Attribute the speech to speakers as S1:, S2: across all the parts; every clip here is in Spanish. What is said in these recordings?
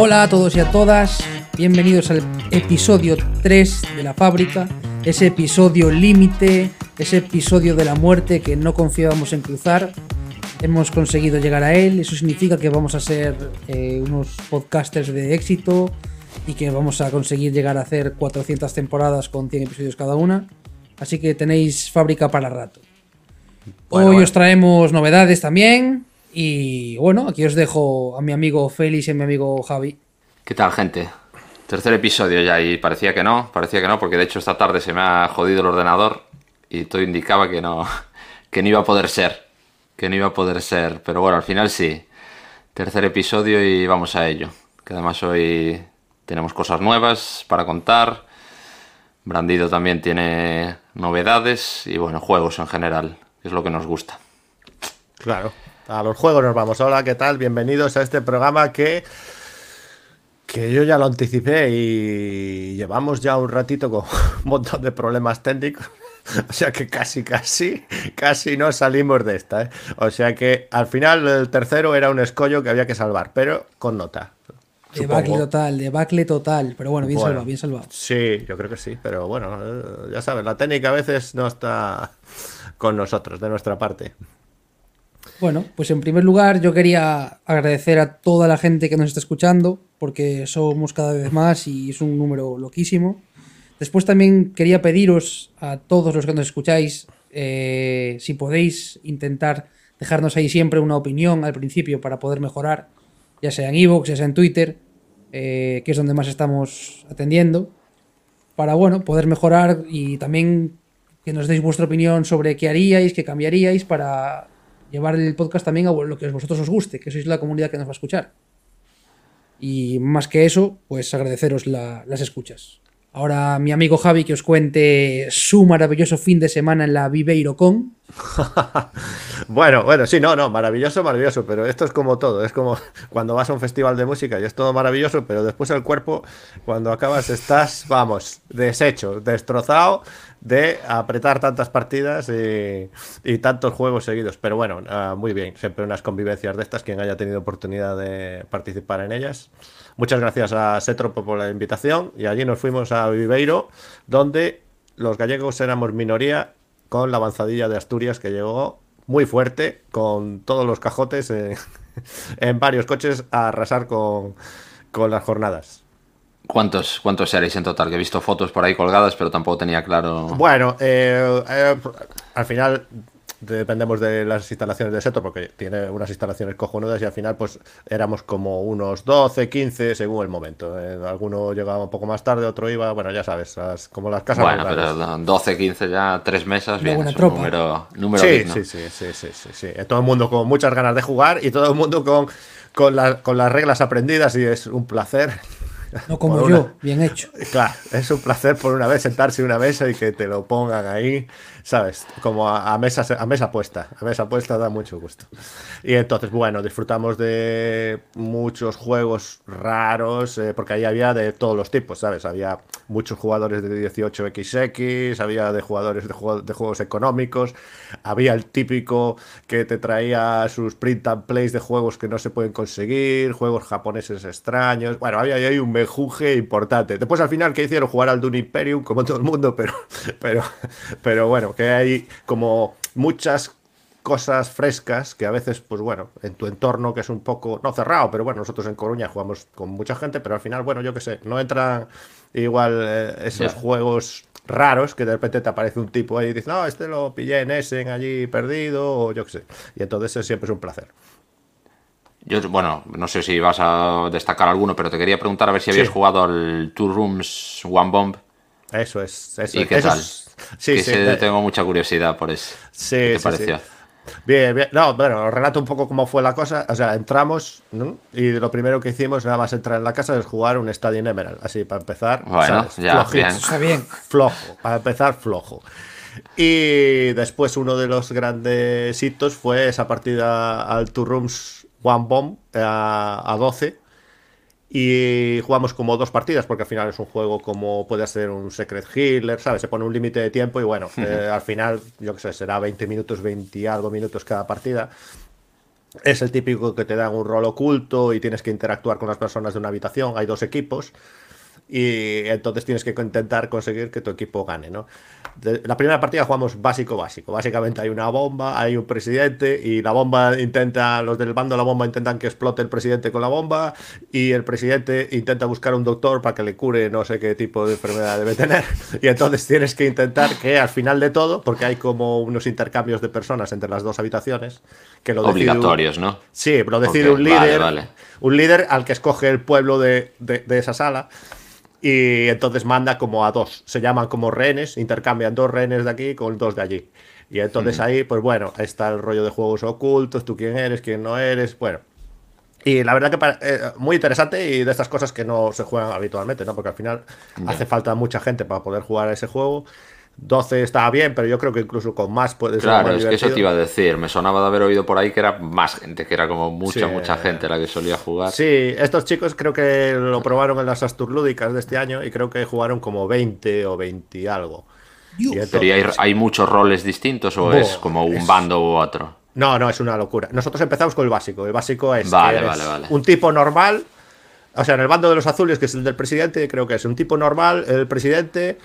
S1: Hola a todos y a todas, bienvenidos al episodio 3 de La Fábrica, ese episodio límite, ese episodio de la muerte que no confiábamos en cruzar. Hemos conseguido llegar a él, eso significa que vamos a ser unos podcasters de éxito y que vamos a conseguir llegar a hacer 400 temporadas con 100 episodios cada una, así que tenéis Fábrica para rato. Hoy os traemos novedades también. Y bueno, aquí os dejo a mi amigo Félix y a mi amigo Javi.
S2: ¿Qué tal, gente? Tercer episodio ya y parecía que no, porque de hecho esta tarde se me ha jodido el ordenador y todo indicaba que no iba a poder ser, pero bueno, al final sí. Tercer episodio y vamos a ello, que además hoy tenemos cosas nuevas para contar, Brandido también tiene novedades y bueno, juegos en general, que es lo que nos gusta.
S3: Claro. A los juegos nos vamos. Hola, ¿qué tal? Bienvenidos a este programa que yo ya lo anticipé y llevamos ya un ratito con un montón de problemas técnicos. O sea que casi no salimos de esta, ¿eh? O sea que al final el tercero era un escollo que había que salvar, pero con nota.
S1: Debacle total. Pero bueno, bien salvado.
S3: Sí, yo creo que sí, pero bueno, ya sabes, la técnica a veces no está con nosotros, de nuestra parte.
S1: Bueno, pues en primer lugar yo quería agradecer a toda la gente que nos está escuchando, porque somos cada vez más y es un número loquísimo. Después también quería pediros a todos los que nos escucháis, si podéis intentar dejarnos ahí siempre una opinión al principio para poder mejorar, ya sea en iVoox, ya sea en Twitter, que es donde más estamos atendiendo, para bueno, poder mejorar y también que nos deis vuestra opinión sobre qué haríais, qué cambiaríais para llevar el podcast también a lo que a vosotros os guste, que sois la comunidad que nos va a escuchar. Y más que eso, pues agradeceros las escuchas. Ahora mi amigo Javi que os cuente su maravilloso fin de semana en la ViveiroCon.
S3: Bueno, sí, no, maravilloso, pero esto es como todo, es como cuando vas a un festival de música y es todo maravilloso, pero después el cuerpo, cuando acabas, estás, vamos, deshecho, destrozado de apretar tantas partidas y tantos juegos seguidos. Pero bueno, muy bien, siempre unas convivencias de estas, quien haya tenido oportunidad de participar en ellas. Muchas gracias a Setropo por la invitación y allí nos fuimos a Viveiro, donde los gallegos éramos minoría, con la avanzadilla de Asturias que llegó muy fuerte, con todos los cajotes en varios coches a arrasar con las jornadas.
S2: ¿Cuántos seréis en total? Que he visto fotos por ahí colgadas, pero tampoco tenía claro.
S3: Bueno, al final dependemos de las instalaciones de Seto, porque tiene unas instalaciones cojonudas y al final pues éramos como unos 12, 15 según el momento. Alguno llegaba un poco más tarde, otro iba, bueno, ya sabes, como las casas.
S2: Bueno, pero 12, 15 ya, 3 mesas, bien, es un número
S3: sí,
S2: digno.
S3: Sí. Todo el mundo con muchas ganas de jugar y todo el mundo con las reglas aprendidas y es un placer.
S1: No como yo, bien hecho.
S3: Claro, es un placer por una vez sentarse en una mesa y que te lo pongan ahí, ¿sabes? Como a mesa puesta. A mesa puesta da mucho gusto. Y entonces, bueno, disfrutamos de muchos juegos raros, porque ahí había de todos los tipos, ¿sabes? Había muchos jugadores de 18XX, había de jugadores de juegos económicos, había el típico que te traía sus print and plays de juegos que no se pueden conseguir, juegos japoneses extraños. Bueno, había ahí un mejunje importante. Después al final, ¿qué hicieron? Jugar al Dune Imperium, como todo el mundo, pero bueno, que hay como muchas cosas frescas que a veces, pues bueno, en tu entorno que es un poco, no cerrado, pero bueno, nosotros en Coruña jugamos con mucha gente, pero al final, bueno, yo qué sé, no entran igual esos juegos raros que de repente te aparece un tipo ahí y dices, no, este lo pillé en Essen allí perdido, o yo qué sé. Y entonces siempre es un placer.
S2: Yo, bueno, no sé si vas a destacar alguno, pero te quería preguntar a ver si habías jugado al Two Rooms One Bomb.
S3: Eso es.
S2: ¿Y qué tal? Tengo mucha curiosidad por eso. ¿Qué te pareció?
S3: Bien. No, bueno, os relato un poco cómo fue la cosa. O sea, entramos, ¿no? Y lo primero que hicimos, nada más entrar en la casa, es jugar un Stadium Emerald. Así, para empezar.
S2: Bueno, ya, bien.
S1: Está bien.
S3: Flojo, para empezar, flojo. Y después uno de los grandes hitos fue esa partida al Two Rooms One Bomb a 12. Y jugamos como 2 partidas, porque al final es un juego como puede ser un Secret Healer, ¿sabes? Se pone un límite de tiempo y bueno, al final, yo qué sé, será 20 minutos, 20 y algo minutos cada partida. Es el típico que te dan un rol oculto y tienes que interactuar con las personas de una habitación. Hay 2 equipos y entonces tienes que intentar conseguir que tu equipo gane, ¿no? La primera partida jugamos básico. Básicamente hay una bomba, hay un presidente y la bomba intenta, los del bando de la bomba intentan que explote el presidente con la bomba y el presidente intenta buscar un doctor para que le cure no sé qué tipo de enfermedad debe tener. Y entonces tienes que intentar que al final de todo, porque hay como unos intercambios de personas entre las 2 habitaciones, que lo
S2: Obligatorios, ¿no?
S3: Sí, lo decide
S2: Ok,
S3: un líder,
S2: vale.
S3: un líder al que escoge el pueblo de esa sala. Y entonces manda como a 2. Se llaman como rehenes, intercambian 2 rehenes de aquí con 2 de allí. Y entonces ahí, pues bueno, está el rollo de juegos ocultos, tú quién eres, quién no eres, bueno. Y la verdad que muy interesante y de estas cosas que no se juegan habitualmente, ¿no? Porque al final hace falta mucha gente para poder jugar a ese juego. 12 estaba bien, pero yo creo que incluso con más puede ser
S2: Claro,
S3: más
S2: es que eso
S3: divertido.
S2: te iba a decir. Me sonaba de haber oído por ahí que era más gente, que era como mucha,
S3: Sí.
S2: mucha gente la que solía jugar.
S3: Sí, estos chicos creo que lo probaron en las Astur Lúdicas de este año y creo que jugaron como 20 o 20 y algo.
S1: Dios.
S3: Y
S2: Pero ¿y hay,
S3: entonces-
S2: hay muchos roles distintos o
S3: Buah,
S2: es como un
S3: es-
S2: bando u otro?
S3: No, es una locura. Nosotros empezamos con el básico. El básico es
S2: Vale,
S3: que eres
S2: vale.
S3: un tipo normal. O sea, en el bando de los azules, que es el del presidente, creo que es un tipo normal, el presidente,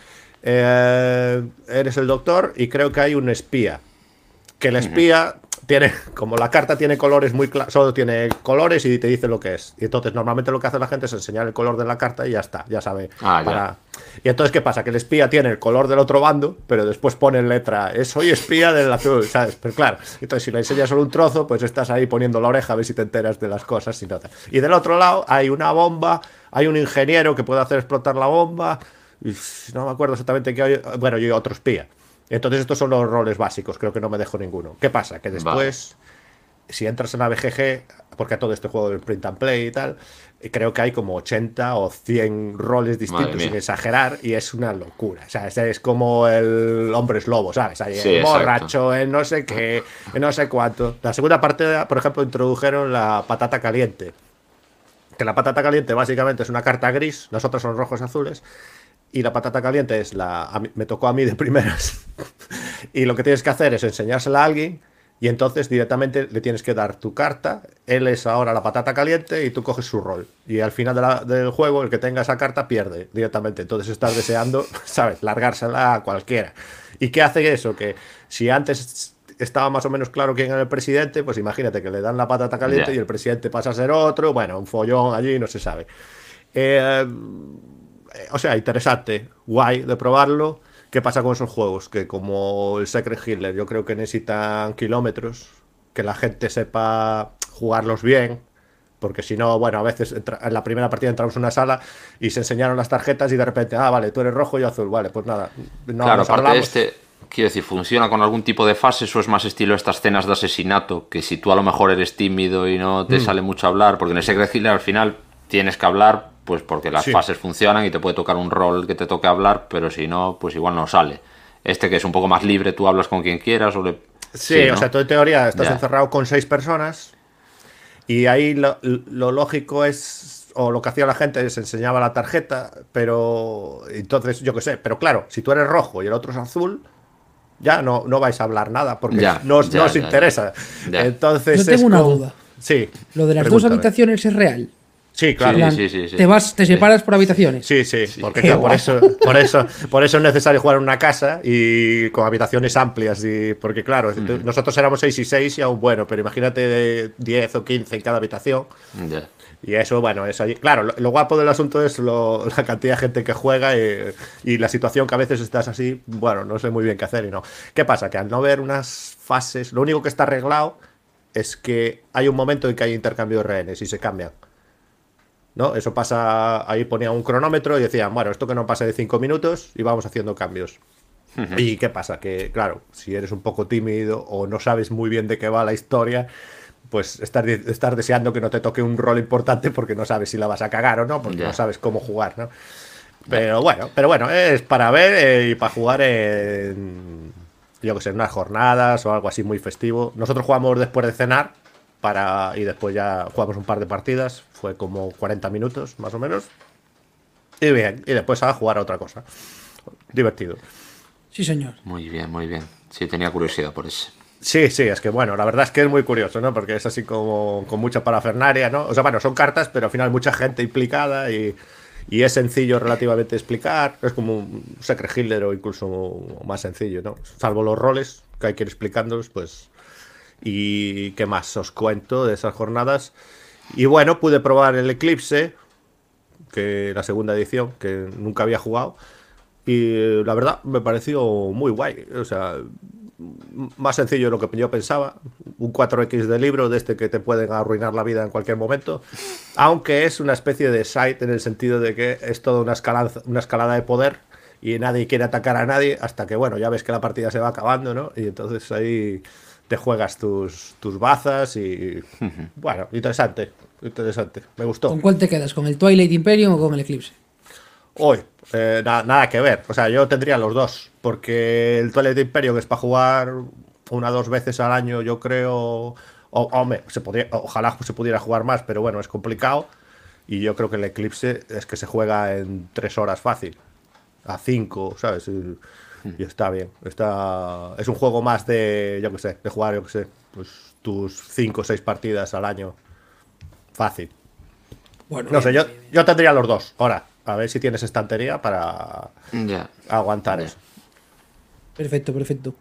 S3: eres el doctor y creo que hay un espía. Que el espía tiene, como la carta tiene colores muy claros, solo tiene colores y te dice lo que es. Y entonces normalmente lo que hace la gente es enseñar el color de la carta y ya está, ya sabe.
S2: Ya.
S3: Y entonces, ¿qué pasa? Que el espía tiene el color del otro bando, pero después pone en letra, soy espía del azul, ¿sabes? Pero claro, entonces si le enseñas solo un trozo, pues estás ahí poniendo la oreja a ver si te enteras de las cosas. Y, y del otro lado hay una bomba, hay un ingeniero que puede hacer explotar la bomba, y no me acuerdo exactamente qué hay, bueno, y otro espía. Entonces estos son los roles básicos, creo que no me dejo ninguno. ¿Qué pasa? Que después, si entras en la BGG, porque a todo este juego del print and play y tal, creo que hay como 80 o 100 roles distintos, sin exagerar, y es una locura. O sea, es como el hombre es lobo, ¿sabes? Hay el borracho, el no sé qué, el no sé cuánto. La segunda parte, por ejemplo, introdujeron la patata caliente. Que la patata caliente básicamente es una carta gris, nosotros son rojos azules. Y la patata caliente es me tocó a mí de primeras. Y lo que tienes que hacer es enseñársela a alguien y entonces directamente le tienes que dar tu carta. Él es ahora la patata caliente y tú coges su rol. Y al final del juego, el que tenga esa carta pierde directamente. Entonces estás deseando, ¿sabes? Largársela a cualquiera. ¿Y qué hace eso? Que si antes estaba más o menos claro quién era el presidente, pues imagínate que le dan la patata caliente y el presidente pasa a ser otro. Bueno, un follón allí, no se sabe. O sea, interesante, guay de probarlo. ¿Qué pasa con esos juegos? Que como el Secret Hitler, yo creo que necesitan kilómetros, que la gente sepa jugarlos bien, porque si no, bueno, a veces en la primera partida entramos en una sala y se enseñaron las tarjetas y de repente, vale, tú eres rojo y azul, vale, pues nada. No
S2: claro, aparte de quiero decir, ¿funciona con algún tipo de fases o es más estilo estas escenas de asesinato? Que si tú a lo mejor eres tímido y no te sale mucho hablar, porque en el Secret Hitler al final tienes que hablar, pues porque las fases funcionan y te puede tocar un rol que te toque hablar, pero si no, pues igual no sale. Este que es un poco más libre, tú hablas con quien quieras o le...
S3: Sí, ¿no? O sea, tú en teoría estás encerrado con 6 personas y ahí lo lógico es, o lo que hacía la gente es enseñaba la tarjeta, pero entonces, yo qué sé, pero claro, si tú eres rojo y el otro es azul, ya no vais a hablar nada porque no os interesa. Entonces,
S1: yo tengo una duda.
S3: Sí.
S1: ¿Lo de las 2 habitaciones es real?
S3: Sí, claro.
S2: Sí.
S1: Te separas por habitaciones.
S3: Sí, porque claro, por eso es necesario jugar en una casa y con habitaciones amplias. Porque claro, nosotros éramos 6 y 6 y aún bueno, pero imagínate 10 o 15 en cada habitación. Y eso, bueno, eso allí. Claro, lo guapo del asunto es la cantidad de gente que juega y la situación que a veces estás así, bueno, no sé muy bien qué hacer y no. ¿Qué pasa? Que al no ver unas fases, lo único que está arreglado es que hay un momento en que hay intercambio de rehenes y se cambian. ¿No? Eso pasa, ahí ponía un cronómetro y decían, bueno, esto que no pase de 5 minutos y vamos haciendo cambios. ¿Y qué pasa? Que, claro, si eres un poco tímido o no sabes muy bien de qué va la historia, pues estar deseando que no te toque un rol importante porque no sabes si la vas a cagar o no, porque no sabes cómo jugar, ¿no? Pero bueno, es para ver y para jugar en, yo que sé, en unas jornadas o algo así muy festivo. Nosotros jugamos después de cenar y después ya jugamos un par de partidas, fue como 40 minutos más o menos, y bien, y después a jugar a otra cosa, divertido.
S1: Sí, señor.
S2: Muy bien, sí, tenía curiosidad por eso.
S3: Sí, sí, es que bueno, la verdad es que es muy curioso, ¿no? Porque es así como con mucha parafernaria, ¿no? O sea, bueno, son cartas, pero al final mucha gente implicada y es sencillo relativamente explicar. Es como un Secret Hitler o incluso más sencillo, ¿no? Salvo los roles, que hay que ir explicándolos, pues. ¿Y qué más os cuento de esas jornadas? Y bueno, pude probar el Eclipse, que la segunda edición, que nunca había jugado. Y la verdad me pareció muy guay. O sea, más sencillo de lo que yo pensaba. Un 4X de libro de este que te pueden arruinar la vida en cualquier momento. Aunque es una especie de side en el sentido de que es toda una escalada de poder y nadie quiere atacar a nadie hasta que, bueno, ya ves que la partida se va acabando, ¿no? Y entonces ahí te juegas tus bazas y... Bueno, interesante, interesante. Me gustó.
S1: ¿Con cuál te quedas? ¿Con el Twilight Imperium o con el Eclipse?
S3: Hoy, nada que ver. O sea, yo tendría los dos. Porque el Twilight Imperium es para jugar una o dos veces al año, yo creo. Hombre, ojalá se pudiera jugar más, pero bueno, es complicado. Y yo creo que el Eclipse es que se juega en 3 horas fácil. A 5, ¿sabes? Y está bien. Es un juego más de, yo qué sé, de jugar, yo qué sé, pues tus 5 o 6 partidas al año. Fácil.
S1: Bueno,
S3: No sé,
S1: bien, bien, bien.
S3: yo tendría los dos. Ahora, a ver si tienes estantería para
S2: Ya.
S3: aguantar
S2: Ya.
S3: eso.
S1: Perfecto, perfecto.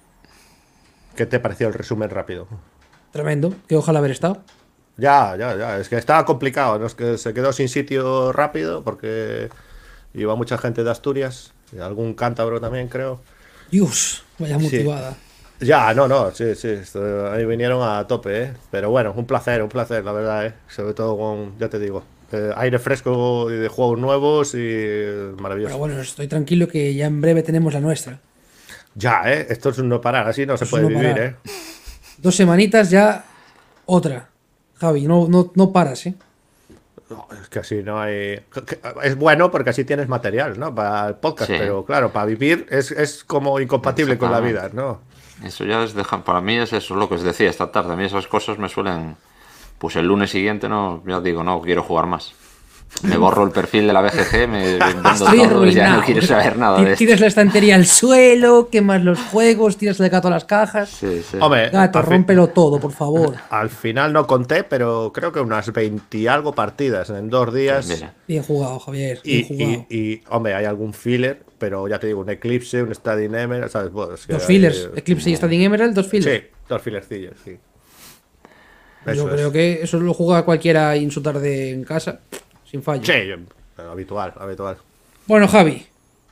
S3: ¿Qué te pareció el resumen rápido?
S1: Tremendo. Que ojalá haber estado.
S3: Ya. Es que estaba complicado, ¿no? Es que se quedó sin sitio rápido porque iba mucha gente de Asturias y algún cántabro también, creo.
S1: Dios, vaya
S3: Sí.
S1: motivada.
S3: Ya, no, sí. Ahí vinieron a tope, ¿eh? Pero bueno, un placer, la verdad, ¿eh? Sobre todo con, ya te digo, aire fresco y de juegos nuevos y maravilloso.
S1: Pero bueno, estoy tranquilo que ya en breve tenemos la nuestra.
S3: Ya, ¿eh? Esto es un no parar, así no se
S1: Es
S3: puede
S1: un no
S3: vivir,
S1: parar.
S3: ¿eh?
S1: 2 semanitas ya otra. Javi, no paras, ¿eh?
S3: No, es que así no hay... Es bueno porque así tienes material, ¿no? Para el podcast,
S2: Sí.
S3: pero claro, para vivir es como incompatible con la vida,
S2: Exactamente.
S3: ¿no?
S2: Eso ya es para mí es eso lo que os decía esta tarde. A mí esas cosas me suelen... Pues el lunes siguiente, no, ya digo, no quiero jugar más. Me borro el perfil de la BGG, me vendo
S1: Estoy
S2: todo y ya
S1: arruinado.
S2: no quiero saber nada de esto.
S1: Tiras la estantería al suelo, quemas los juegos, tiras el gato a las cajas.
S2: Sí, sí.
S3: Hombre,
S1: Gato, rómpelo todo, por favor.
S3: al final no conté, pero creo que unas 20 y algo partidas en 2 días.
S2: Mira,
S1: Bien jugado, Javier. Bien jugado.
S3: Hombre, hay algún filler, pero ya te digo, un Eclipse, un Stadium Emerald, ¿sabes? Bueno, es que
S1: 2
S3: hay-
S1: fillers. Eclipse y Stadium Emerald, 2 fillers.
S3: Sí, 2 fillercillos, sí.
S1: Yo
S3: Eso
S1: creo
S3: es.
S1: que eso lo juega cualquiera en su tarde en casa, sin fallo.
S3: Sí, habitual.
S1: Bueno, Javi,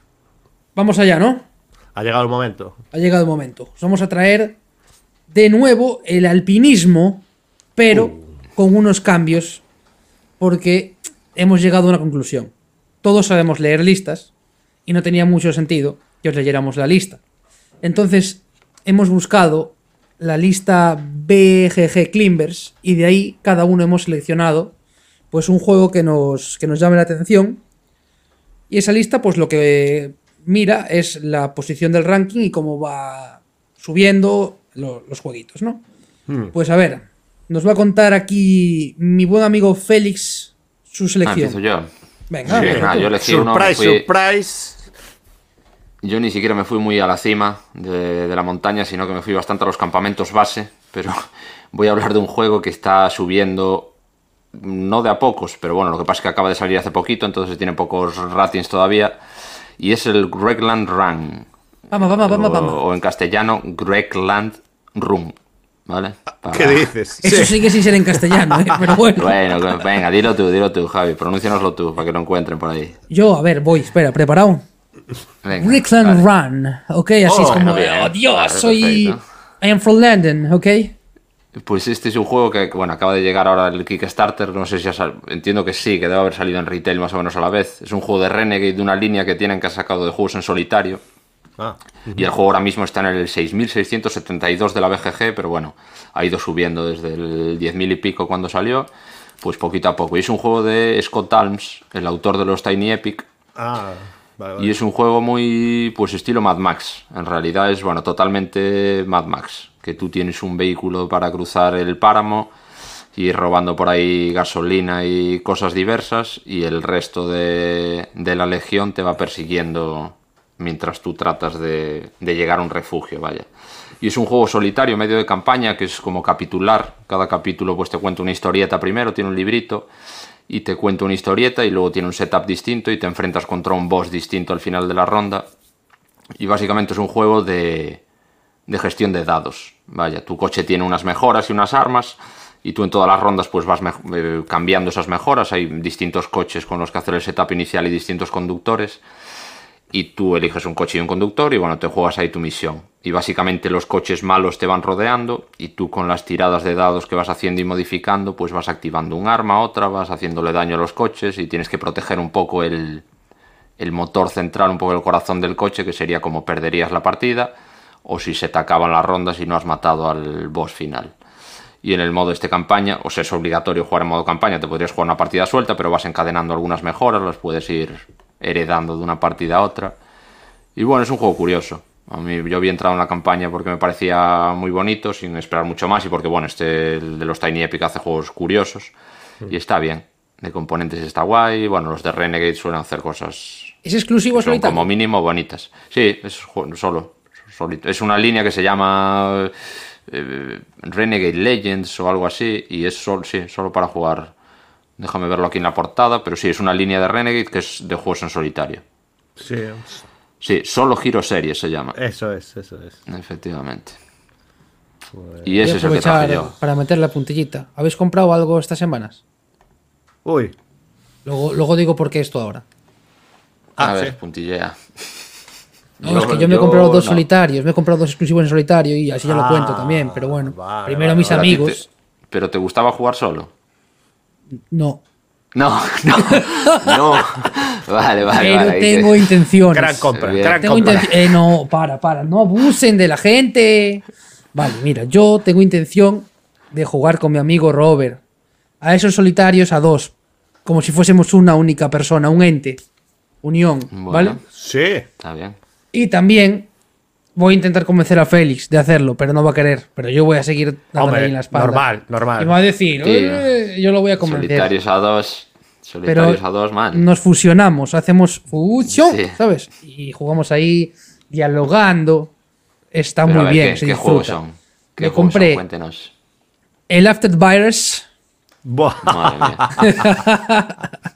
S1: vamos allá, ¿no?
S3: Ha llegado el momento.
S1: Ha llegado el momento. Os vamos a traer de nuevo el alpinismo, pero con unos cambios, porque hemos llegado a una conclusión. Todos sabemos leer listas y no tenía mucho sentido que os leyéramos la lista. Entonces, hemos buscado la lista BGG Climbers y de ahí cada uno hemos seleccionado pues un juego que nos llame la atención. Y esa lista, pues lo que mira es la posición del ranking y cómo va subiendo los jueguitos, ¿no? Pues a ver, nos va a contar aquí mi buen amigo Félix su selección.
S2: empiezo yo.
S1: Venga,
S2: Sí,
S1: venga,
S2: nada,
S1: tú.
S2: yo elegí uno, me
S3: Surprise,
S2: fui-
S3: surprise.
S2: Yo ni siquiera me fui muy a la cima de la montaña, sino que me fui bastante a los campamentos base, pero voy a hablar de un juego que está subiendo, no de a pocos, pero bueno, lo que pasa es que acaba de salir hace poquito, entonces tiene pocos ratings todavía, y es el Gregland Run,
S1: Vamos.
S2: o en castellano, Gregland Run, ¿vale?
S3: ¿Qué dices?
S1: Eso sigue sin ser en castellano, ¿eh? Pero bueno.
S2: Bueno, venga, dilo tú, Javi, pronúncianoslo tú, para que lo encuentren por ahí.
S1: Yo, a ver, voy, espera, ¿preparado?
S2: Venga,
S1: Rickland
S2: dale.
S1: Run, ok, así es como,
S2: bien,
S1: oh Dios,
S2: vale,
S1: soy...
S2: perfecto.
S1: I am from London, ok.
S2: Pues este es un juego que, bueno, acaba de llegar ahora el Kickstarter, no sé si entiendo que sí, que debe haber salido en retail más o menos a la vez. Es un juego de Renegade, de una línea que tienen que ha sacado de juegos en solitario.
S3: Ah,
S2: Y el juego ahora mismo está en el 6.672 de la BGG, pero bueno, ha ido subiendo desde el 10.000 y pico cuando salió, pues poquito a poco. Y es un juego de Scott Alms, el autor de los Tiny Epic,
S3: vale.
S2: y es un juego muy, pues estilo Mad Max. En realidad es, bueno, totalmente Mad Max. Que tú tienes un vehículo para cruzar el páramo y ir robando por ahí gasolina y cosas diversas, y el resto de la legión te va persiguiendo mientras tú tratas de llegar a un refugio, vaya. Y es un juego solitario, medio de campaña, que es como capitular. Cada capítulo pues te cuenta una historieta primero, tiene un librito y te cuenta una historieta y luego tiene un setup distinto y te enfrentas contra un boss distinto al final de la ronda. Y básicamente es un juego de gestión de dados. Vaya, tu coche tiene unas mejoras y unas armas y tú en todas las rondas pues vas cambiando esas mejoras. Hay distintos coches con los que hacer el setup inicial y distintos conductores. Y tú eliges un coche y un conductor y bueno, te juegas ahí tu misión. Y básicamente los coches malos te van rodeando y tú con las tiradas de dados que vas haciendo y modificando, pues vas activando un arma, otra, vas haciéndole daño a los coches y tienes que proteger un poco el motor central, un poco el corazón del coche, que sería como perderías la partida o si se te acaban las rondas y no has matado al boss final. Y en el modo campaña, o sea, es obligatorio jugar en modo campaña, te podrías jugar una partida suelta, pero vas encadenando algunas mejoras, las puedes ir heredando de una partida a otra. Y bueno, es un juego curioso. A mí, yo había entrado en la campaña porque me parecía muy bonito, sin esperar mucho más, y porque bueno, el de los Tiny Epic hace juegos curiosos, y está bien. De componentes está guay, bueno, los de Renegade suelen hacer cosas...
S1: ¿Es exclusivo solitario?
S2: Como mínimo bonitas. Sí, es solito. Es una línea que se llama Renegade Legends o algo así, y es solo para jugar. Déjame verlo aquí en la portada, pero sí, es una línea de Renegade que es de juegos en solitario. Sí, solo Hero Series se llama.
S3: Eso es.
S2: Efectivamente.
S3: Pues...
S2: Y ese es el que traje yo.
S1: Para meter la puntillita. ¿Habéis comprado algo estas semanas?
S3: Uy.
S1: Luego digo por qué esto ahora.
S2: A ver, puntillea.
S1: No, es que yo me he comprado dos solitarios, me he comprado dos exclusivos en solitario y así ya lo cuento también, pero bueno. Primero mis amigos.
S2: ¿Pero te gustaba jugar solo?
S1: No.
S2: No. Vale.
S1: Pero tengo intenciones.
S3: Gran compra.
S1: No, para, no abusen de la gente. Vale, mira, yo tengo intención de jugar con mi amigo Robert. A esos solitarios a dos. Como si fuésemos una única persona, un ente. Unión,
S2: bueno,
S1: ¿vale?
S3: Sí.
S2: Está bien.
S1: Y también voy a intentar convencer a Félix de hacerlo, pero no va a querer. Pero yo voy a seguir dándole ahí en la espalda.
S3: Normal.
S1: Y me va a decir, yo lo voy a convencer.
S2: Solitarios a dos, man.
S1: Nos fusionamos, hacemos fusión,
S2: Sí.
S1: ¿sabes? Y jugamos ahí dialogando. Está
S2: Pero
S1: muy
S2: a ver,
S1: bien,
S2: ¿qué
S1: se disfruta.
S2: juegos son?
S1: Me compré
S2: Cuéntenos.
S1: el After Virus.
S3: Buah.
S2: Madre mía.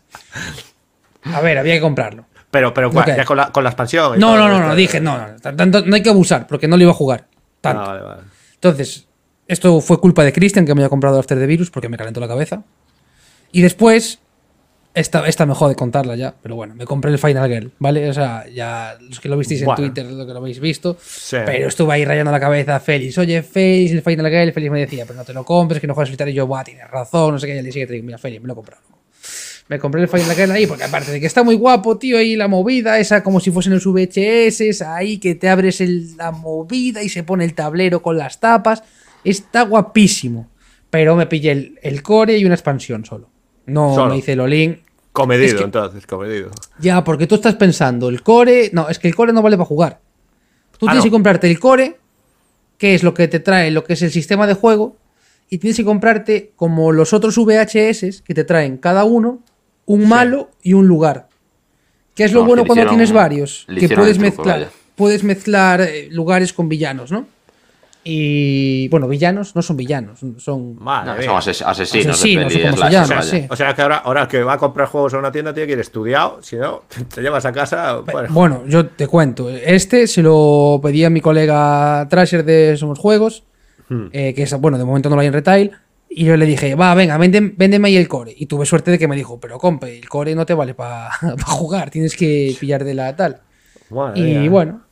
S1: A ver, había que comprarlo.
S3: Pero
S1: Ok.
S3: ya con la expansión. y
S1: No,
S3: todo
S1: no
S3: esto.
S1: dije, no, tanto, no hay que abusar, porque no lo iba a jugar. Tanto.
S3: Vale.
S1: Entonces, esto fue culpa de Christian, que me había comprado After the Virus, porque me calentó la cabeza. Y después, esta me jode contarla ya, pero bueno, me compré el Final Girl, ¿vale? O sea, ya los que lo visteis en Twitter, lo que lo habéis visto.
S3: Sí.
S1: Pero estuve ahí rayando la cabeza a Félix. Oye, Félix, el Final Girl. Félix me decía, pero no te lo compres, que no juegas solitario. Y yo, buah, tienes razón, no sé qué. Y al día siguiente digo, mira, Félix, me lo he comprado. Me compré el Final Girl ahí, porque aparte de que está muy guapo, tío, ahí la movida, esa como si fuesen los VHS, ahí que te abres la movida y se pone el tablero con las tapas. Está guapísimo. Pero me pillé el core y una expansión solo. No me hice el all-in.
S3: Comedido, entonces, comedido.
S1: Ya, porque tú estás pensando, el core... No, es que el core no vale para jugar. Tú tienes que comprarte el core, que es lo que te trae, lo que es el sistema de juego, y tienes que comprarte, como los otros VHS, que te traen cada uno, un malo y un lugar. Que es lo bueno cuando tienes varios, que puedes mezclar lugares con villanos, ¿no? Y bueno, villanos no son villanos, son
S2: Son asesinos
S1: de peli,
S2: como
S1: se llama, sí.
S3: O sea que ahora que va a comprar juegos a una tienda tiene que ir estudiado, si no, te llevas a casa.
S1: Bueno, yo te cuento. Se lo pedí a mi colega Trasher de Somos Juegos, que es, bueno, de momento no lo hay en retail. Y yo le dije, va, venga, véndeme ahí el core. Y tuve suerte de que me dijo, pero compe, el core no te vale para jugar, tienes que pillar de la tal. Y bueno,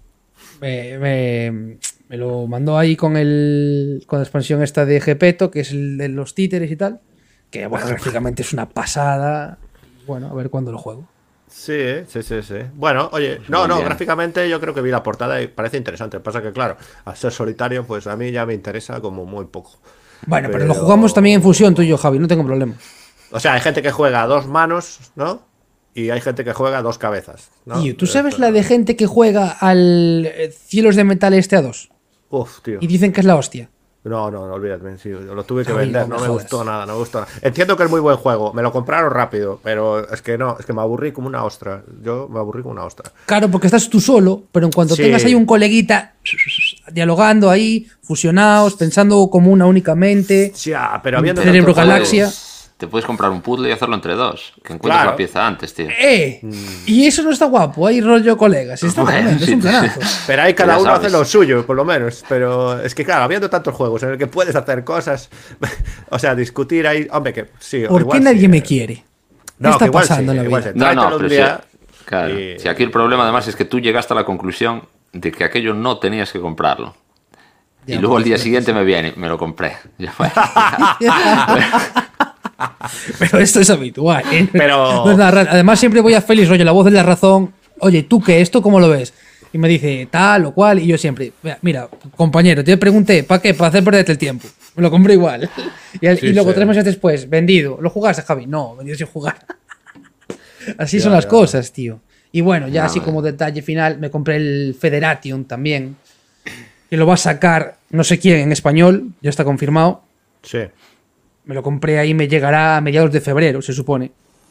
S1: me lo mandó ahí con la expansión esta de Gepetto, que es el de los títeres y tal. Que bueno, gráficamente es una pasada. Bueno, a ver cuándo lo juego.
S3: Sí. Bueno, oye, gráficamente yo creo que vi la portada y parece interesante. Pasa que, claro, al ser solitario, pues a mí ya me interesa como muy poco.
S1: Bueno, pero lo jugamos también en fusión tú y yo, Javi, no tengo problema.
S3: O sea, hay gente que juega a dos manos, ¿no? Y hay gente que juega a dos cabezas, ¿no?
S1: Tío, ¿tú sabes la de gente que juega al Cielos de Metal a dos?
S3: Uf, tío.
S1: Y dicen que es la hostia.
S3: No, olvídate, sí, lo tuve que vender, no me gustó nada. Entiendo que es muy buen juego, me lo compraron rápido, pero es que me aburrí como una ostra. Yo me aburrí como una ostra.
S1: Claro, porque estás tú solo, pero en cuanto tengas ahí un coleguita, dialogando ahí, fusionados, pensando como una únicamente.
S3: Ya, pero habiendo
S1: Cerebro
S3: tantos
S1: Galaxia.
S2: Te puedes comprar un puzzle y hacerlo entre dos. Que encuentres
S3: Claro.
S2: la pieza antes, tío.
S1: Y eso no está guapo, hay rollo colegas. Está
S2: Bueno,
S1: tremendo, es
S2: sí.
S1: un planazo.
S3: Pero ahí cada
S2: Ya
S3: uno
S2: sabes.
S3: hace lo suyo, por lo menos. Pero es que, claro, habiendo tantos juegos en el que puedes hacer cosas, o sea, discutir ahí, hombre, que sí.
S1: ¿Por
S3: igual
S1: qué nadie
S3: sí,
S1: me quiere? ¿Qué
S3: No,
S1: está
S3: que igual
S1: pasando
S3: sí,
S1: en la
S3: igual
S1: vida?
S3: sí.
S2: No,
S3: Tráetelo
S2: no,
S3: un
S2: pero
S3: día
S2: claro.
S3: y-
S2: Si aquí el problema además es que tú llegaste a la conclusión de que aquello no tenías que comprarlo.
S1: Ya,
S2: Y luego al día
S1: muchas
S2: siguiente me viene, me lo compré. Ya fue.
S1: Pero esto es habitual, ¿eh?
S3: Pero-
S1: No es nada raro. Además, siempre voy a Félix, rollo, la voz de la razón. Oye, ¿tú qué? ¿Esto cómo lo ves? Y me dice tal o cual. Y yo siempre, mira, compañero, te pregunté, ¿para qué? Para hacer perderte el tiempo. Me lo compré igual. Y luego,
S3: sí.
S1: 3 meses después, vendido. ¿Lo jugaste, Javi? No, vendido sin jugar. Así son
S3: Ya,
S1: las
S3: ya.
S1: cosas, tío. Y bueno, ya
S2: No,
S1: así
S2: man.
S1: como detalle final, me compré el Federation también. Que lo va a sacar no sé quién en español, ya está confirmado.
S3: Sí.
S1: Me lo compré ahí, me llegará a mediados de febrero, se supone.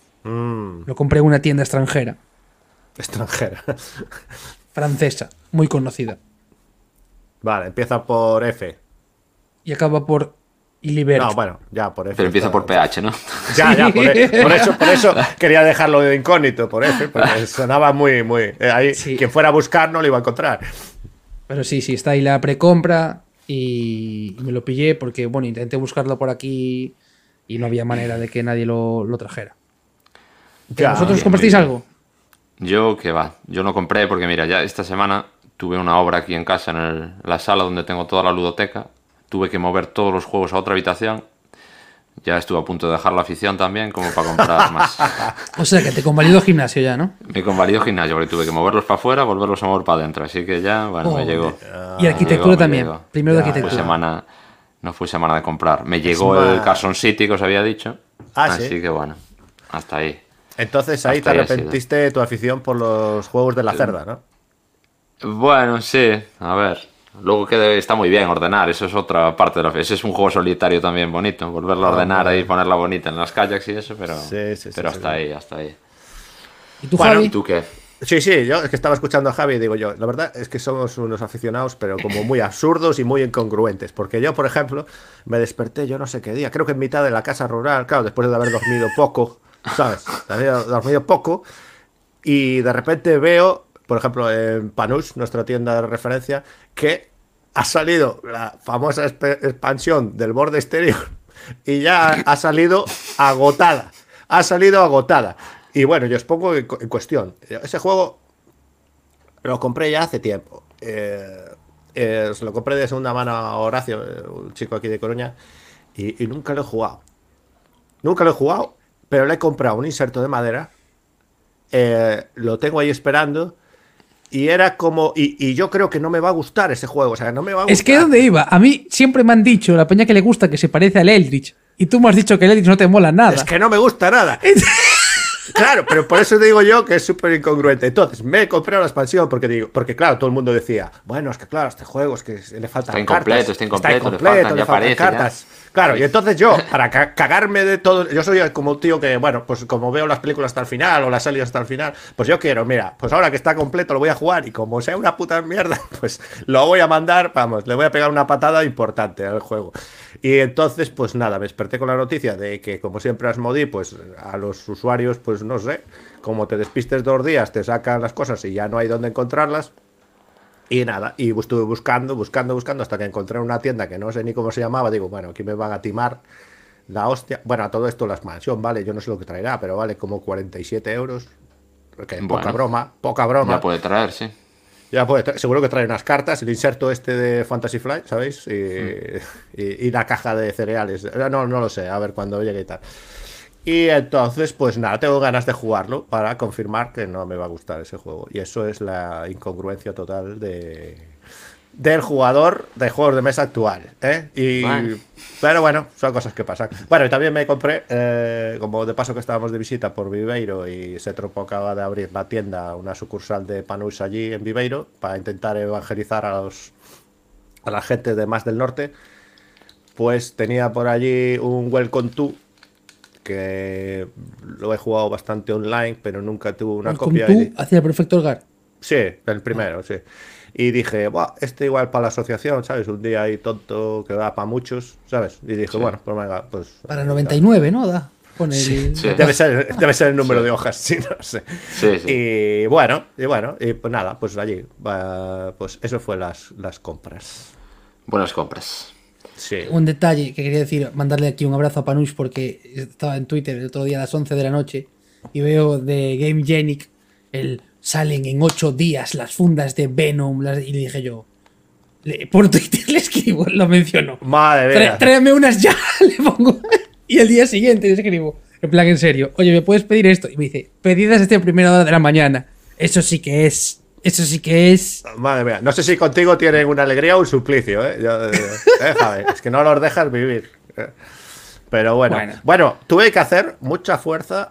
S1: Lo compré en una tienda extranjera,
S3: Extranjera.
S1: francesa, muy conocida.
S3: Vale, empieza por F.
S1: Y acaba por Ilibert.
S3: No, bueno, ya por F.
S2: Pero empieza por PH, ¿no?
S3: Ya, por eso quería dejarlo de incógnito, por F, porque sonaba muy. Ahí,
S1: Sí.
S3: quien fuera a buscar no lo iba a encontrar.
S1: Pero sí, está ahí la precompra y me lo pillé porque, bueno, intenté buscarlo por aquí y no había manera de que nadie lo trajera.
S3: Ya,
S1: ¿Vosotros
S2: bien,
S1: compartís
S2: muy bien.
S1: algo?
S2: Yo, que va. Yo no compré porque, mira, ya esta semana tuve una obra aquí en casa, en la sala donde tengo toda la ludoteca. Tuve que mover todos los juegos a otra habitación. Ya estuve a punto de dejar la afición también, como para comprar más.
S1: O sea, que te convalido gimnasio ya, ¿no?
S2: Me convalidó gimnasio porque tuve que moverlos para afuera, volverlos a mover para adentro. Así que ya, bueno, me
S1: Joder.
S2: llegó.
S1: Y arquitectura
S2: Me
S1: también.
S2: llegó.
S1: Primero de
S3: Ya,
S1: arquitectura.
S2: No fue semana de comprar. Me llegó
S3: más-
S2: el Carson City que os había dicho.
S3: Ah,
S2: así
S3: sí.
S2: que bueno, hasta ahí.
S3: Entonces ahí
S2: Hasta
S3: te
S2: ahí ha sido.
S3: arrepentiste de tu afición por los juegos de la cerda, ¿no?
S2: Bueno, sí, a ver. Luego que está muy bien ordenar, eso es otra parte de la fe. Ese es un juego solitario también bonito, volverlo a ordenar ahí, ponerla bonita en las kayaks y eso, pero,
S3: Sí,
S2: pero
S3: sí,
S2: hasta
S3: sí.
S2: ahí, hasta ahí.
S1: ¿Y tú,
S3: Bueno,
S1: Javi?
S2: ¿Y tú qué?
S3: Sí, yo es que estaba escuchando a Javi y digo yo, la verdad es que somos unos aficionados, pero como muy absurdos y muy incongruentes. Porque yo, por ejemplo, me desperté, yo no sé qué día, creo que en mitad de la casa rural, claro, después de haber dormido poco, ¿sabes? De haber dormido poco, y de repente veo, por ejemplo, en Panush, nuestra tienda de referencia, que ha salido la famosa expansión del borde exterior y ya ha salido agotada. Ha salido agotada. Y bueno, yo os pongo en cuestión. Ese juego lo compré ya hace tiempo. Se lo compré de segunda mano a Horacio, un chico aquí de Coruña, y nunca lo he jugado. Nunca lo he jugado, pero le he comprado un inserto de madera. Lo tengo ahí esperando. Y era como. Y yo creo que no me va a gustar ese juego. O sea, no me va a gustar.
S1: Es que ¿dónde iba? A mí siempre me han dicho, la peña que le gusta, que se parece al Eldritch. Y tú me has dicho que el Eldritch no te mola nada.
S3: Es que no me gusta nada. Claro, pero por eso te digo yo que es súper incongruente. Entonces, me he comprado la expansión porque claro, todo el mundo decía, bueno, es que claro, este juego es que le faltan
S2: Está incompleto,
S3: cartas.
S2: está incompleto, le faltan, ya parece,
S3: cartas. Claro, y entonces yo, para cagarme de todo, yo soy como un tío que, bueno, pues como veo las películas hasta el final o las series hasta el final, pues yo quiero, mira, pues ahora que está completo lo voy a jugar y como sea una puta mierda, pues lo voy a mandar, vamos, le voy a pegar una patada importante al juego. Y entonces, pues nada, me desperté con la noticia de que, como siempre Asmodee, pues a los usuarios, pues no sé, como te despistes 2 días, te sacan las cosas y ya no hay dónde encontrarlas. Y nada, y estuve buscando hasta que encontré una tienda que no sé ni cómo se llamaba. Digo, bueno, aquí me van a timar la hostia. Bueno, a todo esto la expansión, vale, yo no sé lo que traerá, pero vale como 47 euros. Porque poca
S2: Bueno,
S3: broma.
S2: Ya puede traer, sí.
S3: Ya puede, seguro que trae unas cartas, el inserto este de Fantasy Flight, ¿sabéis? Y la caja de cereales. No lo sé, a ver cuando llegue y tal. Y entonces, pues nada, tengo ganas de jugarlo para confirmar que no me va a gustar ese juego. Y eso es la incongruencia total del jugador de juegos de mesa actual, ¿eh?
S2: Bueno.
S3: Pero bueno, son cosas que pasan. Bueno, y también me compré, como de paso que estábamos de visita por Viveiro y Setropo acaba de abrir la tienda, una sucursal de Panús allí en Viveiro, para intentar evangelizar a la gente de más del norte, pues tenía por allí un Welcome to, que lo he jugado bastante online, pero nunca tuve una
S1: Con
S3: copia.
S1: tú hacia el perfecto hogar.
S3: Sí, el primero, sí. Y dije, buah, este igual para la asociación, ¿sabes? Un día ahí tonto que da para muchos, ¿sabes? Y dije,
S2: Sí.
S3: bueno, pues venga, pues...
S1: Para 99, ¿no? Da. Pone
S2: Sí.
S3: Debe ser el número
S2: Sí.
S3: de hojas, sí, no sé.
S2: Sí, sí.
S3: Y bueno, y pues nada, pues allí, pues eso fue las compras.
S2: Buenas compras.
S3: Sí.
S1: Un detalle que quería decir, mandarle aquí un abrazo a Panush porque estaba en Twitter el otro día a las 11 de la noche y veo de Game Genic salen en 8 días las fundas de Venom y le dije yo, por Twitter le escribo, lo menciono.
S3: Madre mía.
S1: Tráeme unas ya, le pongo. Y el día siguiente le escribo, en plan en serio, oye, ¿me puedes pedir esto? Y me dice, pedidas a primera hora de la mañana. Eso sí que es...
S3: Madre mía, no sé si contigo tienen una alegría o un suplicio, ¿eh? Déjame, es que no los dejas vivir. Pero bueno, tuve que hacer mucha fuerza,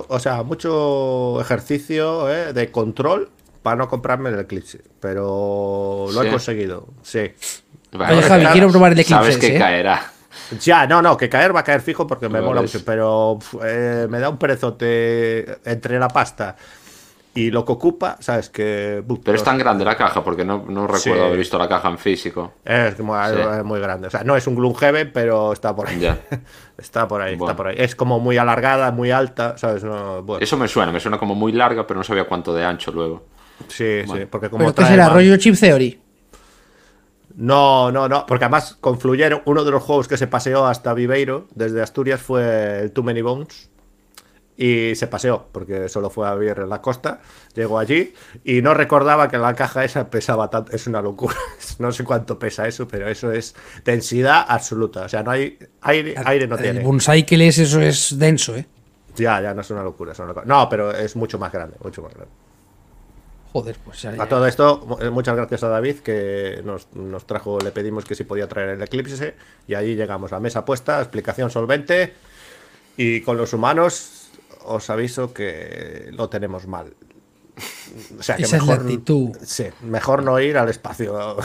S3: mucho ejercicio de control para no comprarme el Eclipse. Pero lo he conseguido, sí.
S1: Oye, Javi, quiero probar el Eclipse.
S2: Sabes que caerá.
S3: Ya, no, que caer va a caer fijo porque me mola mucho, pero me da un perezote entre la pasta y lo que ocupa, ¿sabes?
S2: Pero es tan grande la caja, porque no recuerdo haber visto la caja en físico.
S3: Es muy grande. O sea, no es un Gloomhaven, pero está por ahí.
S2: Ya.
S3: Está por ahí. Es como muy alargada, muy alta, ¿sabes? Bueno.
S2: Eso me suena como muy larga, pero no sabía cuánto de ancho luego.
S3: Sí, porque como
S1: ¿Pero qué será? ¿Rollo Chip Theory?
S3: No, porque además confluyeron. Uno de los juegos que se paseó hasta Viveiro, desde Asturias, fue el Too Many Bones. Y se paseó, porque solo fue a vivir en la costa. Llegó allí y no recordaba que la caja esa pesaba tanto. Es una locura. No sé cuánto pesa eso, pero eso es densidad absoluta. O sea, no hay aire no tiene.
S1: El Bonsai que lees, eso es denso, ¿eh?
S3: Ya, no es una locura. No, pero es mucho más grande, mucho más grande.
S1: Joder, pues ya.
S3: A todo esto, muchas gracias a David que nos trajo, le pedimos que si podía traer el Eclipse y allí llegamos a mesa puesta, explicación solvente y con los humanos os aviso que lo tenemos mal. O sea que
S1: esa
S3: mejor,
S1: es la actitud.
S3: Sí, mejor no ir al espacio.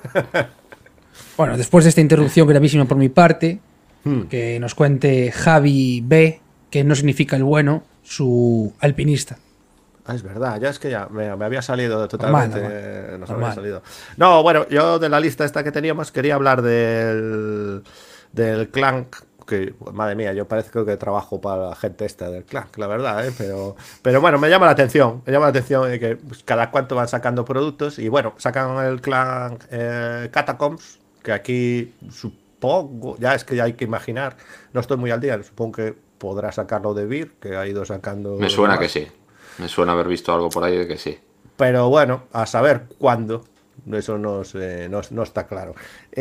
S1: Bueno, después de esta interrupción gravísima por mi parte, que nos cuente Javi B, que no significa el bueno, su alpinista.
S3: Es verdad, ya es que ya me había salido totalmente.
S1: Normal.
S3: Había salido. No, bueno, yo de la lista esta que teníamos quería hablar del Clank, que madre mía, yo parezco que trabajo para la gente esta del Clank, la verdad, ¿eh? Pero bueno, me llama la atención que pues, cada cuánto van sacando productos y bueno, sacan el Clank Catacombs, que aquí supongo, ya es que ya hay que imaginar, no estoy muy al día, supongo que podrá sacarlo de Vir, que ha ido sacando...
S2: Me suena que sí. Me suena haber visto algo por ahí de que sí.
S3: Pero bueno, a saber cuándo. Eso no está claro.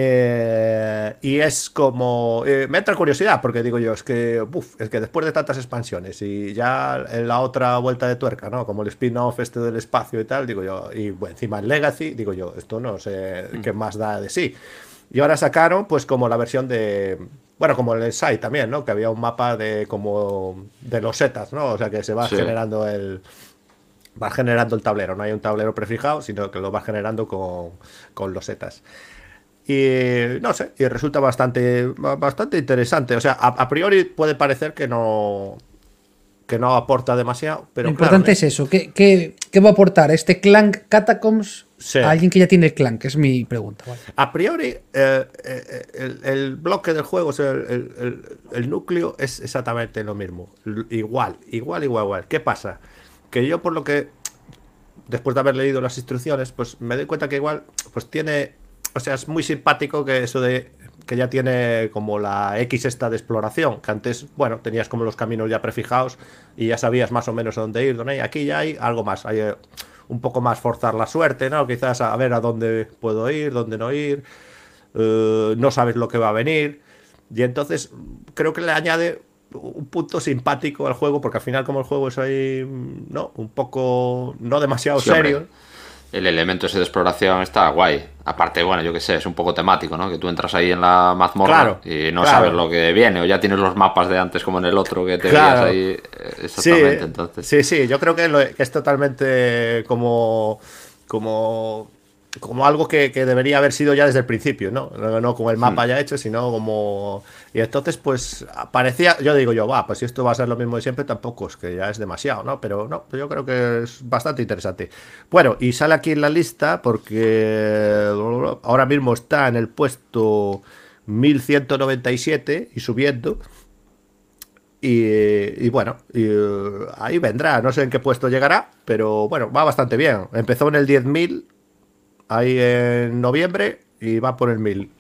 S3: Y es como... me entra curiosidad porque digo yo, es que después de tantas expansiones y ya en la otra vuelta de tuerca, ¿no? Como el spin-off este del espacio y tal, digo yo, y bueno, encima el Legacy, digo yo, esto no sé qué más da de sí. Y ahora sacaron pues como la versión de... Bueno, como el Sai también, ¿no? Que había un mapa de losetas, ¿no? O sea que se va generando vas generando el tablero, no hay un tablero prefijado, sino que lo vas generando con losetas. Y no sé, y resulta bastante interesante. O sea, a priori puede parecer que no aporta demasiado, pero
S1: lo importante es eso. ¿Qué va a aportar este Clank Catacombs a alguien que ya tiene el Clank? Es mi pregunta. Vale.
S3: A priori, el bloque del juego, o sea, el núcleo es exactamente lo mismo. Igual. ¿Qué pasa? Que yo, por lo que, después de haber leído las instrucciones, pues me doy cuenta que igual, pues tiene, o sea, es muy simpático que eso de que ya tiene como la X esta de exploración, que antes, bueno, tenías como los caminos ya prefijados y ya sabías más o menos a dónde ir, dónde hay. Aquí ya hay algo más, hay un poco más forzar la suerte, ¿no? Quizás a ver a dónde puedo ir, dónde no ir, no sabes lo que va a venir, y entonces creo que le añade un punto simpático al juego, porque al final como el juego es ahí, ¿no? Un poco, no demasiado serio.
S2: Hombre, el elemento ese de exploración está guay. Aparte, bueno, yo qué sé, es un poco temático, ¿no? Que tú entras ahí en la mazmorra y no sabes lo que viene, o ya tienes los mapas de antes como en el otro que te veías ahí. Exactamente,
S3: sí,
S2: entonces.
S3: Sí, yo creo que es totalmente como como algo que debería haber sido ya desde el principio, ¿no? No con el mapa ya hecho, sino como... Y entonces, pues, parecía... Yo digo pues si esto va a ser lo mismo de siempre, tampoco es que ya es demasiado, ¿no? Pero no, yo creo que es bastante interesante. Bueno, y sale aquí en la lista porque ahora mismo está en el puesto 1197 y subiendo. Y bueno, ahí vendrá, no sé en qué puesto llegará, pero bueno, va bastante bien. Empezó en el 10.000 ahí en noviembre y va por el 1.000.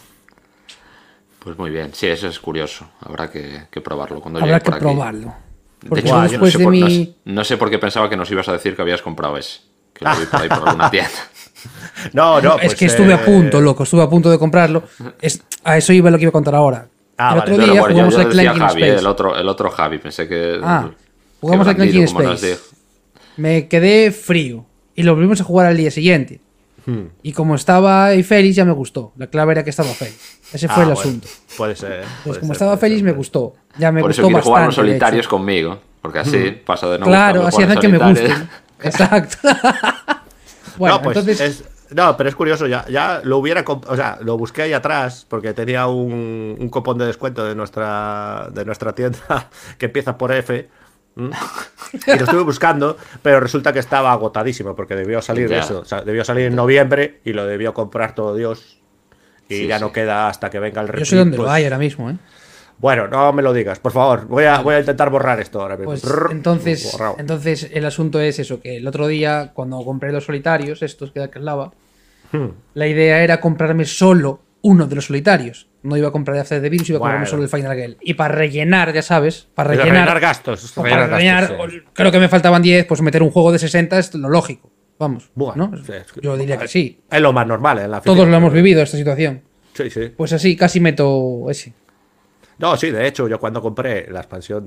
S2: Pues muy bien, sí, eso es curioso. Habrá que probarlo cuando
S1: Habrá
S2: llegue
S1: que
S2: por aquí.
S1: probarlo.
S2: De
S1: Porque
S2: hecho, yo no
S1: después
S2: sé,
S1: de
S2: no sé-
S1: mi...
S2: no sé por qué pensaba que nos ibas a decir que habías comprado ese. Que lo vi por ahí por alguna tienda.
S3: No,
S1: Es
S3: pues,
S1: que estuve a punto, loco, estuve a punto de comprarlo. A eso iba lo que iba a contar ahora.
S3: Ah,
S1: El
S3: vale.
S1: otro
S2: Pero
S1: día
S2: bueno,
S1: jugamos
S2: yo
S1: al
S2: decía
S1: Clanking
S2: Javi,
S1: Space.
S2: el otro Javi. Pensé que...
S1: Jugamos
S2: que
S1: al Clanking
S2: bandido, como nos
S1: Space.
S2: dijo.
S1: Me quedé frío y lo volvimos a jugar al día siguiente. Y como estaba ahí Félix, ya me gustó. La clave era que estaba Félix. Ese fue el
S3: Bueno,
S1: asunto.
S3: puede ser.
S1: Entonces, como estaba Félix, me gustó. Ya me
S2: Por eso
S1: gustó
S2: quiero jugar los
S1: bastante. de hecho.
S2: solitarios conmigo. Porque así pasa de no
S1: Claro,
S2: gustarme
S1: así
S2: jugar
S1: hacen que me
S2: solitarios.
S1: gusten. Exacto. Bueno,
S3: no, pues
S1: entonces.
S3: no, pero es curioso, ya lo hubiera, o sea, lo busqué ahí atrás porque tenía un cupón de descuento de nuestra tienda que empieza por F. Y lo estuve buscando, pero resulta que estaba agotadísimo porque debió salir de
S2: Ya.
S3: eso, o sea, debió salir en noviembre y lo debió comprar todo Dios y
S2: Sí,
S3: ya
S2: sí.
S3: no queda hasta que venga el
S1: Yo
S3: reprint.
S1: sé dónde lo
S3: Pues,
S1: hay ahora mismo, ¿eh?
S3: bueno, no me lo digas, por favor, voy a intentar borrar esto ahora mismo.
S1: Pues
S3: Borrado.
S1: entonces el asunto es eso, que el otro día cuando compré los solitarios, estos que hablaba, la idea era comprarme solo uno de los solitarios. No iba a comprar de After the Virus, iba a comprarme
S3: Bueno.
S1: solo el Final Girl. Y para rellenar, ya sabes, para
S3: Rellenar
S1: rellenar,
S3: gastos.
S1: o para rellenar,
S3: gastos, sí.
S1: creo que me faltaban 10, pues meter un juego de 60 es lo lógico. Vamos,
S3: Bueno,
S1: ¿no?
S3: sí, es que-
S1: Yo diría que sí.
S3: Es lo más normal en la afición.
S1: Todos lo hemos vivido, esta situación.
S3: Sí, sí.
S1: Pues así, casi meto ese.
S3: No, sí, de hecho, yo cuando compré la expansión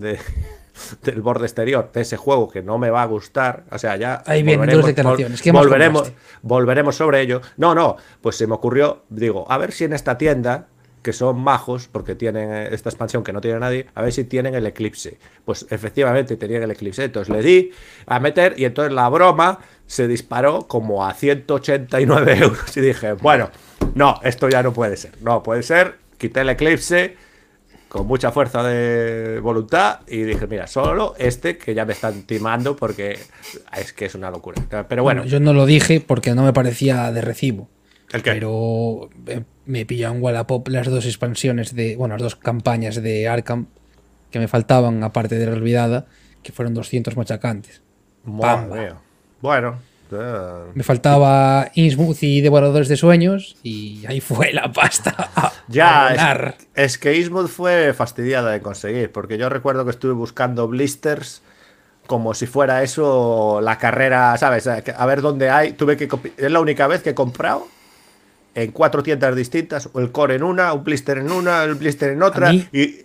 S3: del borde exterior de ese juego que no me va a gustar, o sea, ya
S1: Ahí vienen dos declaraciones. ¿Qué más compraste?
S3: volveremos sobre ello. No, pues se me ocurrió, digo, a ver si en esta tienda, que son majos, porque tienen esta expansión que no tiene nadie, a ver si tienen el Eclipse. Pues efectivamente tenían el Eclipse, entonces le di a meter y entonces la broma se disparó como a 189 euros y dije, bueno, no, esto ya no puede ser, quité el Eclipse con mucha fuerza de voluntad y dije, mira, solo este que ya me están timando porque es que es una locura. Pero bueno,
S1: Yo no lo dije porque no me parecía de recibo.
S3: ¿el qué?
S1: Pero me pilló en Wallapop las dos expansiones las dos campañas de Arkham que me faltaban, aparte de la olvidada, que fueron 200 machacantes.
S3: Madre
S1: Pamba.
S3: mía. Bueno,
S1: Me faltaba Innsmouth y Devoradores de Sueños y ahí fue la pasta a
S3: ya,
S1: volar.
S3: es que Innsmouth fue fastidiada de conseguir, porque yo recuerdo que estuve buscando blisters como si fuera eso la carrera, ¿sabes? A ver dónde hay. Es la única vez que he comprado en 4 tiendas distintas, el core en una, un blister en una, el blister en otra.
S1: A mí-
S3: Y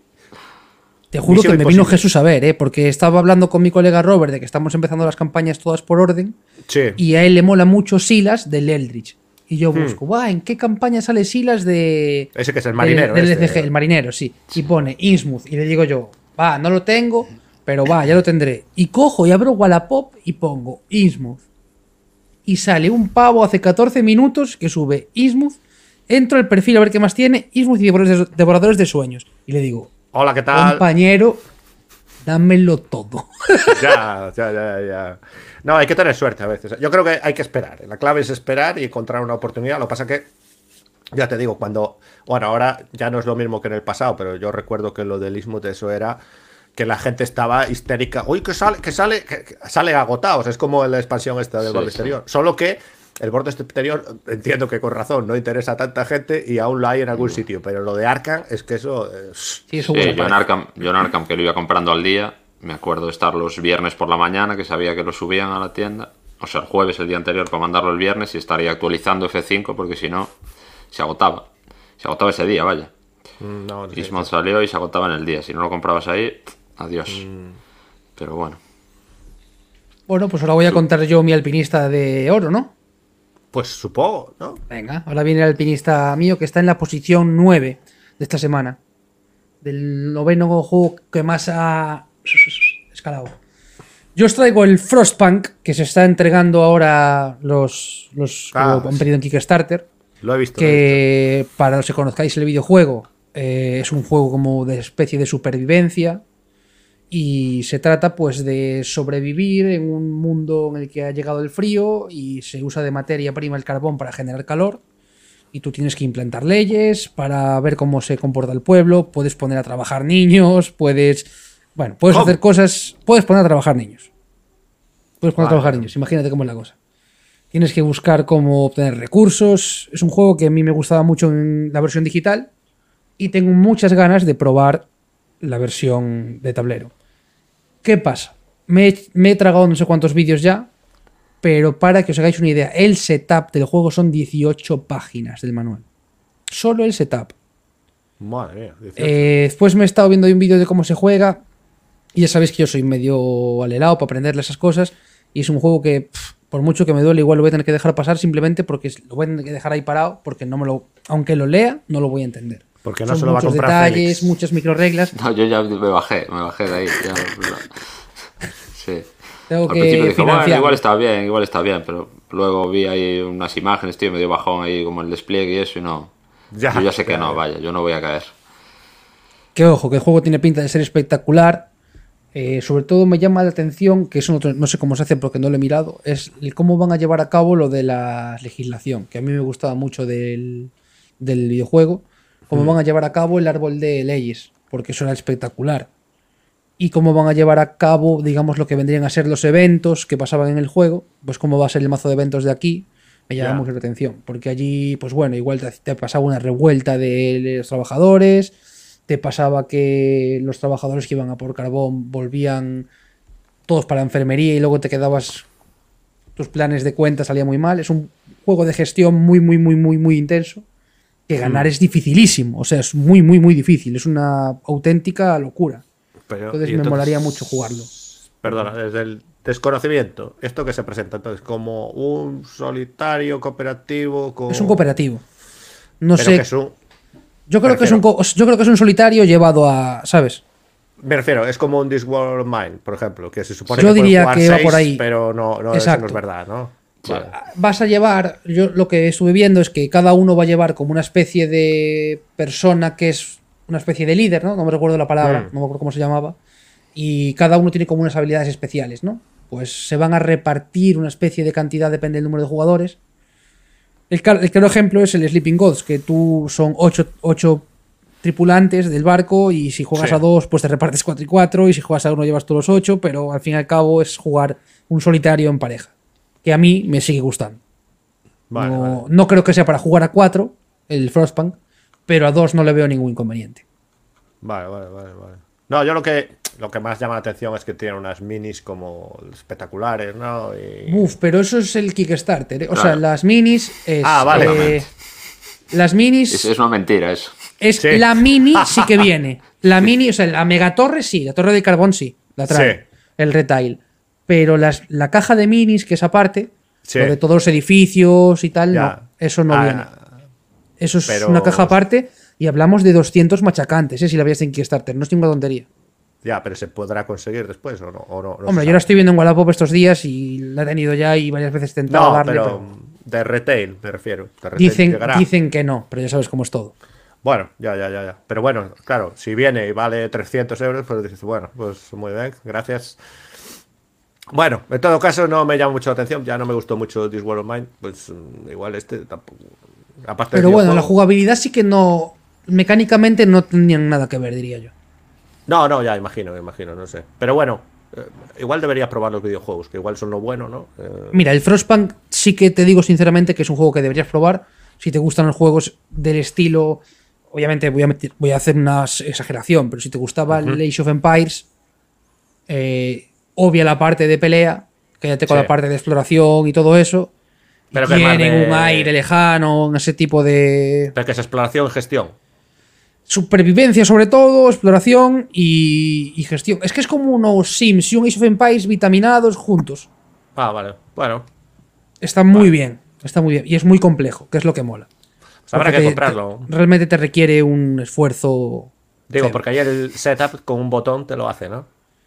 S1: Te juro que
S3: Misión
S1: me vino
S3: imposible.
S1: Jesús a ver, porque estaba hablando con mi colega Robert de que estamos empezando las campañas todas por orden.
S3: sí,
S1: Y a él le mola mucho Silas del Eldritch. Y yo busco, ¿en qué campaña sale Silas de.
S3: Ese que es el marinero,
S1: Del
S3: este.
S1: LCG, el marinero, sí. Y pone Innsmouth. Y le digo yo, no lo tengo, pero ya lo tendré. Y cojo y abro Wallapop y pongo Innsmouth. Y sale un pavo hace 14 minutos que sube Innsmouth. Entro al perfil a ver qué más tiene. Innsmouth y Devoradores de Sueños. Y le digo,
S3: hola, ¿qué tal?
S1: compañero, dámelo todo.
S3: Ya. No, hay que tener suerte a veces. Yo creo que hay que esperar. La clave es esperar y encontrar una oportunidad. Lo que pasa que, ya te digo, bueno, ahora ya no es lo mismo que en el pasado, pero yo recuerdo que lo del Innsmouth eso era que la gente estaba histérica. Uy, que sale agotados. Es como la expansión esta del borde exterior. Solo que el borde exterior, entiendo que con razón no interesa a tanta gente y aún lo hay en algún sitio. Pero lo de Arkham es que eso...
S1: Sí, eso
S2: Sí,
S1: huele.
S2: yo en Arkham, que lo iba comprando al día, me acuerdo de estar los viernes por la mañana, que sabía que lo subían a la tienda, o sea, el jueves, el día anterior, para mandarlo el viernes y estaría actualizando F5, porque si no, se agotaba. Se agotaba ese día, vaya.
S3: no sé.
S2: Innsmouth salió y se agotaba en el día. Si no lo comprabas ahí, adiós. Pero bueno.
S1: Bueno, pues ahora voy a contar yo mi alpinista de oro, ¿no?
S3: Pues supongo, ¿no?
S1: Venga, ahora viene el alpinista mío que está en la posición 9 de esta semana. Del 9º juego que más ha escalado. Yo os traigo el Frostpunk, que se está entregando ahora los que lo han pedido en Kickstarter.
S3: Lo he visto.
S1: Que para los que conozcáis el videojuego, es un juego como de especie de supervivencia. Y se trata pues de sobrevivir en un mundo en el que ha llegado el frío y se usa de materia prima el carbón para generar calor. Y tú tienes que implantar leyes para ver cómo se comporta el pueblo. Puedes poner a trabajar niños, puedes hacer cosas. Puedes poner a trabajar niños. Imagínate cómo es la cosa. Tienes que buscar cómo obtener recursos. Es un juego que a mí me gustaba mucho en la versión digital. Y tengo muchas ganas de probar la versión de tablero. ¿Qué pasa? Me he tragado no sé cuántos vídeos ya, pero para que os hagáis una idea, el setup del juego son 18 páginas del manual. Solo el setup.
S3: Madre mía, 18.
S1: Después me he estado viendo un vídeo de cómo se juega, y ya sabéis que yo soy medio alelado para aprenderle esas cosas, y es un juego que, por mucho que me duele, igual lo voy a tener que dejar pasar simplemente porque lo voy a tener que dejar ahí parado, porque aunque lo lea, no lo voy a entender.
S3: Porque no
S1: Son
S3: se lo va a
S1: muchos
S3: comprar
S1: detalles,
S3: Félix.
S1: muchas microreglas.
S2: No, yo ya me bajé de ahí. Ya, sí.
S1: Tengo
S2: Al
S1: que
S2: principio dije, bueno,
S1: financiar.
S2: igual está bien, pero luego vi ahí unas imágenes, tío, medio bajón ahí como el despliegue y eso, y no. Yo ya sé que no, vaya, yo no voy a caer.
S1: Que ojo, que el juego tiene pinta de ser espectacular. Sobre todo me llama la atención, que eso no sé cómo se hace porque no lo he mirado, es el cómo van a llevar a cabo lo de la legislación, que a mí me gustaba mucho del videojuego, cómo van a llevar a cabo el árbol de leyes, porque eso era espectacular. Y cómo van a llevar a cabo, digamos, lo que vendrían a ser los eventos que pasaban en el juego, pues cómo va a ser el mazo de eventos de aquí, me llama mucho la atención, porque allí, pues bueno, igual te pasaba una revuelta de los trabajadores, te pasaba que los trabajadores que iban a por carbón volvían todos para la enfermería y luego te quedabas, tus planes de cuenta salían muy mal. Es un juego de gestión muy, muy, muy, muy, muy intenso, que ganar es dificilísimo, o sea, es muy, muy, muy difícil, es una auténtica locura. Entonces me molaría mucho jugarlo.
S3: Perdona, desde el desconocimiento, ¿esto que se presenta entonces? ¿Como un solitario cooperativo?
S1: Es un cooperativo. No
S3: Pero
S1: sé.
S3: que es un...
S1: Yo creo que es un solitario llevado a, ¿sabes?
S3: Me refiero, es como un Discworld Mine, por ejemplo, que se supone
S1: Yo
S3: que puede
S1: diría
S3: jugar
S1: que va
S3: 6,
S1: por ahí.
S3: pero no eso no es verdad, ¿no? Vale.
S1: Vas a llevar, yo lo que estuve viendo es que cada uno va a llevar como una especie de persona que es una especie de líder, ¿no? No me recuerdo la palabra, no me acuerdo cómo se llamaba. Y cada uno tiene como unas habilidades especiales, ¿no? Pues se van a repartir una especie de cantidad, depende del número de jugadores. El claro ejemplo es el Sleeping Gods, que tú son 8 tripulantes del barco y si juegas a 2 pues te repartes 4 y 4 y si juegas a 1 llevas todos los 8, pero al fin y al cabo es jugar un solitario en pareja, que a mí me sigue gustando. No creo que sea para jugar a 4 el Frostpunk, pero a 2 no le veo ningún inconveniente.
S3: Vale. No, yo lo que más llama la atención es que tiene unas minis como espectaculares, ¿no?
S1: Pero eso es el Kickstarter, ¿eh? O
S2: Claro.
S1: sea, las minis es...
S3: vale.
S1: Las minis...
S2: Es una mentira eso.
S1: Sí. La mini sí que viene. La mini, o sea, la megatorre sí, la torre de carbón sí, la trae.
S3: Sí.
S1: El retail. Pero la caja de minis, que es aparte,
S3: Sí.
S1: lo de todos los edificios y tal,
S3: Ya.
S1: no, eso no viene. Eso es
S3: pero-
S1: una caja aparte y hablamos de 200 machacantes, si la veías en Kickstarter, no es ninguna tontería.
S3: Ya, pero ¿se podrá conseguir después o no?
S1: Hombre, yo la estoy viendo en Wallapop estos días y la he tenido ya y varias veces he intentado
S3: No,
S1: darle,
S3: pero de retail me refiero. De retail llegará.
S1: dicen que no, pero ya sabes cómo es todo.
S3: Bueno, ya. Pero bueno, claro, si viene y vale 300 euros, pues dices, bueno, pues muy bien, gracias. Bueno, en todo caso no me llama mucho la atención, ya no me gustó mucho This World of Mine, pues igual este tampoco. Aparte
S1: Pero
S3: del
S1: bueno, la
S3: videojuego-
S1: jugabilidad sí que no... Mecánicamente no tenían nada que ver, diría yo.
S3: No, ya imagino, no sé. Pero bueno, igual debería probar los videojuegos, que igual son lo bueno, ¿no?
S1: Mira, el Frostpunk sí que te digo sinceramente que es un juego que deberías probar si te gustan los juegos del estilo. Obviamente voy a hacer una exageración, pero si te gustaba el Age of Empires, obvia la parte de pelea, quédate con
S3: Sí.
S1: la parte de exploración y todo eso.
S3: Pero que es más
S1: tienen
S3: de-
S1: un aire lejano, ese tipo de
S3: Pero que es exploración y gestión.
S1: supervivencia sobre todo, exploración y gestión. Es que es como unos Sims y un Age of Empires vitaminados juntos.
S3: Vale. Bueno,
S1: Está muy bien, y es muy complejo, que es lo que mola.
S3: pues habrá
S1: Porque
S3: que comprarlo.
S1: realmente te requiere un esfuerzo.
S3: Digo,
S1: feo.
S3: porque ayer el setup con un botón te lo hace, ¿no?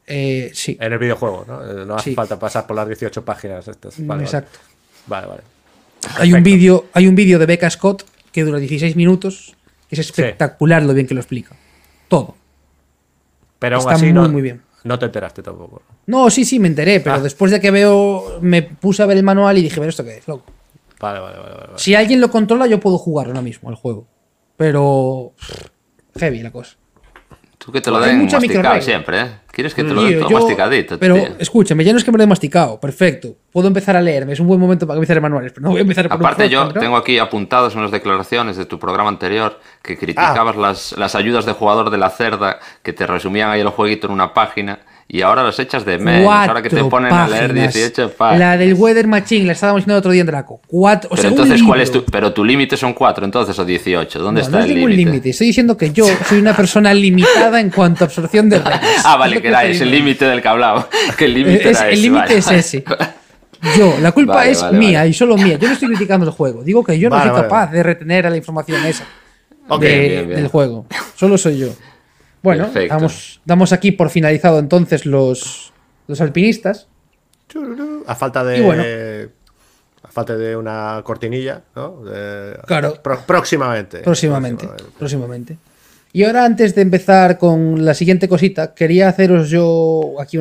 S1: Sí.
S3: En el videojuego, ¿no? No hace
S1: Sí.
S3: falta pasar por las 18 páginas estas. Vale,
S1: Exacto.
S3: Vale, vale.
S1: Hay un vídeo de Becca Scott que dura 16 minutos, que es espectacular lo bien que lo explica. Todo.
S3: Pero aún
S1: Está
S3: así
S1: muy bien.
S3: No te enteraste tampoco.
S1: No, sí, me enteré, pero después de que me puse a ver el manual y dije, ¿pero esto qué es, loco?
S3: Vale.
S1: Si alguien lo controla, yo puedo jugar ahora mismo al juego. Pero heavy la cosa.
S2: Tú que te lo
S1: Hay
S2: den
S1: mucha
S2: masticado
S1: microregla.
S2: siempre, ¿eh? ¿Quieres que te lo den
S1: Tío,
S2: todo masticadito?
S1: pero
S2: tío?
S1: escúchame, ya no es que me lo he masticado, perfecto. Puedo empezar a leerme, es un buen momento para empezar manuales, pero no voy a empezar por
S2: Aparte,
S1: un
S2: yo
S1: juego, ¿no?
S2: tengo aquí apuntadas unas declaraciones de tu programa anterior que criticabas las ayudas de jugador de la cerda, que te resumían ahí el jueguito en una página, y ahora las echas de menos. Ahora que te
S1: 4
S2: ponen a leer
S1: páginas.
S2: 18 páginas.
S1: La del Weather Machine, la estábamos diciendo el otro día en Draco. 4, o
S2: Pero
S1: sea,
S2: entonces,
S1: un
S2: ¿cuál es
S1: libro.
S2: Pero tu límite son 4, entonces, o 18. ¿Dónde
S1: No,
S2: está
S1: no es
S2: el
S1: ningún
S2: límite?
S1: límite. Estoy diciendo que yo soy una persona limitada en cuanto a absorción de reglas.
S2: Ah,
S1: Es
S2: vale,
S1: lo
S2: que era
S1: estoy
S2: ese el
S1: diciendo.
S2: límite del que hablaba. Que el límite era ese.
S1: El límite
S2: vale.
S1: es ese. Yo, la culpa
S2: Vale,
S1: es
S2: vale,
S1: mía
S2: vale.
S1: y solo mía. Yo no estoy criticando el juego. Digo que yo no
S3: Vale,
S1: soy
S3: vale.
S1: capaz de retener a la información esa
S3: Ok,
S2: bien.
S1: del juego. Solo soy yo. Bueno,
S2: Perfecto.
S1: damos aquí por finalizado entonces los alpinistas.
S3: A falta de.
S1: Y bueno.
S3: A falta de una cortinilla, ¿no?
S1: Claro.
S3: Próximamente.
S1: Próximamente. Y ahora, antes de empezar con la siguiente cosita, quería haceros yo aquí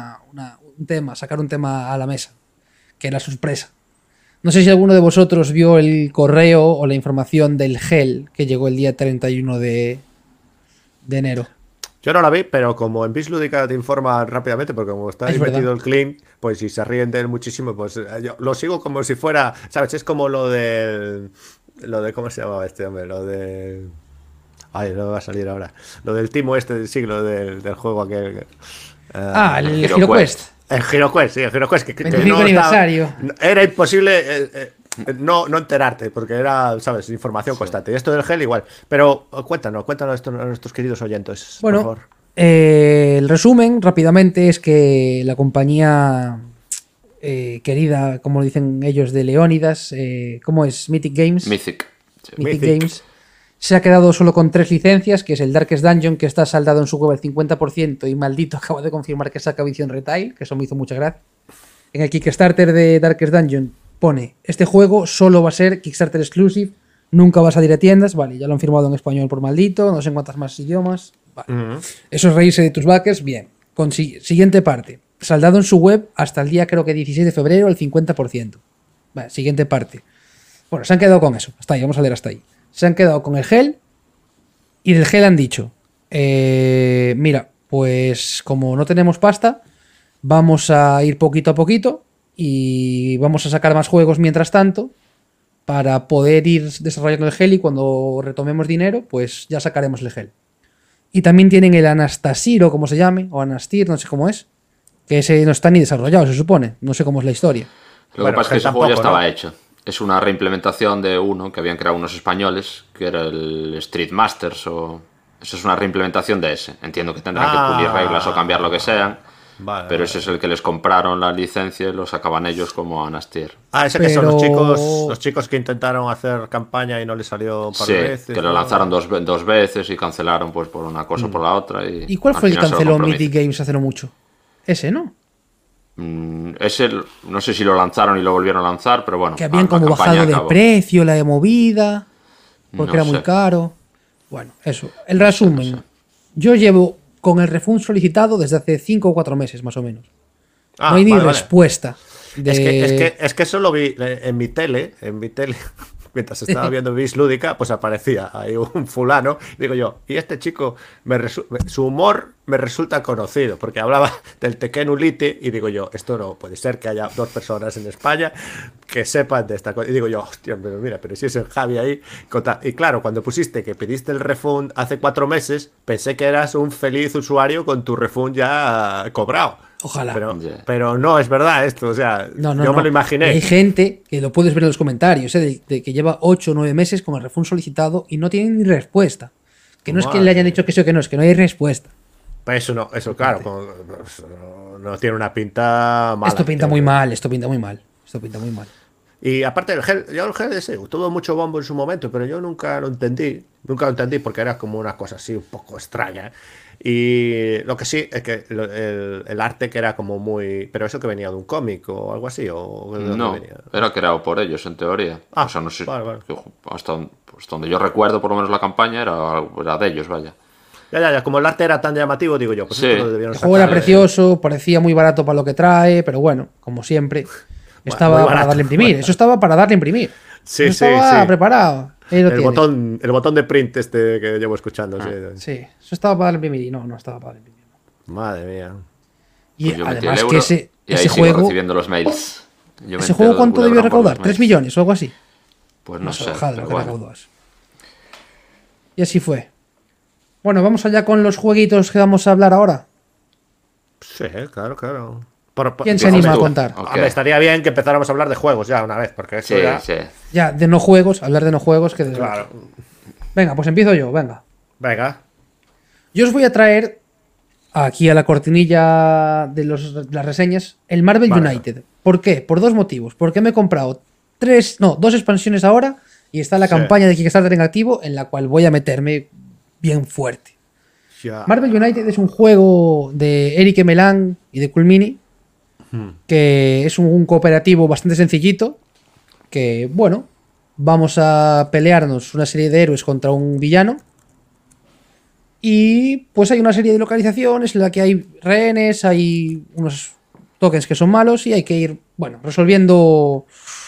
S1: sacar un tema a la mesa, que era sorpresa. No sé si alguno de vosotros vio el correo o la información del GEL que llegó el día 31 de enero.
S3: Yo no la vi, pero como en Bislúdica te informa rápidamente, porque como está ahí
S1: Es verdad.
S3: metido el clean, pues si se ríen de él muchísimo, pues yo lo sigo como si fuera, ¿sabes? Es como lo de, ¿cómo se llamaba este hombre? Lo de... Ay, no me va a salir ahora. Lo del timo este del siglo del juego aquel.
S1: El
S2: Hero
S1: HeroQuest.
S3: El HeroQuest, sí, el HeroQuest. Que
S1: 25
S3: no
S1: aniversario.
S3: era imposible no enterarte, porque era, ¿sabes? Información constante. Y esto del gel igual. Pero cuéntanos esto a nuestros queridos oyentes, por
S1: Bueno,
S3: favor.
S1: el resumen rápidamente es que la compañía querida, como dicen ellos, de Leónidas, ¿cómo es? Mythic Games.
S2: Mythic. Sí.
S1: Mythic
S3: Mythic.
S1: Games. Se ha quedado solo con 3 licencias, que es el Darkest Dungeon, que está saldado en su web al 50%, y maldito acaba de confirmar que saca edición retail, que eso me hizo mucha gracia. En el Kickstarter de Darkest Dungeon pone, este juego solo va a ser Kickstarter exclusive, nunca va a salir a tiendas, vale, ya lo han firmado en español por maldito, no sé en cuántas más idiomas, vale. Eso es reírse de tus backers, bien. Siguiente parte, saldado en su web hasta el día creo que 16 de febrero al 50%. Vale, siguiente parte. Bueno, se han quedado con eso, hasta ahí, vamos a leer hasta ahí. Se han quedado con el gel y del gel han dicho, mira, pues como no tenemos pasta, vamos a ir poquito a poquito y vamos a sacar más juegos mientras tanto para poder ir desarrollando el gel y cuando retomemos dinero, pues ya sacaremos el gel. Y también tienen el Anastasir o como se llame, o Anastir, no sé cómo es, que ese no está ni desarrollado, se supone, no sé cómo es la historia.
S2: Lo
S3: Bueno,
S2: que pasa es que ese
S3: tampoco,
S2: juego ya estaba
S3: ¿no?
S2: hecho. Es una reimplementación de uno que habían creado unos españoles, que era el Street Masters, o... Eso es una reimplementación de ese. Entiendo que tendrán que pulir reglas o cambiar lo que sean,
S3: Vale,
S2: pero
S3: vale.
S2: ese es el que les compraron la licencia y lo sacaban ellos como Anastier.
S3: Ese que son
S1: Pero-
S3: los chicos que intentaron hacer campaña y no les salió un par
S2: Sí,
S3: de veces.
S2: que lo
S3: ¿no?
S2: lanzaron dos veces y cancelaron pues por una cosa o por la otra.
S1: ¿Y cuál
S2: al
S1: fue el que
S2: final se lo
S1: canceló
S2: compró
S1: Mythic Games hace no mucho? Ese, ¿no?
S2: Ese, no sé si lo lanzaron y lo volvieron a lanzar, pero bueno.
S1: Que habían
S2: la
S1: como
S2: campaña
S1: bajado de
S2: acabó.
S1: precio, la de movida, porque
S2: No
S1: era muy
S2: sé.
S1: caro. Bueno, eso. El resumen.
S2: no sé.
S1: Yo llevo con el refund solicitado desde hace 5 o 4 meses, más o menos.
S3: Ah,
S1: no hay ni
S3: vale, vale.
S1: respuesta. De...
S3: Es que eso lo vi en mi tele, mientras estaba viendo Bis Lúdica, pues aparecía ahí un fulano, digo yo, y este chico, su humor me resulta conocido, porque hablaba del Tekken Ulite, y digo yo, esto no puede ser que haya 2 personas en España que sepan de esta cosa, y digo yo, hostia, pero mira, pero si es el Javi ahí, y claro, cuando pusiste que pediste el refund hace 4 meses, pensé que eras un feliz usuario con tu refund ya cobrado.
S1: Ojalá.
S3: Pero no es verdad esto, o sea,
S1: No,
S3: yo me lo imaginé.
S1: Hay gente que lo puedes ver en los comentarios, de que lleva 8 o 9 meses con el refund solicitado y no tiene ni respuesta. Que no es que le hayan dicho que sí o que no, es que no hay respuesta.
S3: Pues eso no, eso claro, no tiene una pinta mala.
S1: Esto pinta muy mal, esto pinta muy mal. Esto pinta muy mal.
S3: Y aparte el gel ese tuvo mucho bombo en su momento, pero yo nunca lo entendí porque era como una cosa así un poco extraña. Y lo que sí es que el arte que era como muy... Pero eso que venía de un cómic o algo así, ¿o de dónde
S2: No,
S3: venía?
S2: era creado por ellos, en teoría.
S3: Ah,
S2: O sea, no sé.
S3: vale.
S2: Hasta donde yo recuerdo, por lo menos la campaña era de ellos, vaya.
S3: Ya, como el arte era tan llamativo, digo yo, pues
S2: Sí.
S3: esto lo debieron
S1: El juego era
S3: sacar.
S1: precioso, parecía muy barato para lo que trae, pero bueno, como siempre,
S3: muy
S1: estaba para
S3: barato.
S1: darle a imprimir. Eso estaba para darle a imprimir.
S3: Sí,
S1: Eso
S3: sí,
S1: estaba
S3: sí.
S1: preparado. Ahí lo tienes.
S3: El botón de print este que llevo escuchando. Sí.
S1: Sí, eso estaba para darle a imprimir y no estaba para darle a imprimir.
S3: Madre mía.
S1: Y
S2: Pues yo metí
S1: además
S2: el
S1: que
S2: euro
S1: ese
S2: y ahí
S1: ese
S2: sigo
S1: juego,
S2: recibiendo los mails. Yo me
S1: ese
S2: entero
S1: juego
S2: del
S1: ¿cuánto debió
S2: culebrón por los
S1: recaudar? ¿3
S2: mails.
S1: millones o algo así?
S2: Pues no
S1: Más
S2: sé,
S1: bajada de lo
S2: pero
S1: que
S2: bueno.
S1: recaudó eso. Y así fue. Bueno, vamos allá con los jueguitos que vamos a hablar ahora.
S3: Sí, claro.
S1: ¿Quién se
S2: Dices
S1: anima a
S2: tú.
S1: contar?
S2: Ok.
S3: Hombre, estaría bien que empezáramos a hablar de juegos ya una vez, porque eso
S2: Sí,
S3: ya...
S2: sí.
S1: Ya, de no juegos, hablar de no juegos que de...
S3: Claro.
S1: Venga, pues empiezo yo, venga.
S3: Venga.
S1: Yo os voy a traer aquí a la cortinilla de las reseñas el Marvel
S3: Vale.
S1: United. ¿Por qué? Por dos motivos. Porque me he comprado dos expansiones ahora y está la
S3: Sí.
S1: campaña de Kickstarter en activo en la cual voy a meterme bien fuerte.
S3: Ya.
S1: Marvel United es un juego de Eric Melan y de Culmini que es un cooperativo bastante sencillito que, bueno, vamos a pelearnos una serie de héroes contra un villano y pues hay una serie de localizaciones en la que hay rehenes, hay unos tokens que son malos y hay que ir, bueno, resolviendo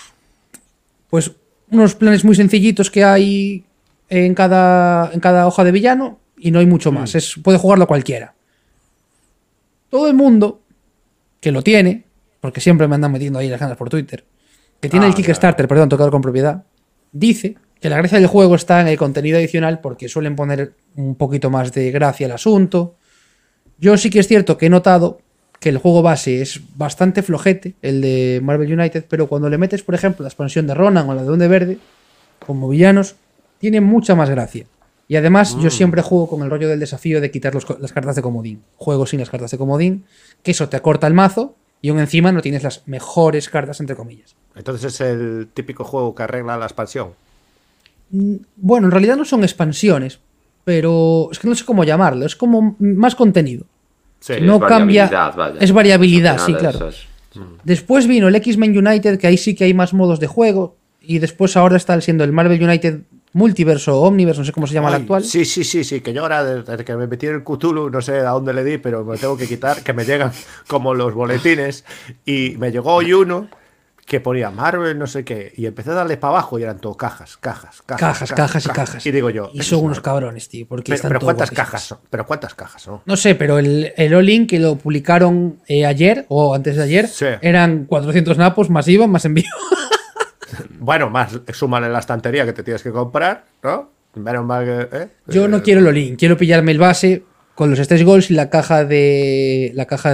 S1: pues unos planes muy sencillitos que hay en cada hoja de villano y no hay mucho más. Puede jugarlo cualquiera. Todo el mundo que lo tiene, porque siempre me andan metiendo ahí las ganas por Twitter, que tiene el Kickstarter, perdón, tocado con propiedad, dice que la gracia del juego está en el contenido adicional porque suelen poner un poquito más de gracia al asunto. Yo sí que es cierto que he notado que el juego base es bastante flojete, el de Marvel United, pero cuando le metes, por ejemplo, la expansión de Ronan o la de Duende Verde, como villanos, tiene mucha más gracia. Y además, yo siempre juego con el rollo del desafío de quitar las cartas de comodín. Juego sin las cartas de comodín, que eso te acorta el mazo y aún encima no tienes las mejores cartas, entre comillas.
S3: Entonces es el típico juego que arregla la expansión.
S1: Bueno, en realidad no son expansiones, pero es que no sé cómo llamarlo, es como más contenido.
S3: Sí.
S1: No cambia.
S2: variabilidad, vaya.
S1: Es variabilidad,
S2: Al
S1: sí,
S2: final
S1: claro.
S2: eso es.
S1: Después vino el X-Men United, que ahí sí que hay más modos de juego. Y después ahora está siendo el Marvel United Multiverso o Omniverse, no sé cómo se llama el
S3: Ay,
S1: actual.
S3: Sí, que yo ahora desde que me metí en el Cthulhu, no sé a dónde le di, pero me tengo que quitar, que me llegan como los boletines. Y me llegó hoy uno que ponía Marvel, no sé qué, y empecé a darle para abajo y eran todo cajas.
S1: Cajas.
S3: Y digo yo,
S1: Y son unos cabrones, tío. Porque están
S3: pero
S1: todo
S3: ¿cuántas
S1: guapísimos.
S3: cajas son? ¿Pero cuántas cajas son?
S1: No sé, pero el All-In que lo publicaron ayer o antes de ayer
S3: Sí.
S1: eran 400 napos, más IVA, más envío.
S3: Bueno, más suman en la estantería que te tienes que comprar, ¿no? Menos mal que...
S1: Yo no quiero el All-In, quiero pillarme el base con los Stretch Goals y la caja de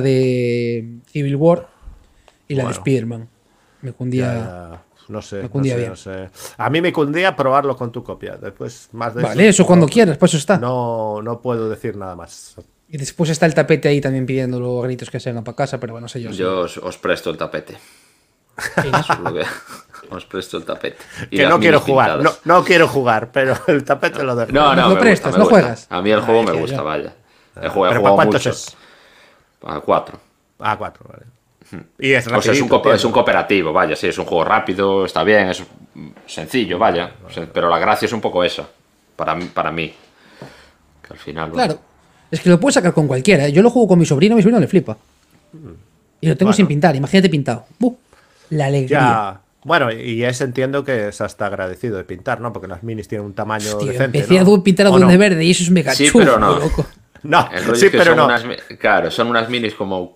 S1: Civil War y la de
S3: Bueno.
S1: Spider-Man. Me cundía.
S3: Ya, no sé,
S1: Me cundía
S3: no sé,
S1: bien.
S3: no sé. A mí me cundía probarlo con tu copia. Después, más de
S1: Vale, eso cuando quieras, pues eso está.
S3: No puedo decir nada más.
S1: Y después está el tapete ahí también pidiéndolo a gritos que se vengan para casa, pero bueno, no sé yo.
S2: Yo os presto el tapete.
S1: Sí.
S2: Lo que- os presto el tapete. Y
S3: Que
S2: las
S3: no quiero
S2: minis
S3: jugar,
S2: pintadas.
S3: no quiero jugar, pero el tapete lo dejo.
S2: No,
S1: Nos lo
S2: me
S1: prestas,
S2: gusta,
S1: ¿no
S2: me gusta.
S1: juegas?
S2: A mí el juego me
S1: tío,
S2: gusta,
S1: ya.
S2: vaya. He
S3: ¿Pero
S2: jugado
S3: para cuántos
S2: mucho.
S3: es?
S2: A 4.
S3: Ah, 4, vale. Y es
S2: O sea, es un,
S3: rapidito,
S2: es un cooperativo, vaya, sí, es un juego rápido, está bien, es sencillo, vaya. O sea, pero la gracia es un poco esa, para mí. Que al final... bueno,
S1: Claro. Es que lo puedes sacar con cualquiera. ¿Eh? Yo lo juego con mi sobrino le flipa. Y lo tengo
S3: Bueno.
S1: sin pintar, imagínate pintado. La alegría.
S3: Ya. Bueno, y entiendo que es hasta agradecido de pintar, ¿no? Porque las minis tienen un tamaño
S1: Tío,
S3: decente,
S1: empecé
S3: ¿no?
S1: a pintar a
S3: ¿O
S1: Duende
S3: no?
S1: Verde y eso es mega
S2: Sí,
S1: chulo,
S2: pero no.
S1: loco.
S3: No,
S2: el rollo
S3: sí,
S2: es que
S3: pero
S2: son
S3: no.
S2: claro, son unas minis como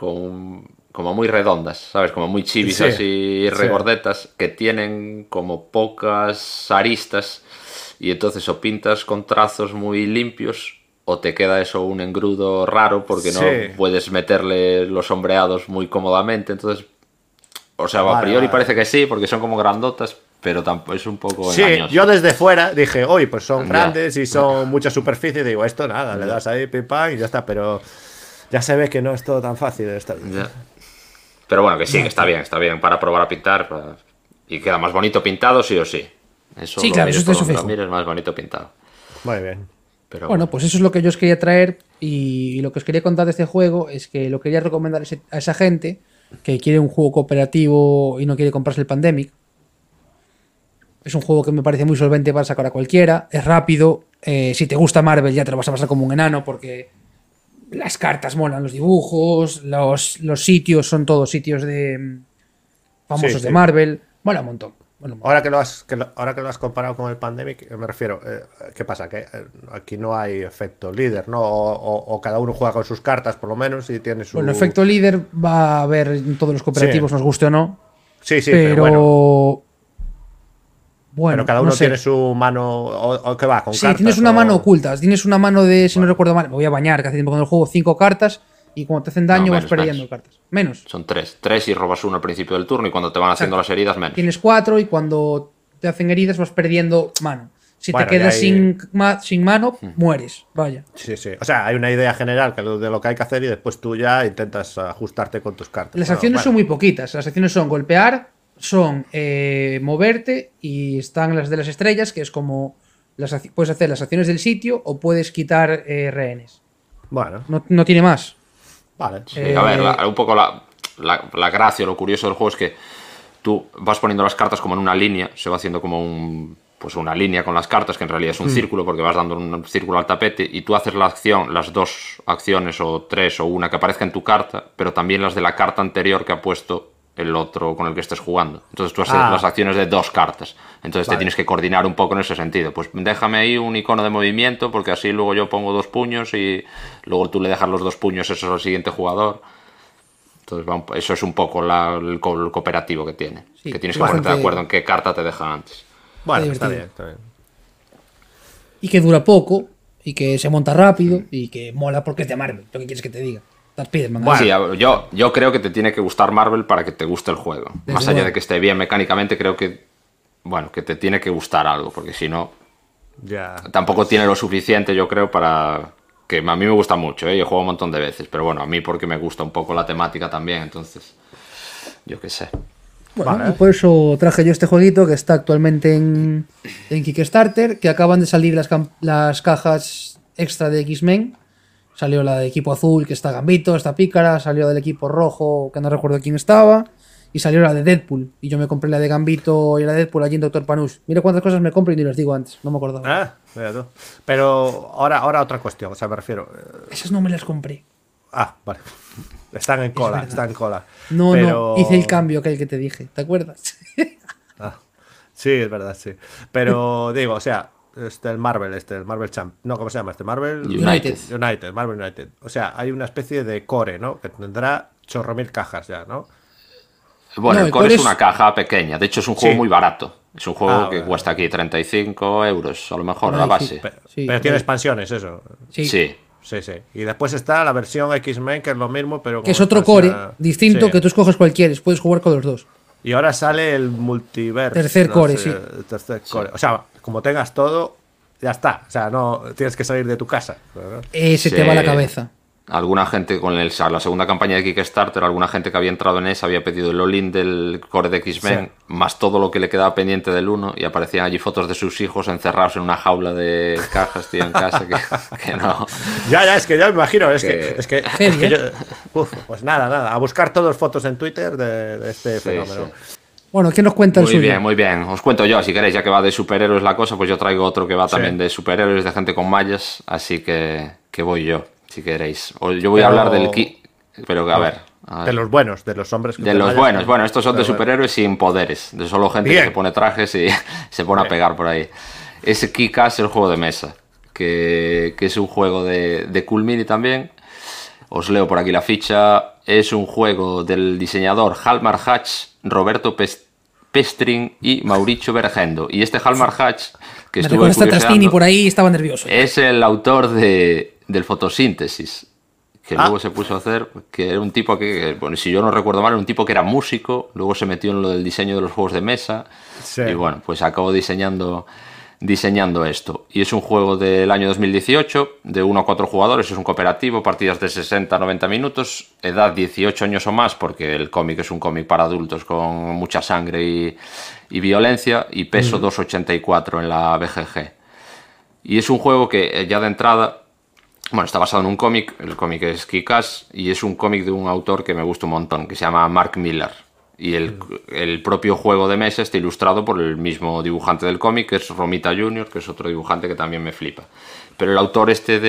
S2: muy redondas, ¿sabes? Como muy chivis,
S3: Sí,
S2: así
S3: sí.
S2: regordetas, que tienen como pocas aristas y entonces o pintas con trazos muy limpios o te queda eso un engrudo raro porque no
S3: Sí.
S2: puedes meterle los sombreados muy cómodamente, entonces, o sea, a
S3: Vale,
S2: priori
S3: vale.
S2: parece que sí, porque son como grandotas, pero tampoco es un poco
S3: Sí,
S2: engañoso.
S3: yo desde fuera dije, oye, pues son
S2: Ya.
S3: grandes y son mucha superficie. Y digo, esto nada, le das ahí, pim, pam, y ya está. Pero ya se ve que no es todo tan fácil.
S2: Ya. Pero bueno, que sí, que está bien para probar a pintar. Y queda más bonito pintado, sí o sí. Eso
S1: Sí,
S2: lo
S1: claro,
S2: mires
S1: eso
S2: por
S1: es
S2: donde
S1: fijo.
S2: lo mires, más bonito pintado.
S3: Muy bien.
S2: Pero
S1: Bueno, pues eso es lo que yo os quería traer y lo que os quería contar de este juego es que lo quería recomendar a esa gente que quiere un juego cooperativo y no quiere comprarse el Pandemic. Es un juego que me parece muy solvente para sacar a cualquiera, es rápido, si te gusta Marvel ya te lo vas a pasar como un enano porque las cartas molan, los dibujos, los sitios son todos sitios de famosos
S3: Sí,
S1: de
S3: sí.
S1: Marvel, mola un montón. Mola un montón.
S3: Ahora que lo has comparado con el Pandemic, me refiero, ¿qué pasa? Que aquí no hay efecto líder, ¿no? O cada uno juega con sus cartas, por lo menos, y tiene su...
S1: Bueno, efecto líder va a haber en todos los cooperativos,
S3: Sí.
S1: nos guste o no,
S3: Sí, pero bueno.
S1: Bueno,
S3: Pero cada
S1: no
S3: uno
S1: sé.
S3: tiene su mano, o que va, con
S1: Sí,
S3: cartas.
S1: tienes una
S3: o-
S1: mano oculta. Tienes una mano de, si no
S3: Vale.
S1: recuerdo mal, me voy a bañar, que hace tiempo con el juego, 5 cartas y cuando te hacen daño
S2: No,
S1: vas
S2: menos,
S1: perdiendo
S2: menos.
S1: cartas. Menos.
S2: son 3. 3 y robas uno al principio del turno y cuando te van haciendo
S1: Exacto.
S2: las heridas, menos.
S1: Tienes 4 y cuando te hacen heridas vas perdiendo mano. Si
S3: Bueno,
S1: te quedas
S3: y ahí-
S1: sin mano, mueres. Vaya.
S3: Sí, sí. O sea, hay una idea general de lo que hay que hacer y después tú ya intentas ajustarte con tus cartas.
S1: Las
S3: Pero,
S1: acciones
S3: bueno.
S1: son muy poquitas. Las acciones son golpear, son moverte y están las de las estrellas, que es como puedes hacer las acciones del sitio o puedes quitar rehenes.
S3: Bueno,
S1: No tiene más.
S3: vale.
S2: Sí, a ver, un poco la gracia, lo curioso del juego es que tú vas poniendo las cartas como en una línea, se va haciendo como pues una línea con las cartas, que en realidad es un círculo, porque vas dando un círculo al tapete, y tú haces la acción, las 2 acciones, o 3, o una que aparezca en tu carta, pero también las de la carta anterior que ha puesto el otro con el que estés jugando. Entonces tú haces las acciones de 2 cartas. Entonces te tienes que coordinar un poco en ese sentido. Pues déjame ahí un icono de movimiento, porque así luego yo pongo 2 puños y luego tú le dejas los 2 puños esos al siguiente jugador. Entonces eso es un poco el cooperativo que tiene.
S1: Sí,
S2: que tienes
S1: es
S2: que ponerte de
S1: bastante-
S2: acuerdo en qué carta te deja antes.
S3: Bueno,
S1: Está
S3: está
S1: divertido.
S3: bien, está bien.
S1: Y que dura poco, y que se monta rápido, y que mola porque es de Marvel. ¿Lo que quieres que te diga? Spiderman.
S2: Sí, yo creo que te tiene que gustar Marvel para que te guste el juego.
S1: Desde
S2: Más allá
S1: luego.
S2: de que esté bien mecánicamente, creo que que te tiene que gustar algo, porque si no,
S3: Ya.
S2: tampoco tiene lo suficiente, yo creo, para... Que a mí me gusta mucho, yo juego un montón de veces, pero bueno, a mí porque me gusta un poco la temática también, entonces, yo qué sé.
S1: Bueno,
S3: Vale.
S1: y por eso traje yo este jueguito que está actualmente en Kickstarter, que acaban de salir las cajas extra de X-Men. Salió la de equipo azul, que está Gambito, está Pícara, salió del equipo rojo, que no recuerdo quién estaba, y salió la de Deadpool. Y yo me compré la de Gambito y la de Deadpool allí en Doctor Panush. Mira cuántas cosas me compro y ni los digo antes, no me acordaba.
S3: Ah, mira tú. Pero ahora otra cuestión, o sea, me refiero.
S1: Esas no me las compré.
S3: Vale. Están en cola,
S1: verdad.
S3: están en cola.
S1: No,
S3: Pero-
S1: hice el cambio aquel que te dije, ¿te acuerdas?
S3: Sí, es verdad, sí. Pero digo, o sea, el Marvel Champ. No, ¿cómo se llama? Marvel
S2: United.
S3: Marvel United. O sea, hay una especie de core, ¿no? Que tendrá chorro mil cajas ya, ¿no?
S2: Bueno,
S1: No,
S2: el
S1: el
S2: core
S1: core
S2: es
S1: es-
S2: una caja pequeña, de hecho es un juego
S3: Sí.
S2: muy barato. Es un juego que
S3: Bueno.
S2: cuesta aquí 35 euros, a lo mejor,
S1: Por
S2: la
S1: ahí,
S2: base.
S1: sí.
S3: Pero,
S1: Sí,
S3: pero
S1: por
S3: tiene
S1: ahí.
S3: expansiones, eso.
S1: Sí.
S2: Sí.
S3: Sí, sí. Y después está la versión X-Men, que es lo mismo, pero
S1: Que es
S3: con
S1: otro core
S3: expansión-
S1: distinto
S3: Sí.
S1: que tú escoges cualquiera, puedes jugar con los dos.
S3: Y ahora sale el multiverso.
S1: Tercer core, sí.
S3: El tercer core. O sea, como tengas todo, ya está. O sea, no tienes que salir de tu casa. ¿no?
S1: Se te va la cabeza.
S2: Alguna gente con la segunda campaña de Kickstarter, alguna gente que había entrado en esa había pedido el all-in del core de X-Men,
S3: Sí.
S2: más todo lo que le quedaba pendiente del 1, y aparecían allí fotos de sus hijos encerrados en una jaula de cajas, tío, en casa, que no...
S3: Ya, es que ya me imagino. Es
S2: Que-
S3: que
S1: Heavy,
S3: que pues nada. A buscar todas fotos en Twitter de este
S2: Sí,
S3: fenómeno.
S2: sí.
S1: Bueno, ¿quién nos cuenta el
S2: Muy
S1: suyo?
S2: bien, muy bien. Os cuento yo, si queréis, ya que va de superhéroes la cosa, pues yo traigo otro que va
S3: Sí.
S2: también de superhéroes, de gente con mallas, así que voy yo, si queréis. Yo voy a
S3: Pero-
S2: hablar del... Pero a ver...
S3: De los buenos, de los hombres.
S2: De los buenos. Bueno, estos son de
S3: Pero bueno.
S2: superhéroes sin poderes. De solo gente
S3: Bien.
S2: que se pone trajes y se pone a pegar por ahí. Es Kick-Ass, el juego de mesa. Que es un juego de Cool Mini también. Os leo por aquí la ficha. Es un juego del diseñador Halmar Hatch, Roberto Pestrin y Mauricio Bergendo. Y este Halmar Hatch, que
S1: Me
S2: estuve
S1: recuerda esta Trastini
S2: curioseando,
S1: por ahí y estaba nervioso.
S2: es el autor del fotosíntesis, que luego se puso a hacer, que era un tipo que, bueno, si yo no recuerdo mal, era un tipo que era músico, luego se metió en lo del diseño de los juegos de mesa,
S3: Sí.
S2: y bueno, pues acabó diseñando esto. Y es un juego del año 2018, de 1 a 4 jugadores, es un cooperativo, partidas de 60 a 90 minutos, edad 18 años o más, porque el cómic es un cómic para adultos con mucha sangre y violencia, y peso 2,84 en la BGG. Y es un juego que ya de entrada, bueno, está basado en un cómic, el cómic es Kick-Ass, y es un cómic de un autor que me gusta un montón, que se llama Mark Millar. Y el propio juego de mesa está ilustrado por el mismo dibujante del cómic, que es Romita Jr., que es otro dibujante que también me flipa. Pero el autor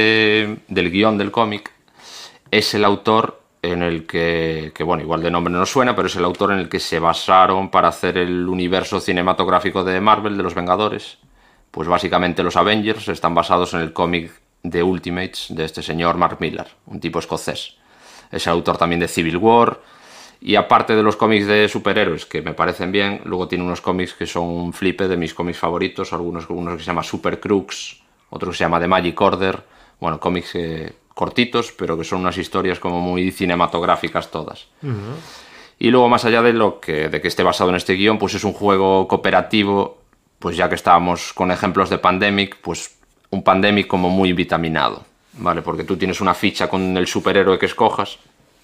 S2: del guión del cómic es el autor en el que, bueno, igual de nombre no suena, pero es el autor en el que se basaron para hacer el universo cinematográfico de Marvel, de los Vengadores. Pues básicamente los Avengers están basados en el cómic de Ultimates de este señor Mark Millar, un tipo escocés. Es el autor también de Civil War. Y aparte de los cómics de superhéroes, que me parecen bien, luego tiene unos cómics que son un flipe de mis cómics favoritos, uno que se llama Super Crux, otro que se llama The Magic Order, bueno, cómics cortitos, pero que son unas historias como muy cinematográficas todas. Y luego, más allá de que esté basado en este guión, pues es un juego cooperativo, pues ya que estábamos con ejemplos de Pandemic, pues un Pandemic como muy vitaminado, ¿vale? Porque tú tienes una ficha con el superhéroe que escojas.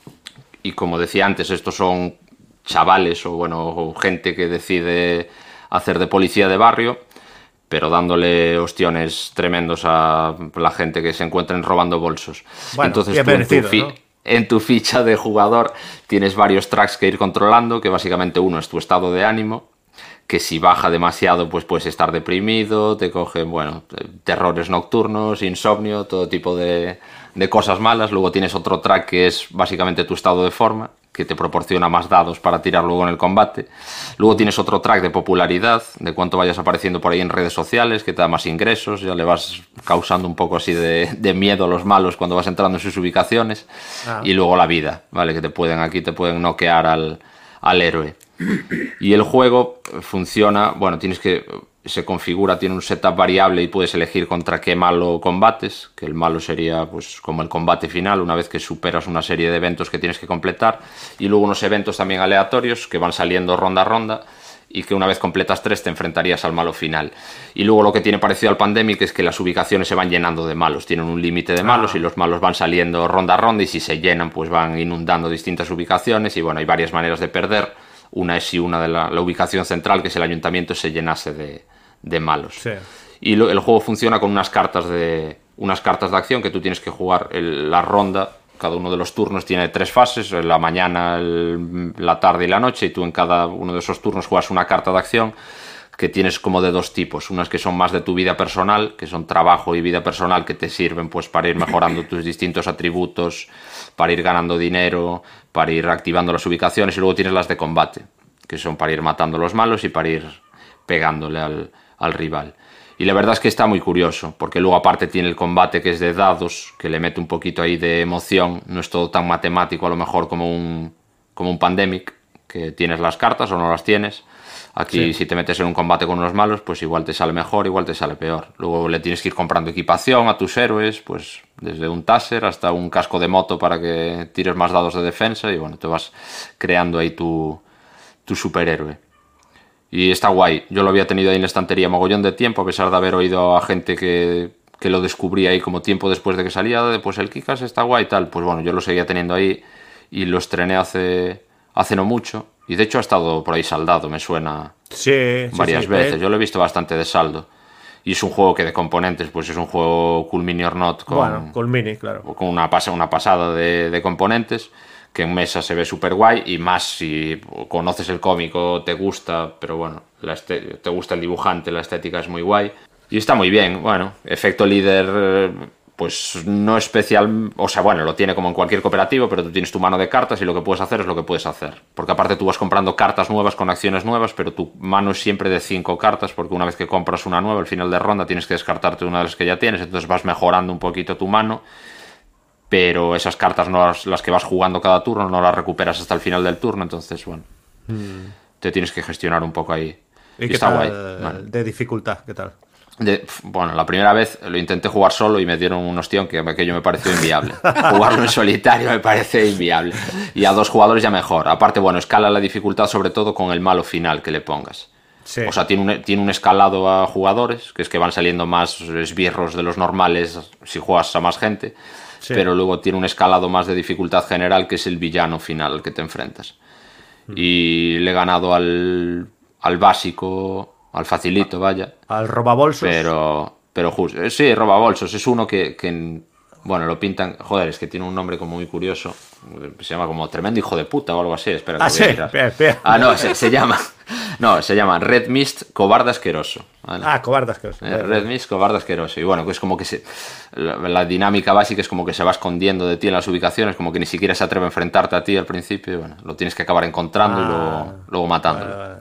S2: Y como decía antes, estos son chavales o gente que decide hacer de policía de barrio, pero dándole ostiones tremendos a la gente que se encuentren robando bolsos.
S3: Bueno,
S2: entonces tú en tu ficha de jugador tienes varios tracks que ir controlando, que básicamente uno es tu estado de ánimo, que si baja demasiado pues puedes estar deprimido, te cogen, bueno, terrores nocturnos, insomnio, todo tipo de cosas malas. Luego tienes otro track que es básicamente tu estado de forma, que te proporciona más dados para tirar luego en el combate. Luego tienes otro track de popularidad, de cuánto vayas apareciendo por ahí en redes sociales, que te da más ingresos, ya le vas causando un poco así de miedo a los malos cuando vas entrando en sus ubicaciones. Y luego la vida, ¿vale? Que te pueden noquear al héroe. Y el juego funciona, bueno, se configura, tiene un setup variable y puedes elegir contra qué malo combates, que el malo sería pues como el combate final una vez que superas una serie de eventos que tienes que completar, y luego unos eventos también aleatorios que van saliendo ronda a ronda y que una vez completas 3 te enfrentarías al malo final. Y luego lo que tiene parecido al Pandemic es que las ubicaciones se van llenando de malos, tienen un límite de malos y los malos van saliendo ronda a ronda, y si se llenan pues van inundando distintas ubicaciones, y bueno, hay varias maneras de perder. Una es si una de la ubicación central, que es el ayuntamiento, se llenase de malos. Sí. Y el juego funciona con unas cartas de acción que tú tienes que jugar la ronda. Cada uno de los turnos tiene 3 fases, la mañana, la tarde y la noche, y tú en cada uno de esos turnos juegas una carta de acción que tienes como de 2 tipos. Unas que son más de tu vida personal, que son trabajo y vida personal, que te sirven pues para ir mejorando tus distintos atributos, para ir ganando dinero, para ir activando las ubicaciones. Y luego tienes las de combate, que son para ir matando a los malos y para ir pegándole al rival. Y la verdad es que está muy curioso, porque luego aparte tiene el combate que es de dados, que le mete un poquito ahí de emoción. No es todo tan matemático a lo mejor como un Pandemic, que tienes las cartas o no las tienes. Aquí si te metes en un combate con unos malos, pues igual te sale mejor, igual te sale peor. Luego le tienes que ir comprando equipación a tus héroes, pues desde un taser hasta un casco de moto para que tires más dados de defensa, y bueno, te vas creando ahí tu superhéroe. Y está guay. Yo lo había tenido ahí en la estantería mogollón de tiempo, a pesar de haber oído a gente que lo descubría ahí como tiempo después de que salía, pues el Kick-Ass está guay y tal. Pues bueno, yo lo seguía teniendo ahí y lo estrené hace no mucho. Y de hecho ha estado por ahí saldado, me suena varias veces. Yo lo he visto bastante de saldo. Y es un juego que de componentes, pues es un juego Cool Mini or Not.
S3: Cool Mini, claro.
S2: Con una pasada de componentes, que en mesa se ve súper guay, y más si conoces el cómic o te gusta, pero bueno, te gusta el dibujante, la estética es muy guay. Y está muy bien. Bueno, efecto líder, pues no especial, o sea, bueno, lo tiene como en cualquier cooperativo, pero tú tienes tu mano de cartas y lo que puedes hacer es lo que puedes hacer. Porque aparte tú vas comprando cartas nuevas con acciones nuevas, pero tu mano es siempre de 5 cartas, porque una vez que compras una nueva, al final de ronda tienes que descartarte una de las que ya tienes, entonces vas mejorando un poquito tu mano, pero esas cartas no las que vas jugando cada turno no las recuperas hasta el final del turno, entonces, bueno, te tienes que gestionar un poco ahí.
S3: ¿Y qué está tal guay? Vale. De dificultad? ¿Qué tal?
S2: Bueno, la primera vez lo intenté jugar solo y me dieron un ostión que aquello me pareció inviable. Jugarlo en solitario me parece inviable. Y a 2 jugadores ya mejor. Aparte, bueno, escala la dificultad sobre todo con el malo final que le pongas. Sí. O sea, tiene un escalado a jugadores, que es que van saliendo más esbirros de los normales si juegas a más gente. Sí. Pero luego tiene un escalado más de dificultad general, que es el villano final al que te enfrentas. Y le he ganado al básico, al facilito, vaya.
S3: Al robabolsos.
S2: Pero Pero justo, sí, robabolsos, es uno que, bueno, lo pintan, joder, es que tiene un nombre como muy curioso, se llama como Tremendo Hijo de Puta o algo así, espera que voy a mirar.
S3: Bien.
S2: No, se llama Red Mist Cobarde Asqueroso, ¿vale?
S3: Cobarde Asqueroso.
S2: Red Mist Cobarde Asqueroso, y bueno, que es como que la dinámica básica es como que se va escondiendo de ti en las ubicaciones, como que ni siquiera se atreve a enfrentarte a ti al principio, y bueno, lo tienes que acabar encontrando y luego matándolo.
S3: Vale.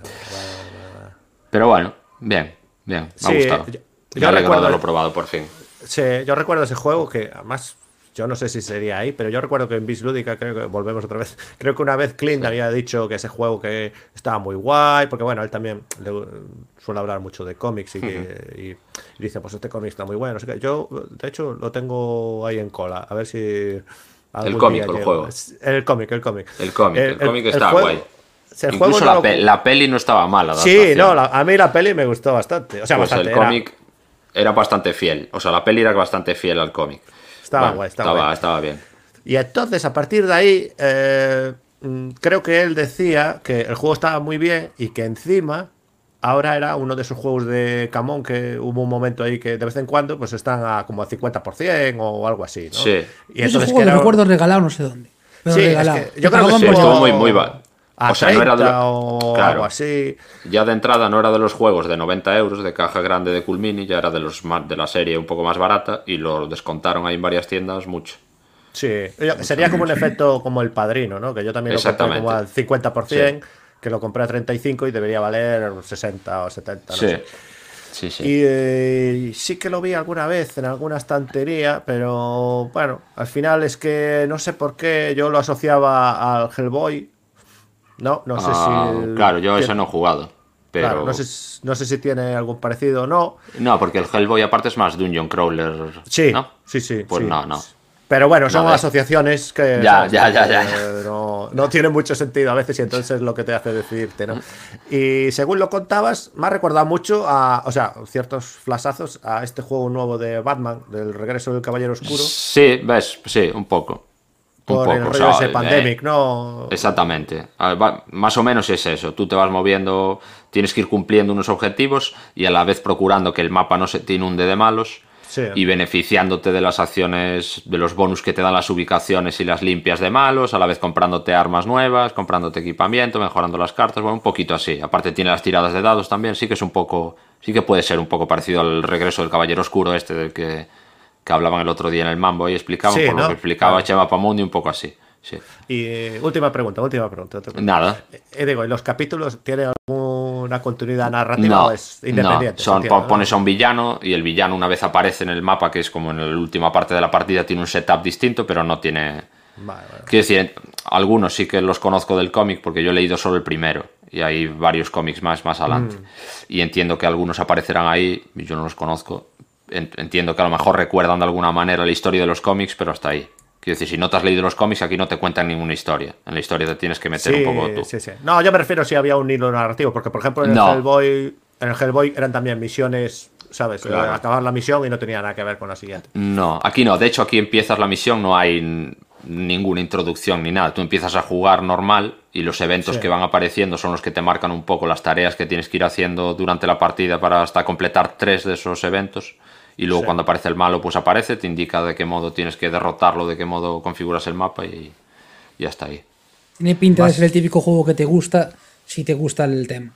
S2: Pero bueno, bien, me ha gustado. Me alegro de haberlo probado por fin.
S3: Sí, yo recuerdo ese juego que además, yo no sé si sería ahí, pero yo recuerdo que en Vis Lúdica, creo que volvemos otra vez, creo que una vez Clint había dicho que ese juego que estaba muy guay, porque bueno, él también suele hablar mucho de cómics y dice, pues este cómic está muy bueno, no sé qué. Yo, de hecho, lo tengo ahí en cola, a ver si...
S2: El cómic o el juego.
S3: El cómic.
S2: El cómic está
S3: juego,
S2: guay.
S3: Incluso
S2: la peli no estaba mala.
S3: Sí, no, a mí la peli me gustó bastante. O sea,
S2: pues
S3: bastante.
S2: El cómic era bastante fiel. O sea, la peli era bastante fiel al cómic.
S3: Estaba guay.
S2: Estaba bien.
S3: Y entonces, a partir de ahí, creo que él decía que el juego estaba muy bien y que encima ahora era uno de esos juegos de Camón que hubo un momento ahí que de vez en cuando pues están como a 50% o algo así, ¿no?
S2: Sí.
S3: Y entonces
S1: juego que recuerdo regalado no sé dónde. Pero
S3: sí,
S1: regalado.
S3: Es que yo creo que
S2: sí, estuvo muy
S3: a
S2: o sea, no era
S3: o
S2: claro,
S3: algo así.
S2: Ya de entrada no era de los juegos de 90 euros de caja grande de Culmini, ya era de la serie un poco más barata y lo descontaron ahí en varias tiendas mucho.
S3: Sí, sería como un efecto como El Padrino, ¿no? Que yo también lo compré como al 50%, que lo compré a 35 y debería valer 60 o 70, no sé.
S2: Sí.
S3: Y sí que lo vi alguna vez en alguna estantería, pero bueno, al final es que no sé por qué yo lo asociaba al Hellboy. No sé si...
S2: Claro, yo ese no he jugado. Pero...
S3: Claro, no sé si tiene algún parecido o no.
S2: No, porque el Hellboy aparte es más Dungeon Crawler.
S3: Sí,
S2: ¿no?
S3: sí.
S2: Pues
S3: sí.
S2: no.
S3: Pero bueno, son asociaciones que
S2: ya.
S3: No tienen mucho sentido a veces y entonces es lo que te hace decidirte, ¿no? Y según lo contabas, me ha recordado mucho o sea, ciertos flashazos a este juego nuevo de Batman, del regreso del Caballero Oscuro.
S2: Sí, ves, sí, un poco.
S3: Por el rollo ese Pandemic, ¿no?
S2: Exactamente. Más o menos es eso. Tú te vas moviendo, tienes que ir cumpliendo unos objetivos y a la vez procurando que el mapa no se te inunde de malos.
S3: Sí.
S2: Y beneficiándote de las acciones, de los bonus que te dan las ubicaciones y las limpias de malos, a la vez comprándote armas nuevas, comprándote equipamiento, mejorando las cartas, bueno, un poquito así. Aparte tiene las tiradas de dados también, sí que puede ser un poco parecido al regreso del Caballero Oscuro del que hablaban el otro día en el Mambo y explicaban, por lo que explicaba Chema Pamundi, un poco así. Sí.
S3: Y última pregunta.
S2: Nada.
S3: Digo, ¿y los capítulos tienen alguna continuidad narrativa o es independiente?
S2: Pones a un villano y el villano una vez aparece en el mapa, que es como en la última parte de la partida, tiene un setup distinto, pero no tiene...
S3: Vale.
S2: Quiero decir, algunos sí que los conozco del cómic porque yo he leído solo el primero y hay varios cómics más adelante. Y entiendo que algunos aparecerán ahí, yo no los conozco. Entiendo que a lo mejor recuerdan de alguna manera la historia de los cómics, pero hasta ahí. Quiero decir, si no te has leído los cómics, aquí no te cuentan ninguna historia. En la historia te tienes que meter un poco tú.
S3: Sí. No, yo me refiero si había un hilo narrativo, porque por ejemplo en el Hellboy eran también misiones, ¿sabes?
S2: Claro.
S3: Acabar la misión y no tenía nada que ver con la siguiente.
S2: No, aquí no. De hecho, aquí empiezas la misión, no hay ninguna introducción ni nada. Tú empiezas a jugar normal y los eventos que van apareciendo son los que te marcan un poco las tareas que tienes que ir haciendo durante la partida para hasta completar 3 de esos eventos. Y luego cuando aparece el malo, pues aparece, te indica de qué modo tienes que derrotarlo, de qué modo configuras el mapa y ya está ahí.
S1: Tiene pinta de ser el típico juego que te gusta si te gusta el tema.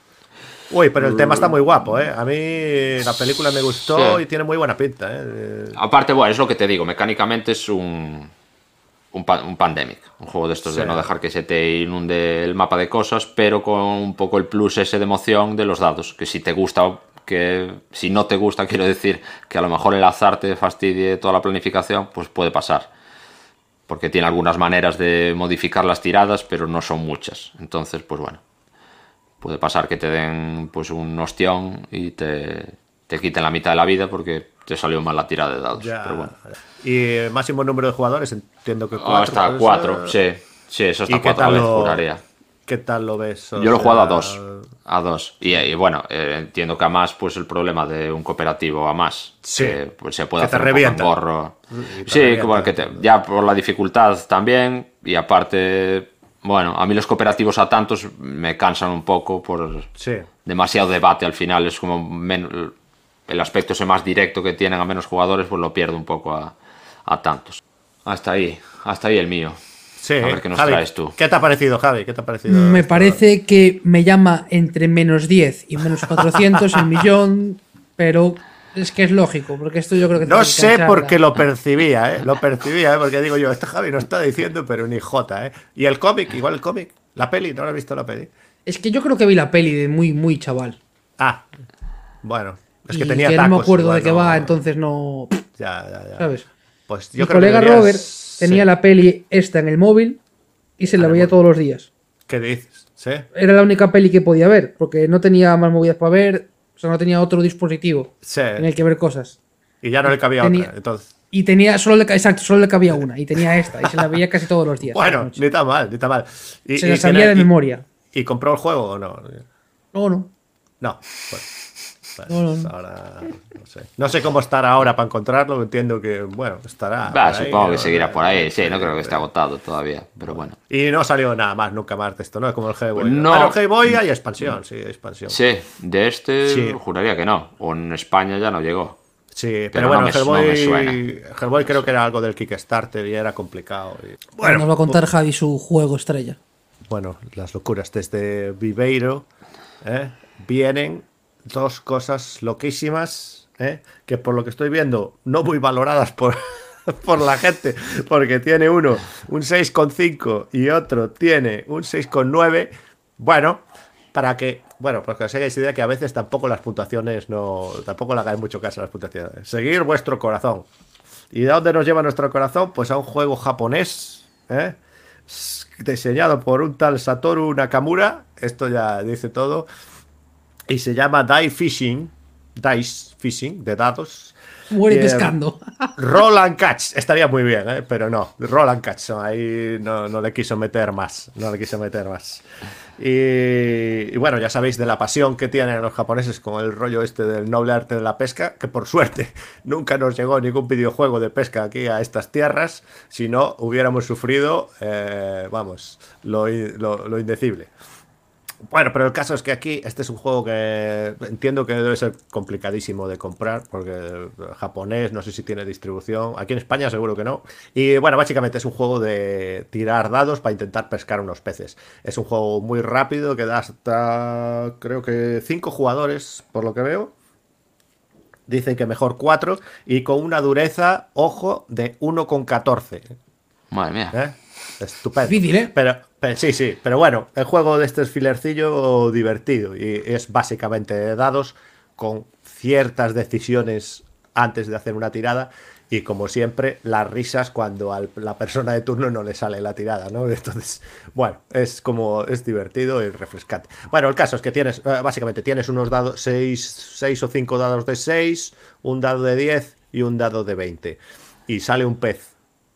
S3: Uy, pero el tema está muy guapo, ¿eh? A mí la película me gustó y tiene muy buena pinta, ¿eh?
S2: Aparte, bueno, es lo que te digo, mecánicamente es un Pandemic, un juego de estos de no dejar que se te inunde el mapa de cosas, pero con un poco el plus ese de emoción de los dados, que si te gusta... que si no te gusta, quiero decir que a lo mejor el azar te fastidie toda la planificación, pues puede pasar. Porque tiene algunas maneras de modificar las tiradas, pero no son muchas. Entonces, pues bueno, puede pasar que te den pues un ostión y te quiten la mitad de la vida porque te salió mal la tirada de dados. Pero bueno.
S3: Y el máximo número de jugadores, entiendo que 4.
S2: Hasta 4, sí, eso hasta 4 veces juraría.
S3: ¿Qué tal lo ves?
S2: Yo lo he jugado a 2. Y bueno, entiendo que a más, pues el problema de un cooperativo a más, que pues, se puede
S3: que
S2: hacer
S3: te revienta.
S2: un poco en gorro. Sí, bueno, ya por la dificultad también, y aparte, bueno, a mí los cooperativos a tantos me cansan un poco por demasiado debate al final, es como el aspecto ese más directo que tienen a menos jugadores, pues lo pierde un poco a tantos. Hasta ahí el mío.
S3: Sí,
S2: a ver qué nos
S3: Javi,
S2: traes tú.
S3: ¿Qué te ha parecido, Javi? ¿Qué te ha parecido?
S1: Me parece que me llama entre menos 10 y menos 400 el millón, pero es que es lógico, porque esto yo creo que...
S3: No sé por qué lo percibía, porque digo yo, este Javi no está diciendo, pero ni jota, ¿eh? Y el cómic, igual el cómic, la peli, ¿no lo has visto la peli?
S1: Es que yo creo que vi la peli de muy, muy chaval.
S3: Ah, bueno, es
S1: Y
S3: que tenía
S1: que
S3: tacos.
S1: no me acuerdo
S3: igual
S1: de qué
S3: no-
S1: va, entonces no...
S3: Ya.
S1: ¿Sabes?
S3: Pues yo
S1: Mi
S3: creo que
S1: colega
S3: deberías-
S1: Robert tenía
S3: sí.
S1: la peli esta en el móvil y se la veía todos los días.
S3: ¿Qué dices? ¿Sí?
S1: Era la única peli que podía ver, porque no tenía más movidas para ver, o sea, no tenía otro dispositivo
S3: Sí.
S1: en el que ver cosas.
S3: Y ya no le cabía
S1: Tenía-
S3: otra, entonces.
S1: Y tenía, exacto, solo le cabía una, y tenía esta, y se la veía casi todos los días. por la
S3: Bueno,
S1: noche.
S3: ni tan mal, ni tan mal. Y,
S1: Se la
S3: y
S1: sabía
S3: tiene-
S1: de memoria.
S3: ¿Y compró el juego o no?
S1: No.
S3: No. Bueno,
S1: No.
S3: pues ahora no sé. No sé cómo estará ahora para encontrarlo. Entiendo que, bueno, estará. por ahí,
S2: Supongo que
S3: ¿no?
S2: seguirá por ahí. Sí, no creo que esté agotado todavía, pero bueno.
S3: Y no salió nada más, nunca más de esto, ¿no? Es como el Game Boy.
S2: No.
S3: Pero el Game Boy hay expansión, sí, hay expansión.
S2: Sí, de este
S3: Sí.
S2: juraría que no. O en España ya no llegó.
S3: Sí, pero
S2: Pero
S3: bueno,
S2: no
S3: el
S2: me-
S3: Hellboy,
S2: no me suena.
S3: Hellboy creo que era algo del Kickstarter y era complicado.
S1: Bueno, nos va a contar Javi su juego estrella.
S3: Bueno, las locuras desde Viveiro, vienen dos cosas loquísimas, que por lo que estoy viendo no muy valoradas por, por la gente, porque tiene uno un 6,5 y otro tiene un 6,9. Bueno, porque os hagáis idea que a veces tampoco las puntuaciones tampoco le hagáis mucho caso a las puntuaciones. Seguir vuestro corazón. ¿Y de dónde nos lleva nuestro corazón? Pues a un juego japonés, diseñado por un tal Satoru Nakamura. Esto ya dice todo. Y se llama Dice Fishing, de dados.
S1: Muere
S3: Y,
S1: pescando.
S3: Roll and Catch, estaría muy bien, pero no, Roll and Catch, ahí no le quiso meter más, Y bueno, ya sabéis de la pasión que tienen los japoneses con el rollo este del noble arte de la pesca, que por suerte nunca nos llegó ningún videojuego de pesca aquí a estas tierras, si no hubiéramos sufrido, lo indecible. Bueno, pero el caso es que aquí este es un juego que entiendo que debe ser complicadísimo de comprar, porque japonés, no sé si tiene distribución. Aquí en España seguro que no. Y bueno, básicamente es un juego de tirar dados para intentar pescar unos peces. Es un juego muy rápido que da hasta, creo que 5 jugadores, por lo que veo. Dicen que mejor 4 y con una dureza, ojo, de 1,14.
S2: Madre mía.
S3: Estupendo.
S1: Difícil, ¿eh?
S3: Pero sí, pero bueno, el juego de este es filercillo divertido y es básicamente de dados con ciertas decisiones antes de hacer una tirada y como siempre las risas cuando a la persona de turno no le sale la tirada, ¿no? Entonces, bueno, es divertido y refrescante. Bueno, el caso es que básicamente tienes unos dados, 6 o 5 dados de 6, un dado de 10 y un dado de 20 y sale un pez.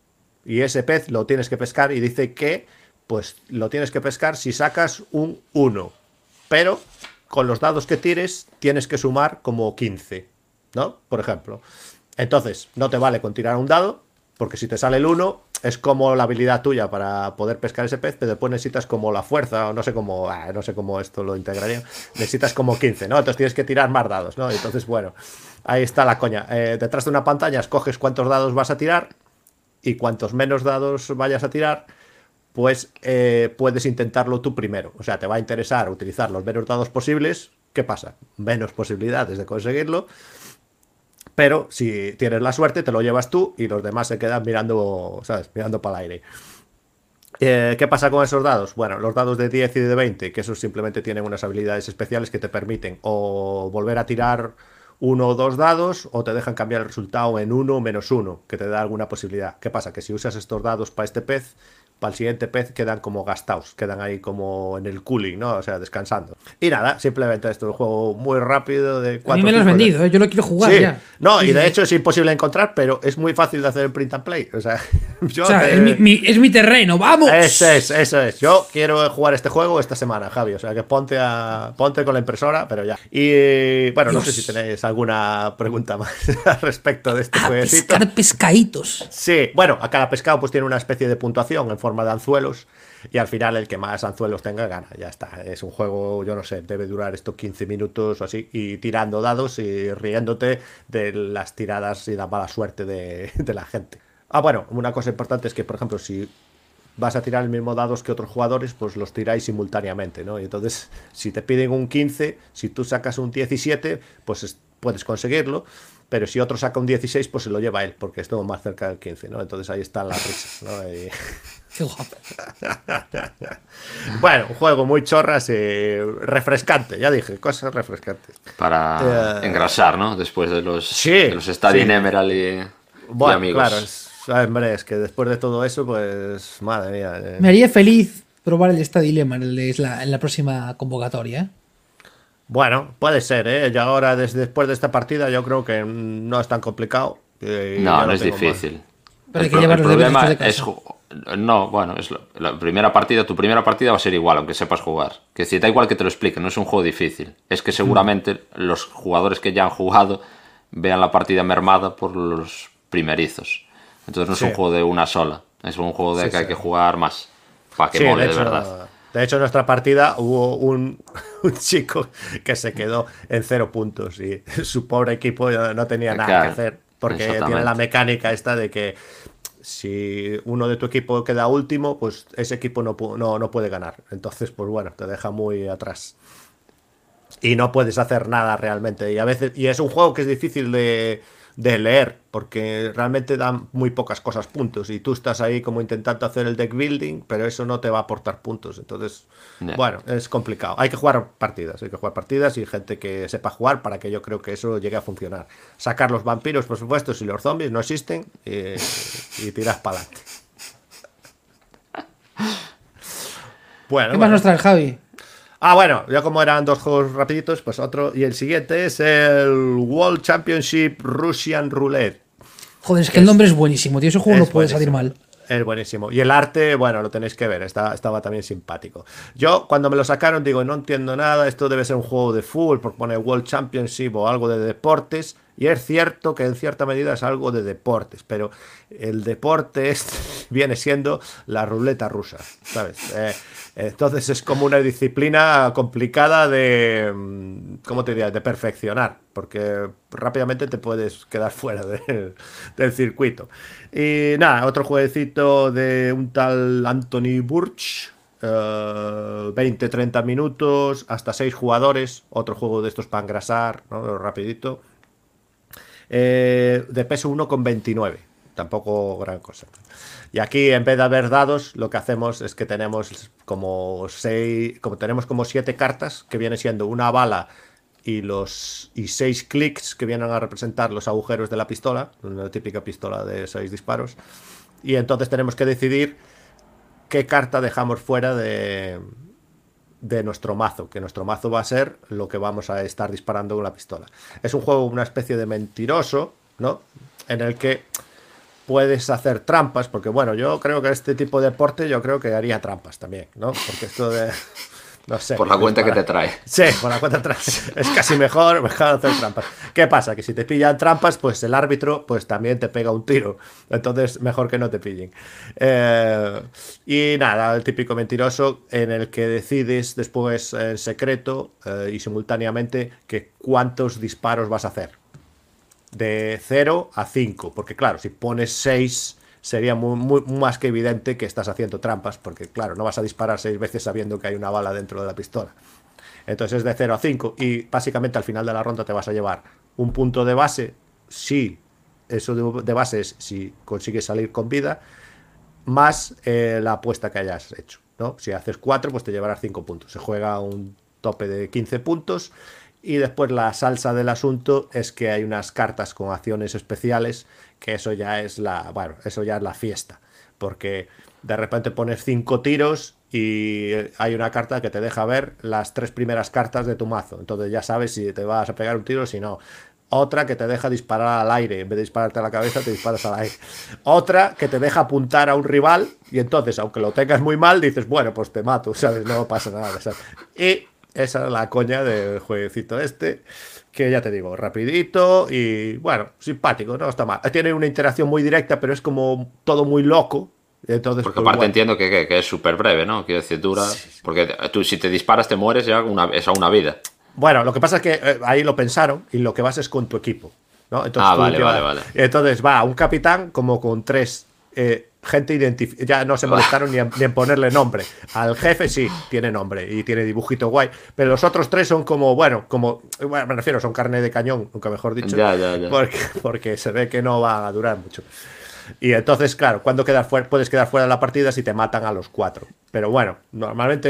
S3: Y ese pez lo tienes que pescar y dice que pues lo tienes que pescar si sacas un 1. Pero con los dados que tires tienes que sumar como 15, ¿no? Por ejemplo. Entonces, no te vale con tirar un dado, porque si te sale el 1 es como la habilidad tuya para poder pescar ese pez, pero después necesitas como la fuerza, o no sé cómo esto lo integraría. Necesitas como 15, ¿no? Entonces tienes que tirar más dados, ¿no? Entonces, bueno, ahí está la coña. Detrás de una pantalla escoges cuántos dados vas a tirar y cuantos menos dados vayas a tirar, pues puedes intentarlo tú primero. O sea, te va a interesar utilizar los menos dados posibles. ¿Qué pasa? Menos posibilidades de conseguirlo. Pero si tienes la suerte, te lo llevas tú y los demás se quedan mirando, ¿sabes? Mirando para el aire. ¿Qué pasa con esos dados? Bueno, los dados de 10 y de 20, que esos simplemente tienen unas habilidades especiales que te permiten o volver a tirar 1 o 2 dados o te dejan cambiar el resultado en 1 o menos 1, que te da alguna posibilidad. ¿Qué pasa? Que si usas estos dados para este pez, para el siguiente pez quedan como gastados, quedan ahí como en el cooling, ¿no? O sea, descansando. Y nada, simplemente esto es un juego muy rápido de 4.
S1: A mí me lo has vendido, yo lo quiero jugar
S3: sí.
S1: ya.
S3: No,
S1: Sí,
S3: y de
S1: sí.
S3: hecho es imposible encontrar, pero es muy fácil de hacer el print and play. O sea, yo
S1: O sea, es mi terreno, ¡vamos!
S3: eso es. Yo quiero jugar este juego esta semana, Javi. O sea, que ponte con la impresora, pero ya. Y bueno, no sé si tenéis alguna pregunta más al respecto de este
S1: A
S3: jueguecito.
S1: pescar pescaditos.
S3: Sí, bueno, a cada pescado pues tiene una especie de puntuación en forma forma de anzuelos y al final el que más anzuelos tenga gana, ya está. Es un juego, yo no sé, debe durar esto 15 minutos o así, y tirando dados y riéndote de las tiradas y la mala suerte de la gente. Ah, bueno, una cosa importante es que, por ejemplo, si vas a tirar el mismo dados que otros jugadores, pues los tiráis simultáneamente, ¿no? Y entonces, si te piden un 15, si tú sacas un 17, pues puedes conseguirlo, pero si otro saca un 16, pues se lo lleva él, porque es todo más cerca del 15, ¿no? Entonces ahí están las risas, ¿no? Y...
S1: Qué guapo.
S3: Bueno, un juego muy chorras y refrescante, ya dije, cosas refrescantes.
S2: Para engrasar, ¿no? Después de los,
S3: Sí,
S2: de los Stadium
S3: sí.
S2: Emerald y
S3: Bueno,
S2: amigos.
S3: claro, hombre, es que después de todo eso, pues, madre mía.
S1: Me haría feliz probar el Esta Dilemma en la próxima convocatoria, ¿eh?
S3: Bueno, puede ser, ¿eh? Yo ahora, después de esta partida, yo creo que no es tan complicado.
S2: No, no es difícil.
S1: Pero hay que llevar
S2: El
S1: los deberes
S2: problema
S1: de casa.
S2: es... No, bueno, es la primera partida. Tu primera partida va a ser igual, aunque sepas jugar. Que si da igual que te lo expliquen, no es un juego difícil. Es que seguramente los jugadores que ya han jugado vean la partida mermada por los primerizos. Entonces no es un juego de una sola. Es un juego de que hay que jugar más. Para que mole de verdad.
S3: De hecho, en nuestra partida hubo un chico que se quedó en 0 puntos y su pobre equipo no tenía nada que hacer, porque tiene la mecánica esta de que si uno de tu equipo queda último, pues ese equipo no puede ganar. Entonces, pues bueno, te deja muy atrás. Y no puedes hacer nada realmente. Y a veces, y es un juego que es difícil de leer, porque realmente dan muy pocas cosas puntos. Y tú estás ahí como intentando hacer el deck building, pero eso no te va a aportar puntos. Entonces, bueno, es complicado. Hay que jugar partidas y gente que sepa jugar para que yo creo que eso llegue a funcionar. Sacar los vampiros, por supuesto, si los zombies no existen, y tiras para adelante. Bueno,
S1: ¿Qué más nos trae Javi?
S3: Ah, bueno, ya como eran dos juegos rapiditos, pues otro. Y el siguiente es el World Championship Russian Roulette.
S1: Joder, es que el nombre es buenísimo, tío. Ese juego no puede salir mal.
S3: Es buenísimo. Y el arte, bueno, lo tenéis que ver. Estaba también simpático. Yo, cuando me lo sacaron, digo, no entiendo nada. Esto debe ser un juego de fútbol, porque pone World Championship o algo de deportes. Y es cierto que en cierta medida es algo de deportes, pero el deporte viene siendo la ruleta rusa, ¿sabes? Entonces es como una disciplina complicada de, ¿cómo te diría?, de perfeccionar, porque rápidamente te puedes quedar fuera del circuito. Y nada, otro jueguecito de un tal Anthony Burch, 20-30 minutos, hasta 6 jugadores, otro juego de estos para engrasar, ¿no? Rapidito. De peso 1,29, tampoco gran cosa. Y aquí, en vez de haber dados, lo que hacemos es que tenemos como 7 cartas, que viene siendo una bala y 6 clics que vienen a representar los agujeros de la pistola, una típica pistola de 6 disparos. Y entonces tenemos que decidir qué carta dejamos fuera de nuestro mazo, que nuestro mazo va a ser lo que vamos a estar disparando con la pistola. Es un juego, una especie de mentiroso, ¿no? En el que puedes hacer trampas, porque bueno, yo creo que este tipo de deporte yo creo que haría trampas también, ¿no? Porque esto de... No sé.
S2: Por la cuenta que te trae.
S3: Sí, por la cuenta que te trae. Es casi mejor hacer trampas. ¿Qué pasa? Que si te pillan trampas, pues el árbitro pues también te pega un tiro. Entonces, mejor que no te pillen. Y nada, el típico mentiroso en el que decides después en secreto y simultáneamente que cuántos disparos vas a hacer. De 0 a 5. Porque claro, si pones 6... sería muy más que evidente que estás haciendo trampas, porque claro, no vas a disparar 6 veces sabiendo que hay una bala dentro de la pistola. Entonces es de 0 a 5 y básicamente al final de la ronda te vas a llevar un punto de base, si eso de base es si consigues salir con vida, más la apuesta que hayas hecho, ¿no? Si haces 4, pues te llevarás 5 puntos. Se juega un tope de 15 puntos y después la salsa del asunto es que hay unas cartas con acciones especiales, que eso ya es la fiesta, porque de repente pones 5 tiros y hay una carta que te deja ver las 3 primeras cartas de tu mazo, entonces ya sabes si te vas a pegar un tiro o si no. Otra que te deja disparar al aire, en vez de dispararte a la cabeza te disparas al aire. Otra que te deja apuntar a un rival y entonces, aunque lo tengas muy mal, dices, bueno, pues te mato, ¿sabes? No pasa nada, ¿sabes? Y esa es la coña del jueguecito este, que ya te digo, rapidito y bueno, simpático, no está mal. Tiene una interacción muy directa, pero es como todo muy loco, Entonces,
S2: Porque
S3: pues,
S2: aparte
S3: bueno.
S2: entiendo que es súper breve, ¿no? Quiero decir, dura. Porque tú, si te disparas, te mueres ya es a una vida.
S3: Bueno, lo que pasa es que ahí lo pensaron y lo que vas es con tu equipo, ¿no? Entonces
S2: Ah,
S3: tú
S2: vale,
S3: llevas.
S2: vale.
S3: Entonces va un capitán como con 3 gente identificada. Ya no se molestaron ni en ponerle nombre. Al jefe sí, tiene nombre y tiene dibujito guay. Pero los otros 3 son como, bueno, me refiero, son carne de cañón, nunca mejor dicho.
S2: Ya.
S3: Porque se ve que no va a durar mucho. Y entonces, claro, cuando puedes quedar fuera de la partida si te matan a los 4. Pero bueno, normalmente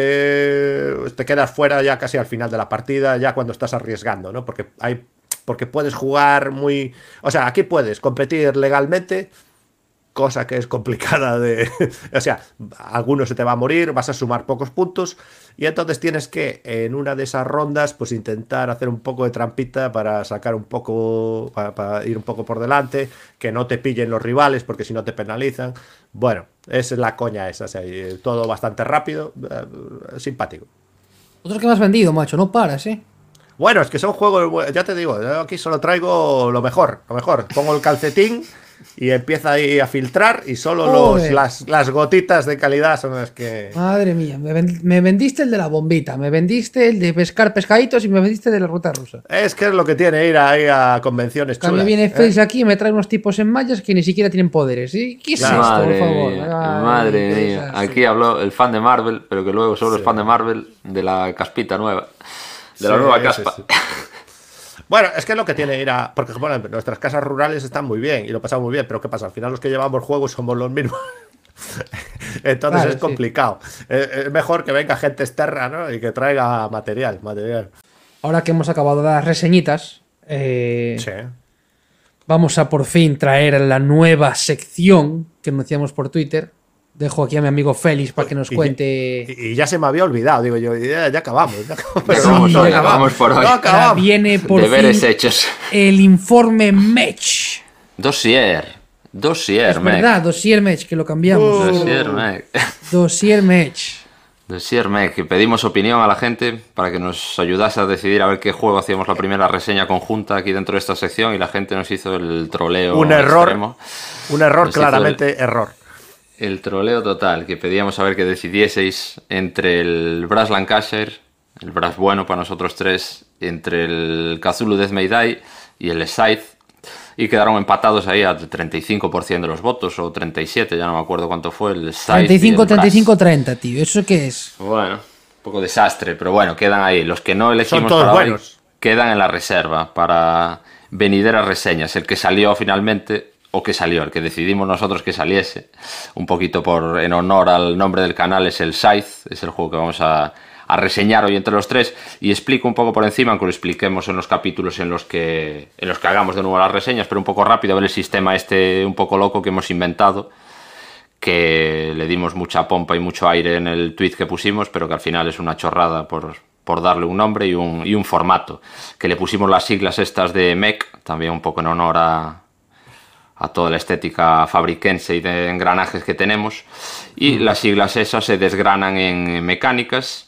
S3: te quedas fuera ya casi al final de la partida, ya cuando estás arriesgando, ¿no? Porque puedes jugar muy. O sea, aquí puedes competir legalmente, cosa que es complicada de. O sea, alguno se te va a morir, vas a sumar pocos puntos. Y entonces tienes que, en una de esas rondas, pues intentar hacer un poco de trampita para sacar un poco, para ir un poco por delante, que no te pillen los rivales, porque si no te penalizan. Bueno, esa es la coña esa, o sea, todo bastante rápido, simpático.
S1: Otro que me has vendido, macho, no paras, ¿eh?
S3: Bueno, es que son juegos, ya te digo, yo aquí solo traigo lo mejor, lo mejor. Pongo el calcetín y empieza ahí a filtrar y solo
S1: Joder.
S3: las gotitas de calidad son las que.
S1: Madre mía, me vendiste el de la bombita, me vendiste el de pescar pescaditos y me vendiste el de la ruta rusa.
S3: Es que es lo que tiene ir ahí a convenciones
S1: Que a mí
S3: chulas.
S1: viene Face aquí y me trae unos tipos en mallas que ni siquiera tienen poderes. ¿Sí? ¿Qué es
S3: Claro.
S1: esto, por
S2: Madre
S1: favor?
S2: mía,
S1: Ay,
S2: madre
S1: qué
S2: mía.
S1: desastre.
S2: Aquí habló el fan de Marvel, pero que luego solo es fan de Marvel, de la caspita nueva. De la
S3: Sí,
S2: nueva
S3: sí,
S2: caspa.
S3: sí. Bueno, es que es lo que tiene ir a. Porque bueno, nuestras casas rurales están muy bien y lo pasamos muy bien, pero ¿qué pasa? Al final los que llevamos juegos somos los mismos. Entonces
S1: Claro,
S3: es
S1: sí.
S3: complicado. Es mejor que venga gente externa, ¿no? Y que traiga material.
S1: Ahora que hemos acabado las reseñitas,
S3: Sí.
S1: vamos a por fin traer la nueva sección que anunciamos por Twitter. Dejo aquí a mi amigo Félix para que nos
S3: Y-
S1: cuente.
S3: Y ya se me había olvidado, digo yo, ya acabamos. Pero
S1: Sí,
S2: Vamos hoy,
S1: acabamos.
S2: vamos por hoy.
S3: No
S1: Ahora
S3: acabamos.
S1: viene por
S2: Deberes
S1: fin
S2: hechos.
S1: el informe Match.
S2: Dossier,
S1: Es
S2: mec.
S1: verdad, Dossier Match, que lo cambiamos.
S2: Dossier, mec.
S1: Dossier Match.
S2: Dossier, mec. Que pedimos opinión a la gente para que nos ayudase a decidir a ver qué juego hacíamos la primera reseña conjunta aquí dentro de esta sección y la gente nos hizo el troleo
S3: Un error.
S2: extremo.
S3: Un error,
S2: Nos hizo
S3: claramente error.
S2: El troleo total, que pedíamos a ver que decidieseis entre el Brass Lancashire, el Brass bueno para nosotros 3, entre el Cthulhu Death May Die y el Scythe, y quedaron empatados ahí al 35% de los votos, o 37, ya no me acuerdo cuánto fue, el Scythe
S1: 35,
S2: y el Brass.
S1: 35, 30, tío. ¿Eso qué es?
S2: Bueno, un poco desastre, pero bueno, quedan ahí. Los que no elegimos
S3: Son todos
S2: para
S3: buenos.
S2: hoy quedan en la reserva para venideras reseñas. El que salió finalmente, o que salió, el que decidimos nosotros que saliese, un poquito en honor al nombre del canal, es el Scythe, es el juego que vamos a reseñar hoy entre los 3, y explico un poco por encima, aunque lo expliquemos en los capítulos en los que hagamos de nuevo las reseñas, pero un poco rápido, a ver el sistema este un poco loco que hemos inventado, que le dimos mucha pompa y mucho aire en el tweet que pusimos, pero que al final es una chorrada por darle un nombre y un formato, que le pusimos las siglas estas de MEC, también un poco en honor a toda la estética fabriquense y de engranajes que tenemos, y las siglas esas se desgranan en mecánicas,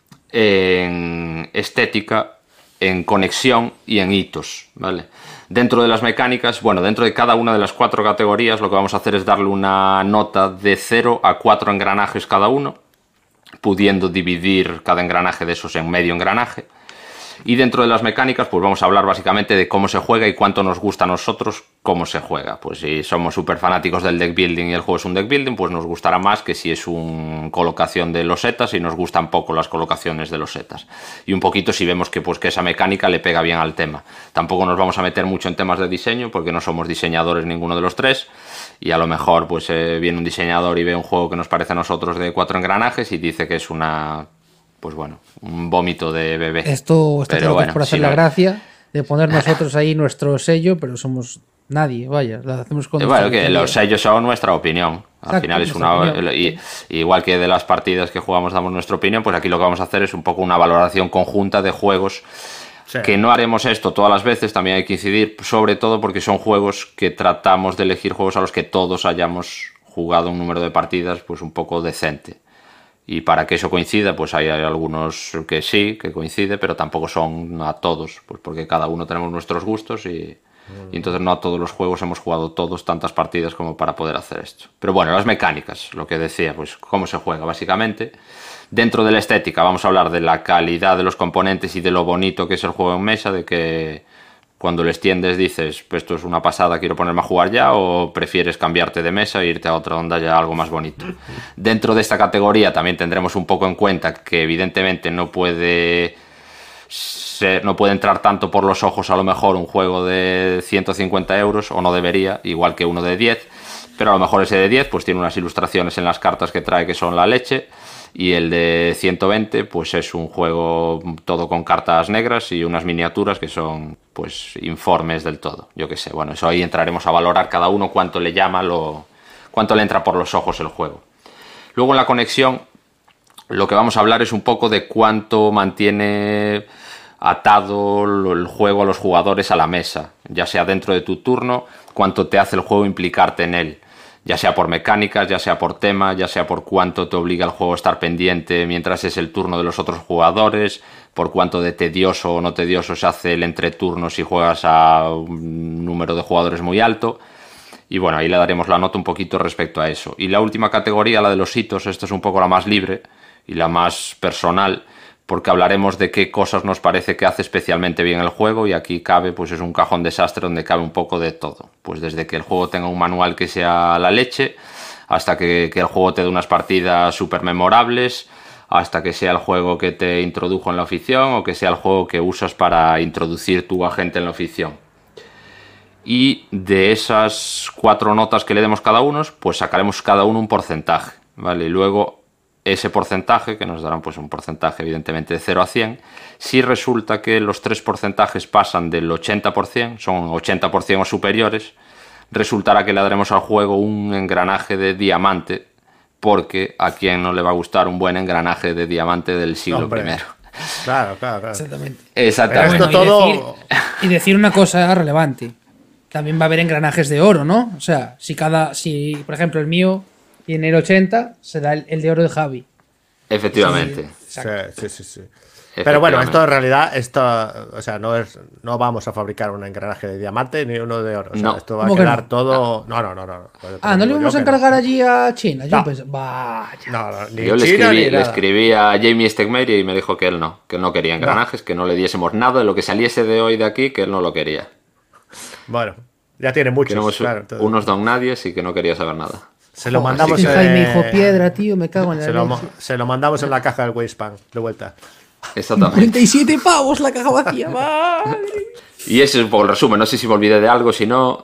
S2: en estética, en conexión y en hitos, ¿vale? Dentro de las mecánicas, bueno, dentro de cada una de las 4 categorías, lo que vamos a hacer es darle una nota de 0 a 4 engranajes cada uno, pudiendo dividir cada engranaje de esos en medio engranaje. Y dentro de las mecánicas, pues vamos a hablar básicamente de cómo se juega y cuánto nos gusta a nosotros cómo se juega. Pues si somos súper fanáticos del deck building y el juego es un deck building, pues nos gustará más que si es una colocación de losetas y nos gustan poco las colocaciones de losetas. Y un poquito si vemos que esa mecánica le pega bien al tema. Tampoco nos vamos a meter mucho en temas de diseño porque no somos diseñadores ninguno de los 3. Y a lo mejor pues viene un diseñador y ve un juego que nos parece a nosotros de 4 engranajes y dice que es pues bueno, un vómito de bebé.
S1: Esto está
S2: Pero
S1: claro que es
S2: bueno,
S1: por hacer
S2: si
S1: la
S2: no-
S1: gracia de poner nosotros ahí nuestro sello, pero somos nadie, vaya. Lo hacemos con
S2: Bueno,
S1: nuestra
S2: que los
S1: tontería.
S2: sellos son nuestra opinión. Al
S1: Exacto,
S2: final es
S1: nuestra
S2: una.
S1: opinión.
S2: Igual que de las partidas que jugamos damos nuestra opinión, pues aquí lo que vamos a hacer es un poco una valoración conjunta de juegos.
S3: Sí.
S2: Que no haremos esto todas las veces, también hay que incidir, sobre todo porque son juegos que tratamos de elegir juegos a los que todos hayamos jugado un número de partidas pues un poco decente. Y para que eso coincida, pues hay algunos que sí, que coincide, pero tampoco son a todos, pues porque cada uno tenemos nuestros gustos y Y entonces no a todos los juegos hemos jugado todos tantas partidas como para poder hacer esto. Pero bueno, las mecánicas, lo que decía, pues cómo se juega básicamente. Dentro de la estética vamos a hablar de la calidad de los componentes y de lo bonito que es el juego en mesa, de que cuando le extiendes dices, pues esto es una pasada, quiero ponerme a jugar ya, o prefieres cambiarte de mesa e irte a otra donde haya algo más bonito. Dentro de esta categoría también tendremos un poco en cuenta que evidentemente no puede entrar tanto por los ojos a lo mejor un juego de 150 euros, o no debería, igual que uno de 10, pero a lo mejor ese de 10 pues tiene unas ilustraciones en las cartas que trae que son la leche, y el de 120 pues es un juego todo con cartas negras y unas miniaturas que son pues informes del todo, yo qué sé. Bueno, eso ahí entraremos a valorar cada uno cuánto le llama, cuánto le entra por los ojos el juego. Luego en la conexión lo que vamos a hablar es un poco de cuánto mantiene atado el juego a los jugadores a la mesa, ya sea dentro de tu turno, cuánto te hace el juego implicarte en él, ya sea por mecánicas, ya sea por tema, ya sea por cuánto te obliga el juego a estar pendiente mientras es el turno de los otros jugadores, por cuánto de tedioso o no tedioso se hace el entreturno si juegas a un número de jugadores muy alto. Y bueno, ahí le daremos la nota un poquito respecto a eso. Y la última categoría, la de los hitos, esta es un poco la más libre y la más personal, porque hablaremos de qué cosas nos parece que hace especialmente bien el juego, y aquí cabe, pues es un cajón desastre donde cabe un poco de todo. Pues desde que el juego tenga un manual que sea la leche, hasta que el juego te dé unas partidas súper memorables, hasta que sea el juego que te introdujo en la afición, o que sea el juego que usas para introducir tu agente en la afición. Y de esas 4 notas que le demos cada uno, pues sacaremos cada uno un porcentaje, ¿vale? Y luego ese porcentaje, que nos darán pues un porcentaje evidentemente de 0 a 100, si resulta que los 3 porcentajes pasan del 80%, son 80% o superiores, resultará que le daremos al juego un engranaje de diamante, porque a quien no le va a gustar un buen engranaje de diamante del siglo I.
S3: Claro.
S2: Exactamente.
S1: Bueno,
S3: todo...
S1: y decir una cosa relevante. También va a haber engranajes de oro, ¿no? O sea, si por ejemplo, el mío tiene el 80, será el de oro de Javi.
S2: Efectivamente.
S3: Sí. Pero bueno, esto en realidad, o sea, no vamos a fabricar un engranaje de diamante ni uno de oro. O sea,
S2: no.
S3: Esto va a quedar todo. No.
S1: ¿No le vamos a encargar allí a China? Yo
S3: No.
S1: pues, vaya.
S3: Yo
S2: le escribí a Jamie Stegmaier y me dijo que él no quería engranajes, que no le diésemos nada de lo que saliese de hoy de aquí, que él no lo quería.
S3: Bueno, ya tiene muchos.
S2: Tenemos
S3: claro,
S2: unos don nadies y que no quería saber nada.
S3: Se lo mandamos
S1: Jaime hijo piedra, tío, me cago en la leche.
S3: se lo mandamos en la caja del Wastepan, de vuelta.
S2: Exactamente.
S1: 47 pavos la caja vacía, madre.
S2: Y ese es un poco el resumen. No sé si me olvidé de algo, si no.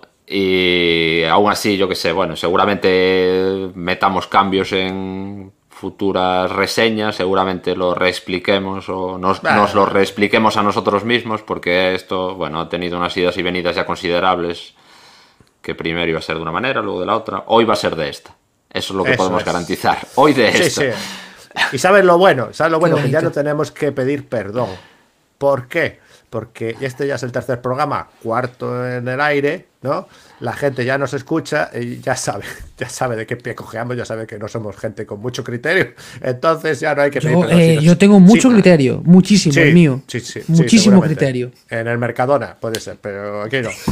S2: Y aún así, yo qué sé, bueno, seguramente metamos cambios en futuras reseñas, seguramente lo reexpliquemos o nos lo reexpliquemos a nosotros mismos, porque esto, bueno, ha tenido unas idas y venidas ya considerables, que primero iba a ser de una manera, luego de la otra. Hoy va a ser de esta. Eso es lo que podemos garantizar. Hoy de esta.
S3: Sí. Y ¿sabes lo bueno? Que ya no
S1: bonito.
S3: tenemos que pedir perdón. ¿Por qué? Porque este ya es el tercer programa, 4º en el aire, ¿no? La gente ya nos escucha y ya sabe de qué pie cojeamos, ya sabe que no somos gente con mucho criterio. Entonces ya no hay que pedir perdón.
S1: Yo tengo mucho criterio, muchísimo, el mío.
S3: Sí,
S1: muchísimo
S3: seguramente.
S1: criterio.
S3: En el Mercadona puede ser, pero aquí no.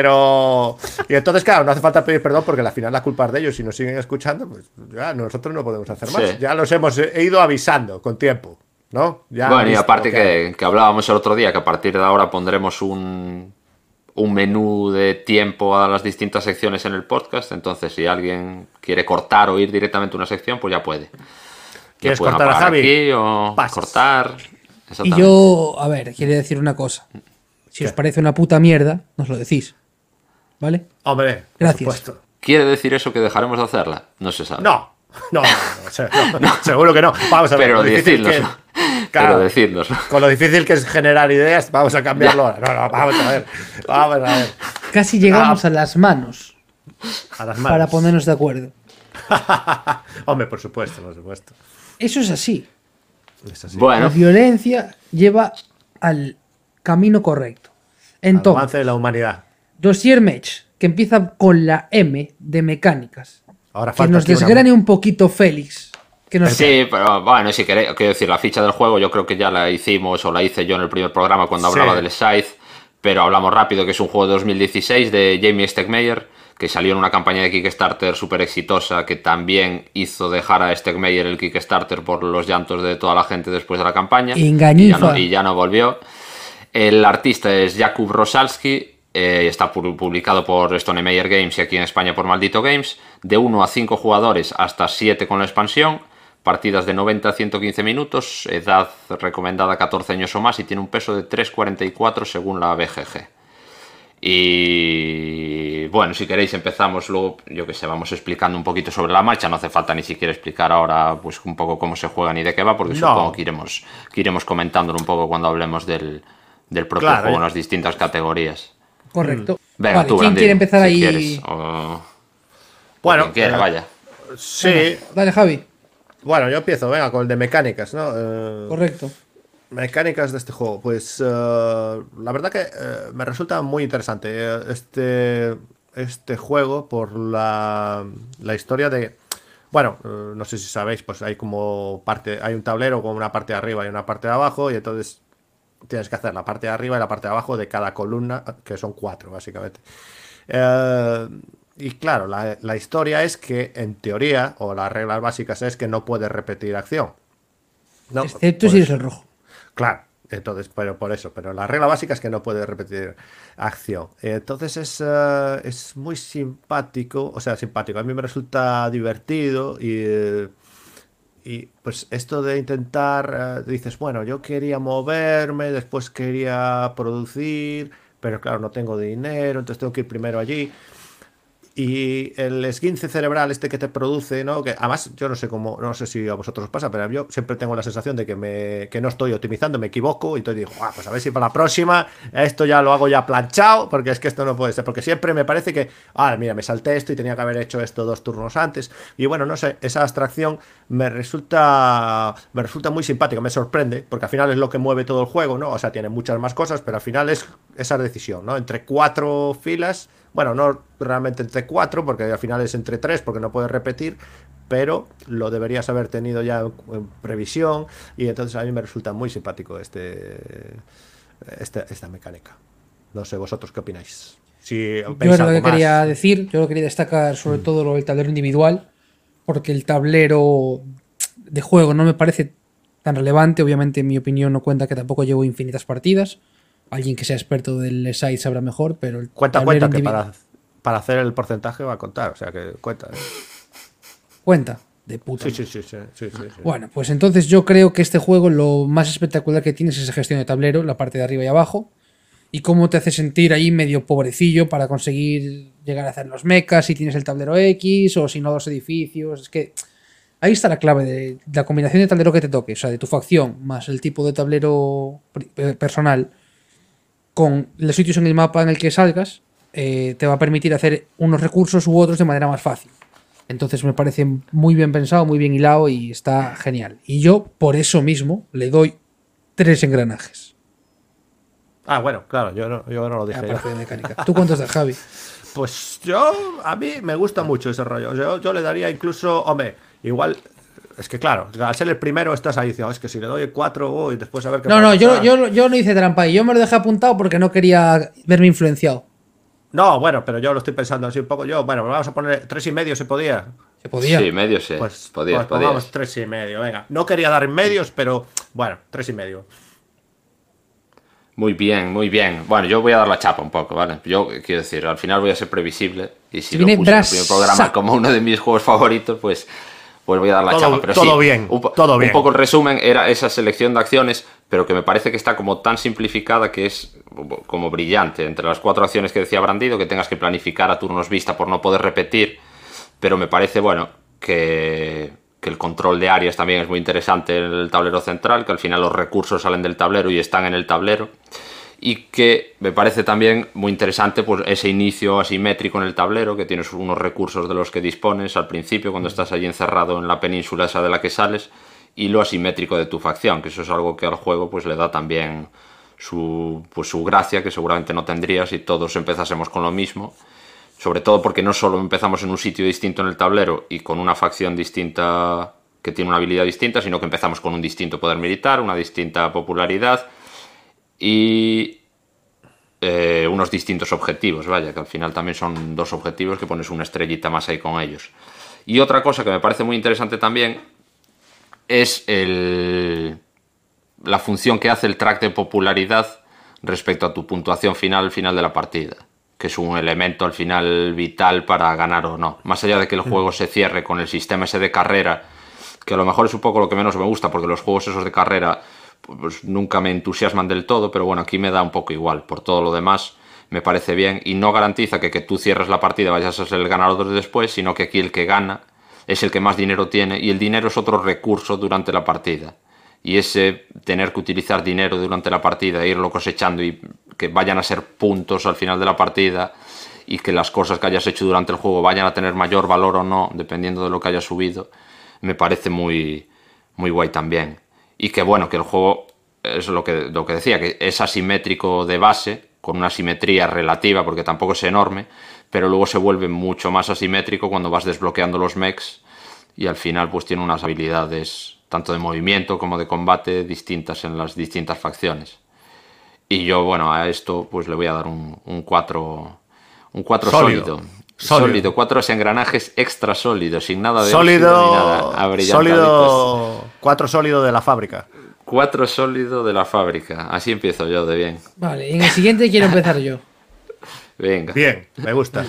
S3: Y entonces, claro, no hace falta pedir perdón porque al final la culpa es de ellos. Si nos siguen escuchando, pues ya nosotros no podemos hacer más.
S2: Sí.
S3: Ya los hemos ido avisando con tiempo, ¿no? Ya
S2: Bueno, y
S3: visto
S2: aparte
S3: lo que
S2: que hablábamos el otro día, que a partir de ahora pondremos un menú de tiempo a las distintas secciones en el podcast. Entonces, si alguien quiere cortar o ir directamente a una sección, pues ya puede.
S3: ¿Quieres
S2: pueden
S3: cortar a
S2: apagar
S3: Javi?
S2: aquí o
S3: Pasas.
S2: cortar.
S1: Y
S2: Exactamente.
S1: yo, a ver, quiero decir una cosa. Si os parece una puta mierda, nos lo decís. ¿Vale?
S3: Hombre,
S1: Gracias.
S3: por supuesto.
S2: ¿Quiere decir eso que dejaremos de hacerla? No se sabe.
S3: No, seguro que no. Vamos a ver.
S2: Pero
S3: lo difícil
S2: decidnoslo.
S3: Claro,
S2: Pero decidnoslo.
S3: con lo difícil que es generar ideas, vamos a cambiarlo ahora. No, vamos a ver.
S1: Casi llegamos a las manos
S3: A las manos.
S1: para ponernos de acuerdo.
S3: Hombre, por supuesto.
S1: Eso es así.
S3: Es así.
S1: La
S2: Bueno,
S1: violencia lleva al camino correcto.
S3: Al
S1: Entonces,
S3: avance de la humanidad.
S1: Dossier Mech, que empieza con la M de mecánicas.
S3: Ahora
S1: Que
S3: falta
S1: nos
S3: aquí una-
S1: desgrane un poquito Félix. Que nos...
S2: sí, pero bueno, si queréis, quiero decir, la ficha del juego yo creo que ya la hicimos o la hice yo en el primer programa cuando hablaba
S3: Sí.
S2: del Scythe, pero hablamos rápido, que es un juego de 2016 de Jamie Stegmaier, que salió en una campaña de Kickstarter súper exitosa, que también hizo dejar a Stegmaier el Kickstarter por los llantos de toda la gente después de la campaña.
S1: Engañifa.
S2: Y ya no volvió. El artista es Jakub Rosalski, está publicado por Stonemaier Games y aquí en España por Maldito Games, de 1 a 5 jugadores hasta 7 con la expansión, partidas de 90 a 115 minutos, edad recomendada 14 años o más y tiene un peso de 3,44 según la BGG. Y bueno, si queréis empezamos luego, yo que sé, vamos explicando un poquito sobre la marcha, no hace falta ni siquiera explicar ahora pues un poco cómo se juega ni de qué va, porque supongo que iremos comentándolo un poco cuando hablemos del propio juego en las distintas categorías.
S1: Correcto.
S2: Venga,
S1: vale,
S2: tú,
S1: ¿quién
S2: Brandino,
S1: quiere empezar
S2: si
S1: ahí?
S2: Quieres,
S3: bueno,
S2: quien quiera, vaya.
S3: Sí.
S1: Venga, dale, Javi.
S3: Bueno, yo empiezo, venga, con el de mecánicas, ¿no?
S1: Correcto.
S3: Mecánicas de este juego. Pues la verdad que me resulta muy interesante este juego por la historia de... Bueno, no sé si sabéis, pues hay como hay un tablero con una parte de arriba y una parte de abajo, y entonces tienes que hacer la parte de arriba y la parte de abajo de cada columna, que son 4 básicamente. Y claro, la historia es que en teoría, o las reglas básicas es que no puedes repetir acción, ¿no?
S1: Excepto si eres el rojo.
S3: Claro, entonces, pero la regla básica es que no puedes repetir acción. Entonces es muy simpático, a mí me resulta divertido y pues esto de intentar, dices, bueno, yo quería moverme, después quería producir, pero claro, no tengo dinero, entonces tengo que ir primero allí. Y el esguince cerebral que te produce, ¿no? Que además yo no sé si a vosotros os pasa, pero yo siempre tengo la sensación de que no estoy optimizando, me equivoco, y entonces digo, pues a ver si para la próxima esto ya lo hago ya planchado, porque es que esto no puede ser, porque siempre me parece que, mira, me salté esto y tenía que haber hecho esto 2 turnos antes, y bueno, no sé, esa abstracción me resulta muy simpática, me sorprende, porque al final es lo que mueve todo el juego, ¿no? O sea, tiene muchas más cosas, pero al final es esa decisión, ¿no? Entre 4 filas. Bueno, no realmente entre 4, porque al final es entre 3, porque no puedes repetir, pero lo deberías haber tenido ya en previsión, y entonces a mí me resulta muy simpático esta mecánica. No sé, ¿vosotros qué opináis? Si
S1: Yo lo que quería decir, yo lo quería destacar sobre todo lo del tablero individual, porque el tablero de juego no me parece tan relevante. Obviamente, en mi opinión, no cuenta que tampoco llevo infinitas partidas. Alguien que sea experto del site sabrá mejor, pero el
S3: cuenta que para hacer el porcentaje va a contar, o sea que cuenta.
S1: Cuenta, de puta.
S3: Sí.
S1: Bueno, pues entonces yo creo que este juego lo más espectacular que tiene es esa gestión de tablero, la parte de arriba y abajo, y cómo te hace sentir ahí medio pobrecillo para conseguir llegar a hacer los mechas, si tienes el tablero X o si no los edificios. Es que ahí está la clave de la combinación de tablero que te toque, o sea, de tu facción más el tipo de tablero personal, con los sitios en el mapa en el que salgas, te va a permitir hacer unos recursos u otros de manera más fácil. Entonces me parece muy bien pensado, muy bien hilado y está genial. Y yo, por eso mismo, le doy 3 engranajes.
S3: Bueno, claro, yo no lo dije.
S1: Aparte de mecánica. ¿Tú cuántos das, Javi?
S3: Pues a mí me gusta mucho ese rollo. Yo le daría incluso, hombre, igual... Es que claro, al ser el primero estás ahí diciendo, es que si le doy 4 y después a ver qué pasa.
S1: No, yo no hice trampa y yo me lo dejé apuntado porque no quería verme influenciado.
S3: No, bueno, pero yo lo estoy pensando así un poco. Bueno, vamos a poner 3,5, ¿se podía?
S1: ¿Se podía?
S2: Sí, medio sí.
S3: Pues
S2: podías.
S3: Pongamos 3,5, venga. No quería dar en medios, pero bueno, 3,5.
S2: Muy bien, muy bien. Bueno, yo voy a dar la chapa un poco, ¿vale? Yo quiero decir, al final voy a ser previsible y si lo puse en el primer programa como uno de mis juegos favoritos, pues voy a dar la chapa. Pero
S3: todo
S2: sí,
S3: bien,
S2: un poco el resumen era esa selección de acciones, pero que me parece que está como tan simplificada que es como brillante. Entre las 4 acciones que decía Brandido, que tengas que planificar a turnos vista por no poder repetir, pero me parece, bueno, que el control de áreas también es muy interesante en el tablero central, que al final los recursos salen del tablero y están en el tablero. Y que me parece también muy interesante pues ese inicio asimétrico en el tablero, que tienes unos recursos de los que dispones al principio cuando estás allí encerrado en la península esa de la que sales, y lo asimétrico de tu facción, que eso es algo que al juego pues le da también su gracia, que seguramente no tendría si todos empezásemos con lo mismo, sobre todo porque no solo empezamos en un sitio distinto en el tablero y con una facción distinta que tiene una habilidad distinta, sino que empezamos con un distinto poder militar, una distinta popularidad. Y unos distintos objetivos, vaya, que al final también son 2 objetivos que pones una estrellita más ahí con ellos. Y otra cosa que me parece muy interesante también es la función que hace el track de popularidad respecto a tu puntuación final al final de la partida, que es un elemento al final vital para ganar o no. Más allá de que el juego se cierre con el sistema ese de carrera, que a lo mejor es un poco lo que menos me gusta, porque los juegos esos de carrera pues nunca me entusiasman del todo, pero bueno, aquí me da un poco igual. Por todo lo demás me parece bien y no garantiza que tú cierres la partida vayas a ser el ganador después, sino que aquí el que gana es el que más dinero tiene, y el dinero es otro recurso durante la partida. Y ese tener que utilizar dinero durante la partida, irlo cosechando y que vayan a ser puntos al final de la partida, y que las cosas que hayas hecho durante el juego vayan a tener mayor valor o no, dependiendo de lo que hayas subido, me parece muy, muy guay también. Y que bueno, que el juego es lo que decía, que es asimétrico de base, con una simetría relativa, porque tampoco es enorme, pero luego se vuelve mucho más asimétrico cuando vas desbloqueando los mechs, y al final pues tiene unas habilidades tanto de movimiento como de combate distintas en las distintas facciones. Y yo, bueno, a esto pues le voy a dar un 4 sólido, 4 engranajes extra sólidos, sin nada de
S3: sólido
S2: ni nada.
S3: Sólido, 4 sólido de la fábrica.
S2: 4 sólido de la fábrica. Así empiezo yo de bien.
S1: Vale, en el siguiente quiero empezar yo.
S2: Venga.
S3: Bien, me gusta.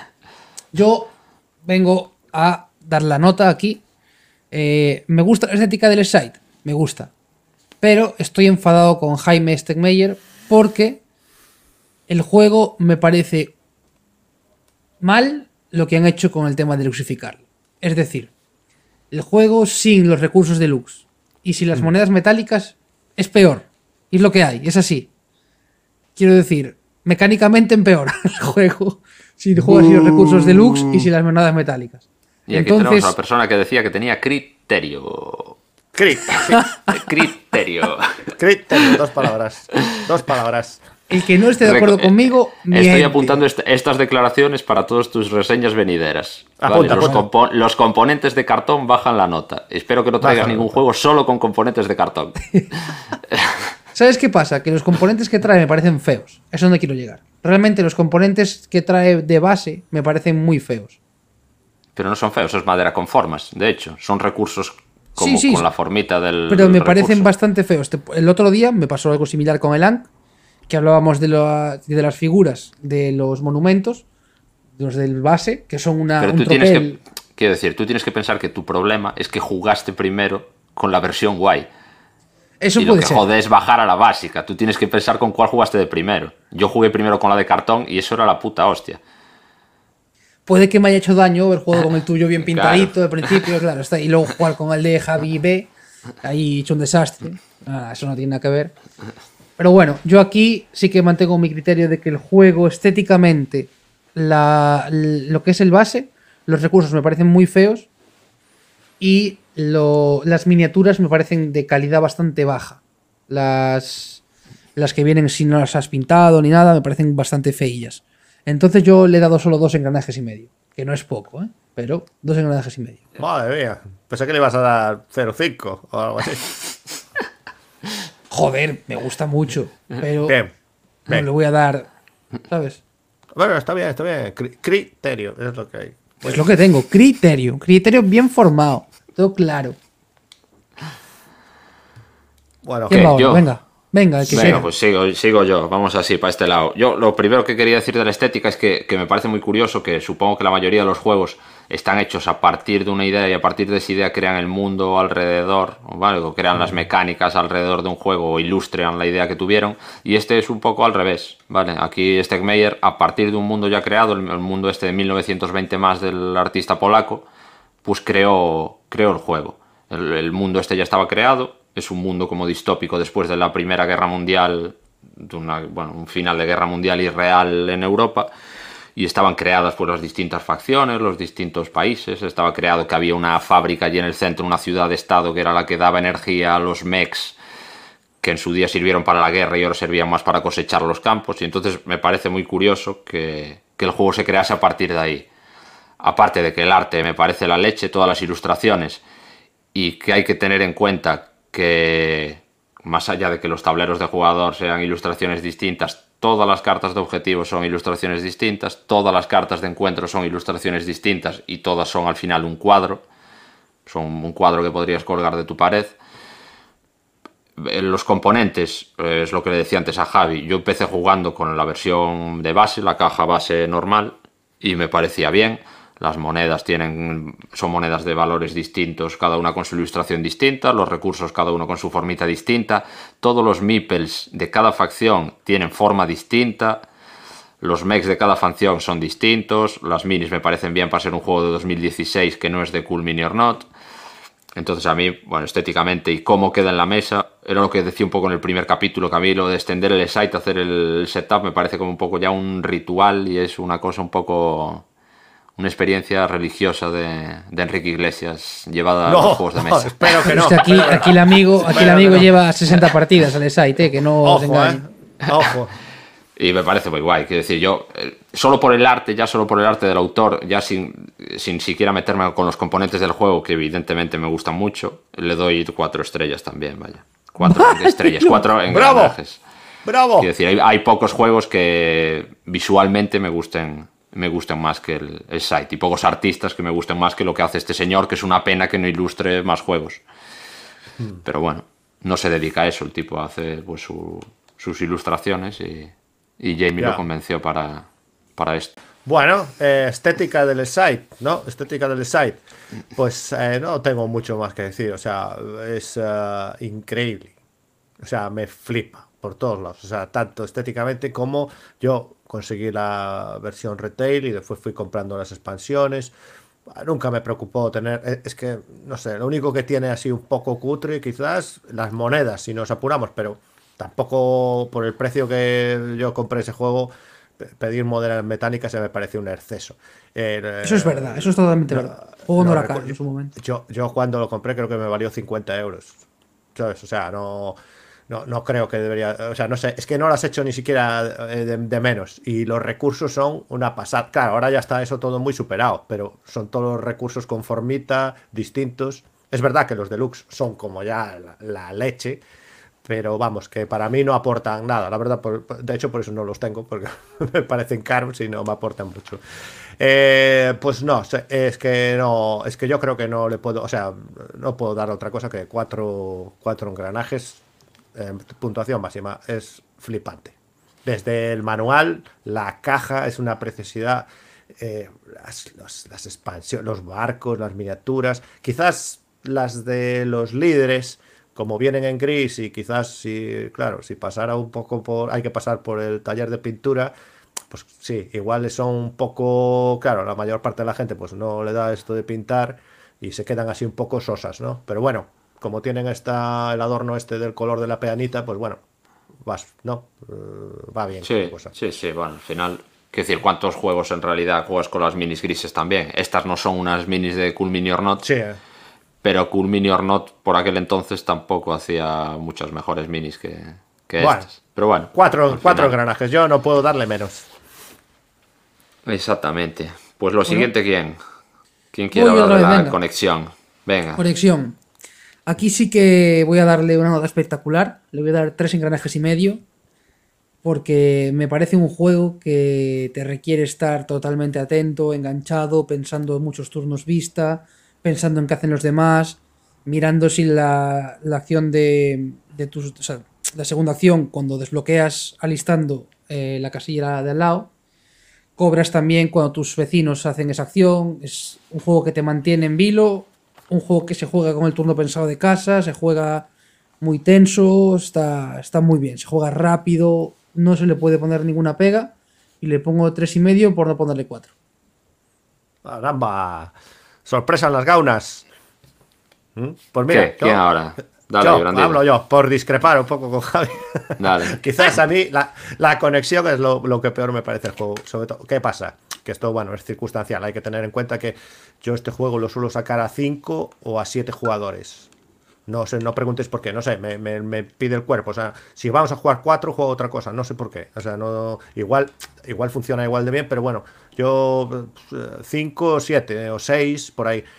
S1: Yo vengo a dar la nota aquí. Me gusta la estética del site, me gusta. Pero estoy enfadado con Jaime Stegmaier porque el juego me parece mal lo que han hecho con el tema de luxificar. Es decir, el juego sin los recursos deluxe y sin las monedas metálicas es peor. Y es lo que hay, es así. Quiero decir, mecánicamente empeora el juego si juegas sin los recursos deluxe y sin las monedas metálicas.
S2: Y aquí tenemos a la persona que decía que tenía criterio. Criterio.
S3: Criterio, 2 palabras. 2 palabras.
S1: El que no esté de acuerdo conmigo, miente.
S2: Estoy apuntando estas declaraciones para todas tus reseñas venideras.
S3: Apunta,
S2: ¿Vale? Los componentes de cartón bajan la nota. Espero que no traigas ningún juego solo con componentes de cartón.
S1: ¿Sabes qué pasa? Que los componentes que trae me parecen feos. Es donde quiero llegar. Realmente los componentes que trae de base me parecen muy feos.
S2: Pero no son feos, es madera con formas. De hecho, son recursos como
S1: sí,
S2: con la formita del
S1: pero me
S2: recurso.
S1: parecen bastante feos. El otro día me pasó algo similar con el Ankh, que hablábamos de las figuras de los monumentos, los del base, que son
S2: Pero
S1: un
S2: tú
S1: tropel.
S2: Quiero decir, tú tienes que pensar que tu problema es que jugaste primero con la versión guay.
S1: Eso
S2: y
S1: puede
S2: lo que
S1: ser.
S2: jode es bajar a la básica. Tú tienes que pensar con cuál jugaste de primero. Yo jugué primero con la de cartón y eso era la puta hostia.
S1: Puede que me haya hecho daño haber jugado con el tuyo bien pintadito
S2: Claro.
S1: de principio, claro, está. Y luego jugar con el de Javi B, ahí hecho un desastre. Eso no tiene nada que ver. Pero bueno, yo aquí sí que mantengo mi criterio de que el juego estéticamente, lo que es el base, los recursos me parecen muy feos y las miniaturas me parecen de calidad bastante baja. Las que vienen si no las has pintado ni nada me parecen bastante feillas. Entonces yo le he dado solo 2 engranajes y medio, que no es poco, pero 2 engranajes y medio.
S3: Madre mía. Pensé que le ibas a dar 0,5 o algo así.
S1: Joder, me gusta mucho, pero
S3: Bien.
S1: no
S3: Bien.
S1: le voy a dar, ¿sabes?
S3: Bueno, está bien, está bien. Criterio, es lo que hay.
S1: Es lo que tengo, criterio bien formado, todo claro.
S3: Bueno,
S1: ¿Quién va ahora?
S2: yo.
S1: Venga, el que
S2: Venga,
S1: sea.
S2: pues sigo yo. Vamos así, para este lado. Yo lo primero que quería decir de la estética es que me parece muy curioso que supongo que la mayoría de los juegos están hechos a partir de una idea y a partir de esa idea crean el mundo alrededor, ¿vale? O crean las mecánicas alrededor de un juego o ilustran la idea que tuvieron. Y este es un poco al revés, ¿vale? Aquí Stegmaier, a partir de un mundo ya creado, el mundo este de 1920 más del artista polaco, pues creó el juego. El mundo este ya estaba creado. Es un mundo como distópico después de la Primera Guerra Mundial, un final de guerra mundial irreal en Europa, y estaban creadas pues las distintas facciones, los distintos países. Estaba creado que había una fábrica allí en el centro, una ciudad-estado, que era la que daba energía a los mechs, que en su día sirvieron para la guerra y ahora servían más para cosechar los campos. Y entonces me parece muy curioso que el juego se crease a partir de ahí. Aparte de que el arte me parece la leche, todas las ilustraciones, y que hay que tener en cuenta que más allá de que los tableros de jugador sean ilustraciones distintas, todas las cartas de objetivos son ilustraciones distintas, todas las cartas de encuentro son ilustraciones distintas y todas son al final un cuadro. Son un cuadro que podrías colgar de tu pared. Los componentes, es lo que le decía antes a Javi, yo empecé jugando con la versión de base, la caja base normal, y me parecía bien. Las monedas son monedas de valores distintos, cada una con su ilustración distinta, los recursos cada uno con su formita distinta, todos los meeples de cada facción tienen forma distinta, los mechs de cada facción son distintos, las minis me parecen bien para ser un juego de 2016 que no es de Cool Mini or Not. Entonces a mí, bueno, estéticamente y cómo queda en la mesa, era lo que decía un poco en el primer capítulo, que a mí lo de extender el site, hacer el setup, me parece como un poco ya un ritual y es una cosa un poco... una experiencia religiosa de Enrique Iglesias llevada a los juegos de mesa.
S3: Espero que no.
S1: Aquí el amigo lleva 60 partidas al site, que no os engañe.
S3: Ojo.
S2: Y me parece muy guay. Quiero decir, yo, solo por el arte del autor, ya sin siquiera meterme con los componentes del juego, que evidentemente me gustan mucho, le doy 4 estrellas también, vaya. 4 estrellas, 4 engranajes.
S3: ¡Bravo!
S2: Quiero decir, hay pocos juegos que visualmente me gusten más que el site, y pocos artistas que me gusten más que lo que hace este señor, que es una pena que no ilustre más juegos. Pero bueno, no se dedica a eso, el tipo hace pues sus ilustraciones y Jamie lo convenció para esto.
S3: Bueno, estética del site, ¿no? Estética del site. Pues no tengo mucho más que decir, o sea, es increíble. O sea, me flipa por todos lados, o sea, tanto estéticamente como yo conseguí la versión retail y después fui comprando las expansiones. Nunca me preocupó tener, es que, no sé, lo único que tiene así un poco cutre quizás las monedas, si nos apuramos, pero tampoco por el precio que yo compré ese juego, pedir monedas mecánicas se me pareció un exceso.
S1: Eso es verdad, eso es totalmente verdad. El juego no era caro en su momento.
S3: Yo cuando lo compré creo que me valió 50 euros, ¿sabes? O sea, no creo que debería, o sea, no sé, es que no lo has hecho ni siquiera de menos, y los recursos son una pasada. Claro, ahora ya está eso todo muy superado, pero son todos los recursos con formita, distintos. Es verdad que los deluxe son como ya la leche, pero vamos, que para mí no aportan nada, la verdad. De hecho, por eso no los tengo, porque me parecen caros y no me aportan mucho. Pues no, es que yo creo que no le puedo, o sea, no puedo dar otra cosa que cuatro engranajes. Puntuación máxima, es flipante. Desde el manual, la caja es una preciosidad, las expansiones, los barcos, las miniaturas, quizás las de los líderes, como vienen en gris, y quizás si pasara un poco hay que pasar por el taller de pintura, pues sí, igual son un poco, claro, la mayor parte de la gente pues no le da esto de pintar y se quedan así un poco sosas, ¿no? Pero bueno, como tienen el adorno este del color de la peanita, pues bueno, va bien.
S2: Sí, bueno, al final, quiero decir, ¿cuántos juegos en realidad juegas con las minis grises también? Estas no son unas minis de Cool Mini or Not,
S3: sí,
S2: pero Cool Mini or Not por aquel entonces tampoco hacía muchas mejores minis que estas. Pero bueno.
S3: Cuatro engranajes, yo no puedo darle menos.
S2: Exactamente. Pues lo siguiente, ¿quién? ¿Quién quiere hablar de la conexión? Venga.
S1: Conexión. Aquí sí que voy a darle una nota espectacular. Le voy a dar 3 engranajes y medio. Porque me parece un juego que te requiere estar totalmente atento, enganchado, pensando en muchos turnos vista, pensando en qué hacen los demás, mirando si la acción de tus... O sea, la segunda acción, cuando desbloqueas alistando la casilla de al lado, cobras también cuando tus vecinos hacen esa acción. Es un juego que te mantiene en vilo. Un juego que se juega con el turno pensado de casa, se juega muy tenso, está muy bien, se juega rápido, no se le puede poner ninguna pega, y le pongo 3,5 por no ponerle 4.
S3: ¡Caramba! ¡Sorpresa en las gaunas! Pues mira,
S2: ¿quién ahora? Dale,
S3: hablo yo, por discrepar un poco con Javi.
S2: Dale.
S3: Quizás a mí la conexión es lo que peor me parece el juego. Sobre todo, ¿qué pasa? Que esto, bueno, es circunstancial. Hay que tener en cuenta que yo este juego lo suelo sacar a 5 o a 7 jugadores. No sé, no preguntéis por qué, no sé, me pide el cuerpo. O sea, si vamos a jugar 4, juego otra cosa, no sé por qué. O sea, no, igual funciona igual de bien, pero bueno, yo 5, 7 o 6, por ahí.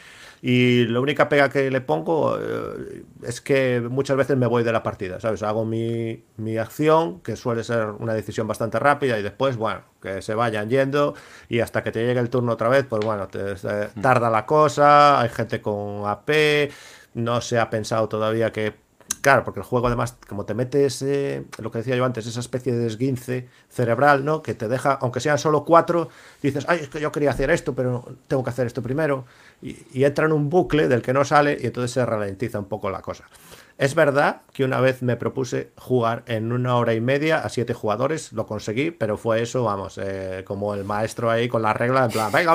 S3: Y la única pega que le pongo es que muchas veces me voy de la partida, ¿sabes? Hago mi acción, que suele ser una decisión bastante rápida, y después, bueno, que se vayan yendo, y hasta que te llegue el turno otra vez, pues bueno, tarda la cosa, hay gente con AP, no se ha pensado todavía que... Claro, porque el juego además, como te metes, lo que decía yo antes, esa especie de esguince cerebral, ¿no? Que te deja, aunque sean solo 4, dices, ay, es que yo quería hacer esto, pero tengo que hacer esto primero. Y entra en un bucle del que no sale y entonces se ralentiza un poco la cosa. Es verdad que una vez me propuse jugar en 1 hora y media a 7 jugadores, lo conseguí, pero fue eso, vamos, como el maestro ahí con la regla, en plan, venga.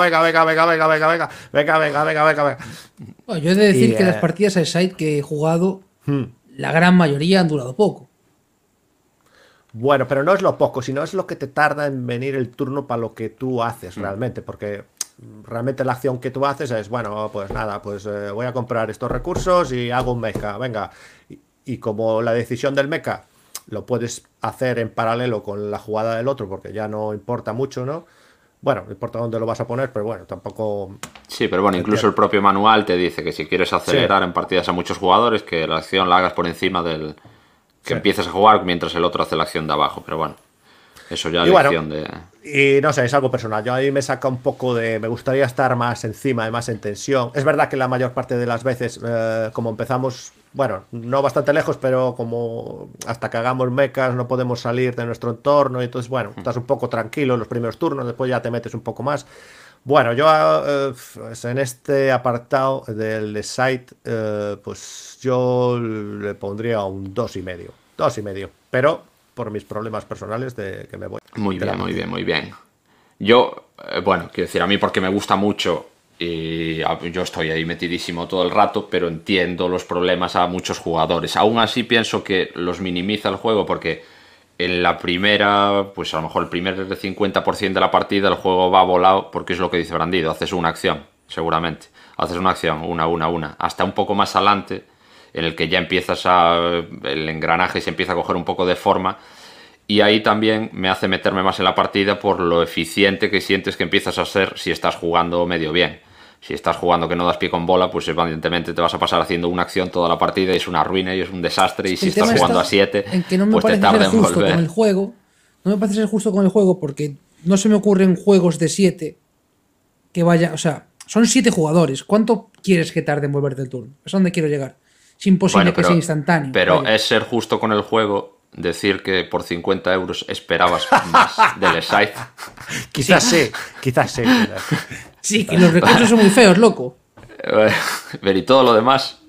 S1: Bueno, yo he de decir que las partidas a side que he jugado, la gran mayoría han durado poco.
S3: Bueno, pero no es lo poco, sino es lo que te tarda en venir el turno para lo que tú haces realmente, porque realmente la acción que tú haces es, bueno, pues nada, pues voy a comprar estos recursos y hago un mecha, venga. Y como la decisión del mecha lo puedes hacer en paralelo con la jugada del otro, porque ya no importa mucho, ¿no? Bueno, no importa dónde lo vas a poner, pero bueno, tampoco...
S2: Sí, pero bueno, incluso el propio manual te dice que si quieres acelerar en partidas a muchos jugadores, que la acción la hagas por encima del... que empieces a jugar mientras el otro hace la acción de abajo, pero bueno, eso ya es lección de...
S3: Y no sé, es algo personal. Yo ahí me saca un poco de... Me gustaría estar más encima, más en tensión. Es verdad que la mayor parte de las veces, como empezamos, bueno, no bastante lejos, pero como hasta que hagamos mechas no podemos salir de nuestro entorno, y entonces, bueno, estás un poco tranquilo en los primeros turnos, después ya te metes un poco más. Bueno, yo pues en este apartado del site, pues yo le pondría un 2,5. 2,5. Pero por mis problemas personales de que me voy.
S2: Muy bien. Yo, bueno, quiero decir, a mí porque me gusta mucho y yo estoy ahí metidísimo todo el rato, pero entiendo los problemas a muchos jugadores. Aún así pienso que los minimiza el juego porque en la primera, pues a lo mejor el primer 50% de la partida el juego va volado porque es lo que dice Brandido, haces una acción, seguramente. Haces una acción, una. Hasta un poco más adelante, en el que ya empiezas el engranaje se empieza a coger un poco de forma, y ahí también me hace meterme más en la partida por lo eficiente que sientes que empiezas a ser si estás jugando medio bien. Si estás jugando que no das pie con bola, pues evidentemente te vas a pasar haciendo una acción toda la partida y es una ruina y es un desastre, y si estás jugando a 7,
S1: pues te tarda en volver. Con el juego, no me parece ser justo con el juego porque no se me ocurren juegos de 7 que vayan, o sea, son 7 jugadores. ¿Cuánto quieres que tarde en volverte el turno? Es a donde quiero llegar. Es imposible que sea instantáneo.
S2: Pero es ser justo con el juego decir que por 50 euros esperabas más del site.
S3: Quizás sí.
S1: Sí, que los recursos son muy feos, loco.
S2: Ver, y todo lo demás.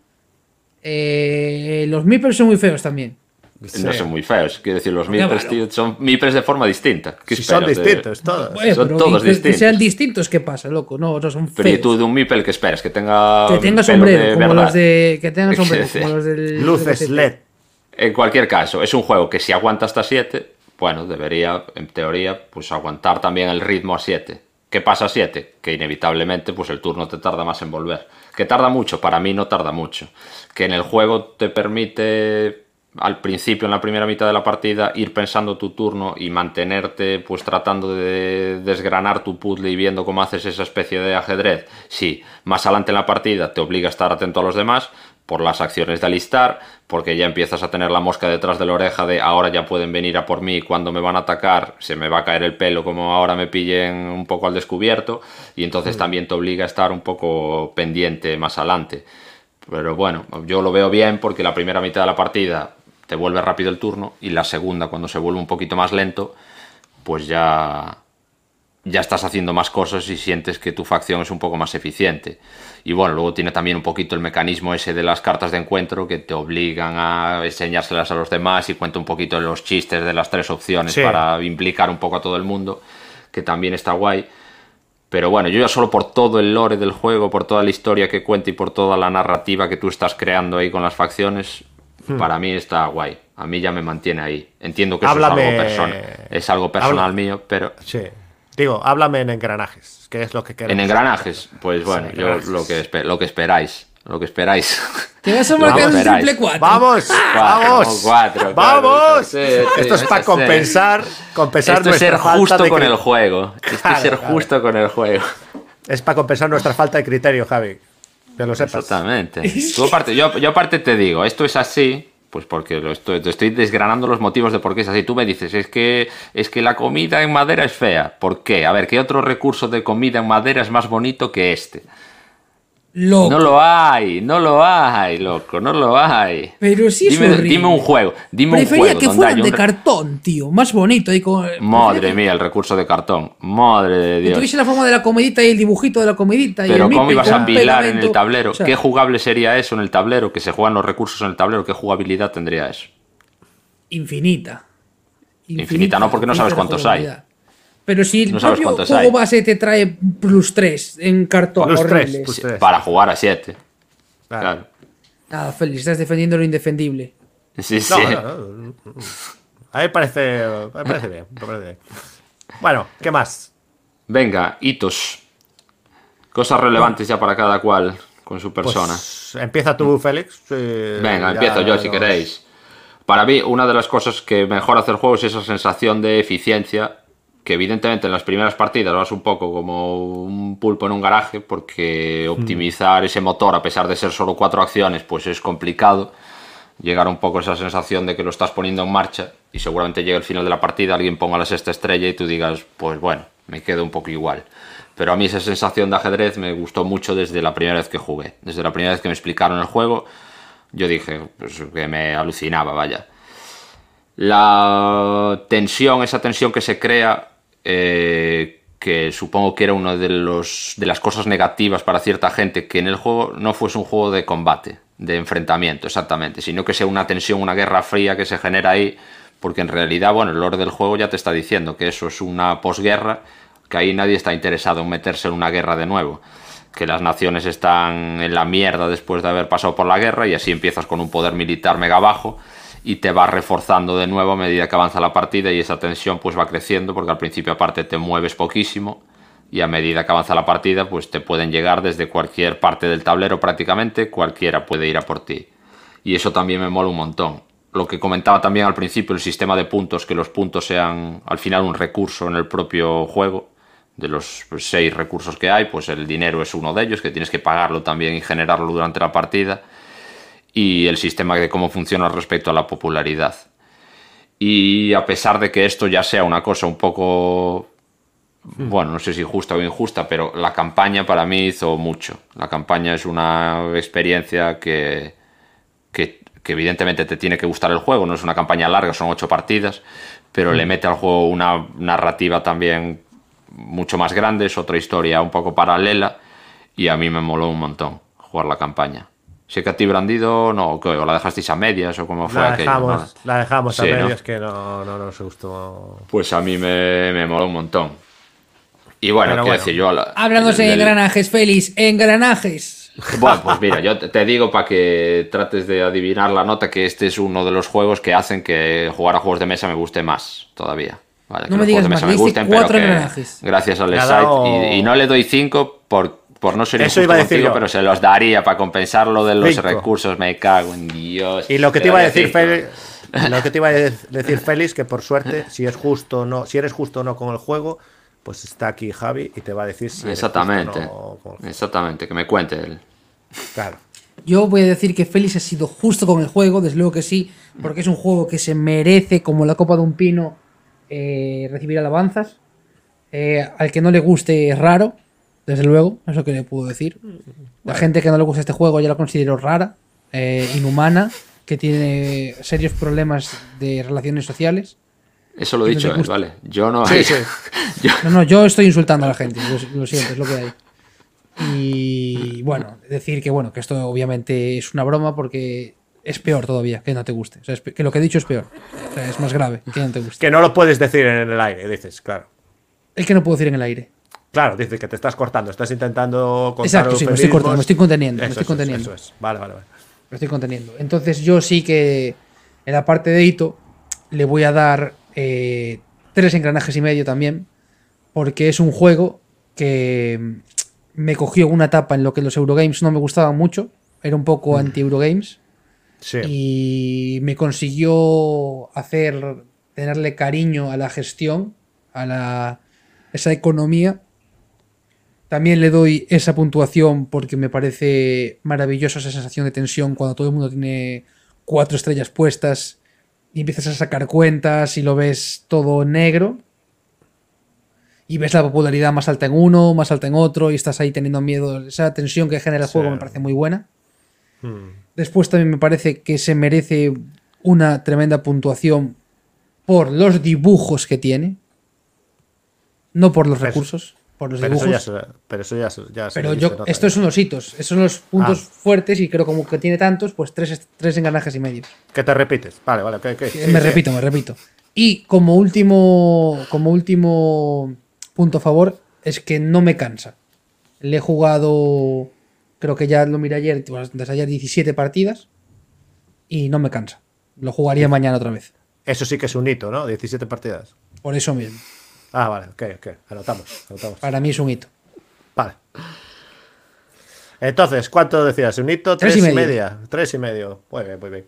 S1: Los meeples son muy feos también.
S2: Sí. No son muy feos, quiero decir, los meeples, tío, son meeples de forma distinta.
S3: Si son distintos, todos.
S1: Bueno,
S2: son todos distintos.
S1: Que sean distintos, ¿qué pasa, loco? No son feos.
S2: Pero ¿y tú de un meeple qué esperas? Que tenga
S1: sombrero, como los de... Que tenga sombrero, como los del...
S3: Luces LED.
S2: En cualquier caso, es un juego que si aguanta hasta 7, bueno, debería, en teoría, pues aguantar también el ritmo a 7. ¿Qué pasa a 7? Que inevitablemente pues el turno te tarda más en volver. ¿Que tarda mucho? Para mí no tarda mucho. Que en el juego te permite, al principio, en la primera mitad de la partida, ir pensando tu turno y mantenerte pues tratando de desgranar tu puzzle y viendo cómo haces esa especie de ajedrez. Sí, más adelante en la partida te obliga a estar atento a los demás, por las acciones de alistar, porque ya empiezas a tener la mosca detrás de la oreja de ahora ya pueden venir a por mí, cuando me van a atacar se me va a caer el pelo como ahora me pillen un poco al descubierto, y entonces también te obliga a estar un poco pendiente más adelante. Pero bueno, yo lo veo bien porque la primera mitad de la partida te vuelve rápido el turno, y la segunda, cuando se vuelve un poquito más lento, pues ya estás haciendo más cosas y sientes que tu facción es un poco más eficiente. Y bueno, luego tiene también un poquito el mecanismo ese de las cartas de encuentro que te obligan a enseñárselas a los demás, y cuenta un poquito de los chistes de las 3 opciones para implicar un poco a todo el mundo, que también está guay. Pero bueno, yo ya solo por todo el lore del juego, por toda la historia que cuenta y por toda la narrativa que tú estás creando ahí con las facciones, para mí está guay. A mí ya me mantiene ahí. Entiendo que eso es algo personal mío, pero...
S3: Sí. Digo, háblame en engranajes, ¿qué es lo que queremos?
S2: En engranajes, pues bueno, sí, yo lo que esperáis.
S1: Te vas a marcar un triple 4.
S3: ¡Vamos! ¡Vamos! Esto es para compensar
S2: nuestra
S3: ser
S2: justo con el juego. Esto es ser justo con el juego.
S3: Es para compensar nuestra falta de criterio, Javi. Que lo sepas.
S2: Exactamente. Tú aparte, yo aparte te digo, esto es así, pues porque te estoy desgranando los motivos de por qué es así. Tú me dices, es que la comida en madera es fea. ¿Por qué? A ver, ¿qué otro recurso de comida en madera es más bonito que este?
S1: Loco.
S2: No lo hay, loco, no lo hay.
S1: Pero sí es horrible.
S2: Dime un juego,
S1: Prefería que
S2: donde
S1: fueran
S2: haya
S1: de cartón, tío, más bonito.
S2: Madre mía, el recurso de cartón, madre de
S1: Que
S2: Dios.
S1: tuviese la forma de la comidita y el dibujito de la comidita.
S2: Pero
S1: y el
S2: ¿cómo
S1: mipe
S2: ibas
S1: con
S2: a apilar en
S1: pegamento?
S2: el tablero?
S1: O sea,
S2: ¿Qué jugable sería eso en el tablero? Que se juegan los recursos en el tablero, ¿qué jugabilidad tendría eso?
S1: Infinita.
S2: Infinita no, porque no sabes cuántos hay.
S1: Pero si el
S2: No sabes
S1: propio
S2: cuántos
S1: juego
S2: hay.
S1: base te trae +3 en cartón,
S3: Plus tres,
S1: horrible.
S3: plus tres.
S2: Para jugar a 7. Claro.
S1: Nada, Félix, estás defendiendo lo indefendible.
S2: Sí, sí.
S3: No. A mí me parece bien. Me parece bien. Bueno, ¿qué más?
S2: Venga, hitos. Cosas relevantes ya para cada cual con su persona.
S3: Pues empieza tú, Félix.
S2: Venga, empiezo yo si queréis. Para mí, una de las cosas que mejor hace el juego es esa sensación de eficiencia, que evidentemente en las primeras partidas vas un poco como un pulpo en un garaje, porque optimizar ese motor, a pesar de ser solo 4 acciones, pues es complicado. Llegar un poco a esa sensación de que lo estás poniendo en marcha y seguramente llega el final de la partida, alguien ponga la sexta estrella y tú digas, pues bueno, me quedo un poco igual. Pero a mí esa sensación de ajedrez me gustó mucho desde la primera vez que jugué. Desde la primera vez que me explicaron el juego, yo dije pues, que me alucinaba, vaya. La tensión, esa tensión que se crea, que supongo que era una de las cosas negativas para cierta gente, que en el juego no fuese un juego de combate, de enfrentamiento exactamente, sino que sea una tensión, una guerra fría que se genera ahí, porque en realidad, bueno, el lore del juego ya te está diciendo que eso es una posguerra, que ahí nadie está interesado en meterse en una guerra de nuevo, que las naciones están en la mierda después de haber pasado por la guerra y así empiezas con un poder militar mega bajo y te vas reforzando de nuevo a medida que avanza la partida y esa tensión pues va creciendo porque al principio aparte te mueves poquísimo y a medida que avanza la partida pues te pueden llegar desde cualquier parte del tablero prácticamente, cualquiera puede ir a por ti y eso también me mola un montón. Lo que comentaba también al principio, el sistema de puntos, que los puntos sean al final un recurso en el propio juego. De los 6 recursos que hay, pues el dinero es uno de ellos, que tienes que pagarlo también y generarlo durante la partida. Y el sistema de cómo funciona respecto a la popularidad. Y a pesar de que esto ya sea una cosa un poco, bueno, no sé si justa o injusta, pero la campaña para mí hizo mucho. La campaña es una experiencia que evidentemente te tiene que gustar el juego, no es una campaña larga, son 8 partidas, pero le mete al juego una narrativa también mucho más grande, es otra historia un poco paralela y a mí me moló un montón jugar la campaña. Sé que a ti, Brandido, no, o la dejasteis a medias o cómo fue aquello, ¿no?
S3: La dejamos
S2: Sí,
S3: a medias,
S2: ¿no?
S3: que no nos gustó.
S2: Pues a mí me moló un montón. Y bueno,
S3: Pero
S2: quiero
S3: bueno.
S2: decir, yo...
S1: Hablándose de engranajes, Félix, engranajes.
S2: Bueno, pues mira, yo te digo para que trates de adivinar la nota que este es uno de los juegos que hacen que jugar a juegos de mesa me guste más todavía. Vale,
S1: No
S2: que
S1: me
S2: los
S1: digas
S2: juegos de
S1: más,
S2: mesa
S1: le
S2: me
S1: diste
S2: gusten, pero
S1: 4
S2: que
S1: engranajes.
S2: gracias al
S3: Me ha
S2: site
S3: dado-
S2: y no le doy 5 por no ser
S3: Eso
S2: injusto
S3: iba a decir
S2: contigo,
S3: yo.
S2: pero se los daría para compensar lo de los
S3: 5.
S2: recursos, me cago en Dios.
S3: Y lo que te iba a decir,
S2: cinco.
S3: Félix, que por suerte, si eres justo o no con el juego, pues está aquí Javi y te va a decir si eres
S2: Exactamente,
S3: justo o no con el juego.
S2: exactamente, que me cuente él.
S3: Claro.
S1: Yo voy a decir que Félix ha sido justo con el juego, desde luego que sí, porque es un juego que se merece, como la copa de un pino, recibir alabanzas. Al que no le guste es raro, desde luego, eso que le puedo decir. La gente que no le gusta este juego ya la considero rara, inhumana, que tiene serios problemas de relaciones sociales.
S2: Eso lo he
S1: Y no
S2: dicho
S1: te
S2: él,
S1: gusta.
S2: vale. Yo no...
S3: Sí, sí.
S1: No, yo estoy insultando a la gente, lo siento, es lo que hay. Y bueno, decir que esto obviamente es una broma porque es peor todavía que no te guste. O sea, que lo que he dicho es peor. O sea, es más grave que no te guste.
S3: Que no lo puedes decir en el aire, dices, claro.
S1: El que no puedo decir en el aire.
S3: Claro, dices que te estás cortando, estás intentando contar
S1: Exacto, sí, me estoy cortando, me estoy conteniendo.
S3: Eso es. Vale.
S1: Lo estoy conteniendo. Entonces yo sí que en la parte de hito le voy a dar 3 engranajes y medio también, porque es un juego que me cogió una etapa en lo que los Eurogames no me gustaban mucho, era un poco anti-Eurogames,
S3: Sí.
S1: y me consiguió tenerle cariño a la gestión, esa economía, También le doy esa puntuación porque me parece maravillosa esa sensación de tensión cuando todo el mundo tiene 4 estrellas puestas y empiezas a sacar cuentas y lo ves todo negro. Y ves la popularidad más alta en uno, más alta en otro, y estás ahí teniendo miedo. Esa tensión que genera el juego me parece muy buena. Después también me parece que se merece una tremenda puntuación por los dibujos que tiene. No por los recursos, por los dibujos.
S3: Pero eso ya se
S1: Pero
S3: le dice, ¿no?
S1: estos son los hitos, estos son los puntos fuertes y creo como que tiene tantos, pues tres engranajes y medio.
S3: Que te repites. Vale, ok.
S1: Me repito. Y como último punto a favor es que no me cansa. Le he jugado, creo que ya lo miré ayer, desde ayer 17 partidas y no me cansa. Lo jugaría mañana otra vez.
S3: Eso sí que es un hito, ¿no? 17 partidas.
S1: Por eso mismo.
S3: Vale, ok. Anotamos.
S1: Para mí es un hito.
S3: Vale. Entonces, ¿cuánto decías? ¿Un hito? 3,5. 3,5. Muy bien.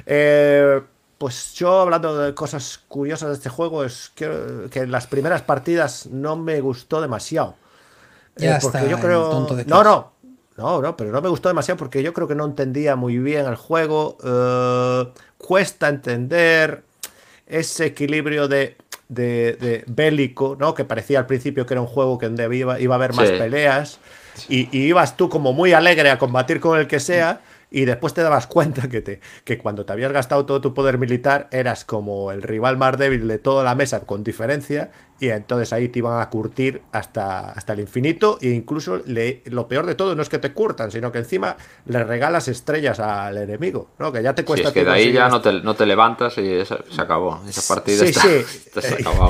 S3: Pues yo, hablando de cosas curiosas de este juego, es que en las primeras partidas no me gustó demasiado.
S1: Ya
S3: porque
S1: está
S3: yo creo...
S1: el tonto de
S3: No, pero no me gustó demasiado porque yo creo que no entendía muy bien el juego. Cuesta entender ese equilibrio de bélico, ¿no? Que parecía al principio que era un juego que donde iba a haber más peleas y ibas tú como muy alegre a combatir con el que sea y después te dabas cuenta que cuando te habías gastado todo tu poder militar eras como el rival más débil de toda la mesa con diferencia y entonces ahí te iban a curtir hasta el infinito e incluso lo peor de todo no es que te curtan, sino que encima le regalas estrellas al enemigo, ¿no? Que ya te cuesta.
S2: Sí, es que de ahí ya no te levantas y se acabó. Esa partida está acabado.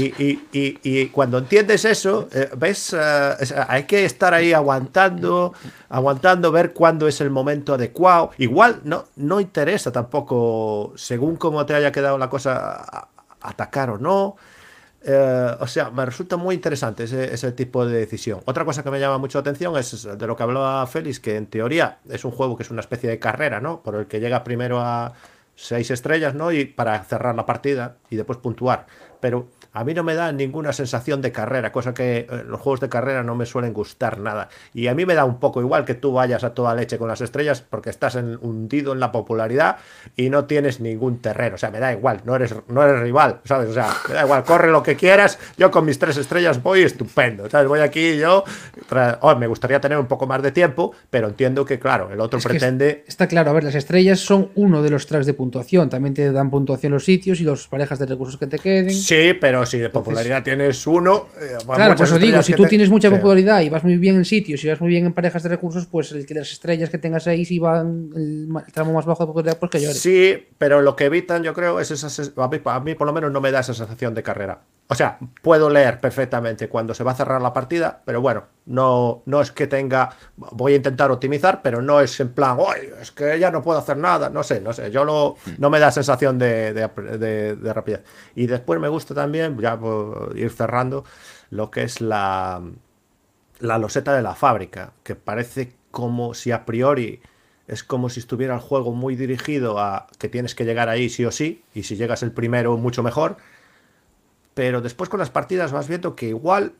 S3: Y cuando entiendes eso, ves, hay que estar ahí aguantando, ver cuándo es el momento adecuado. Igual no interesa tampoco, según cómo te haya quedado la cosa, atacar o no. O sea, me resulta muy interesante ese tipo de decisión. Otra cosa que me llama mucho la atención es de lo que hablaba Félix, que en teoría es un juego que es una especie de carrera, ¿no? Por el que llega primero a 6 estrellas, ¿no? Y para cerrar la partida y después puntuar. Pero a mí no me da ninguna sensación de carrera, cosa que los juegos de carrera no me suelen gustar nada. Y a mí me da un poco igual que tú vayas a toda leche con las estrellas porque estás hundido en la popularidad y no tienes ningún terreno. O sea, me da igual, no eres rival, ¿sabes? O sea, me da igual, corre lo que quieras. Yo con mis 3 estrellas voy estupendo, ¿sabes? Voy aquí yo... me gustaría tener un poco más de tiempo, pero entiendo que, claro, el otro pretende...
S1: Está claro, a ver, las estrellas son uno de los tracks de puntuación. También te dan puntuación los sitios y los parejas de recursos que te queden.
S3: Sí, pero si de popularidad tienes uno...
S1: claro, pues os digo, si tú tienes mucha popularidad y vas muy bien en sitios y vas muy bien en parejas de recursos, pues el que las estrellas que tengas ahí, si van el tramo más bajo de popularidad, pues que llores.
S3: Sí, pero lo que evitan, yo creo, es a mí por lo menos no me da esa sensación de carrera. O sea, puedo leer perfectamente cuando se va a cerrar la partida, pero bueno, no es que tenga... Voy a intentar optimizar, pero no es en plan, ¡ay, es que ya no puedo hacer nada! No sé, no me da sensación de rapidez. Y después me gusta también, ya por ir cerrando, lo que es la loseta de la fábrica, que parece como si a priori... Es como si estuviera el juego muy dirigido a que tienes que llegar ahí sí o sí, y si llegas el primero, mucho mejor. Pero después con las partidas vas viendo que igual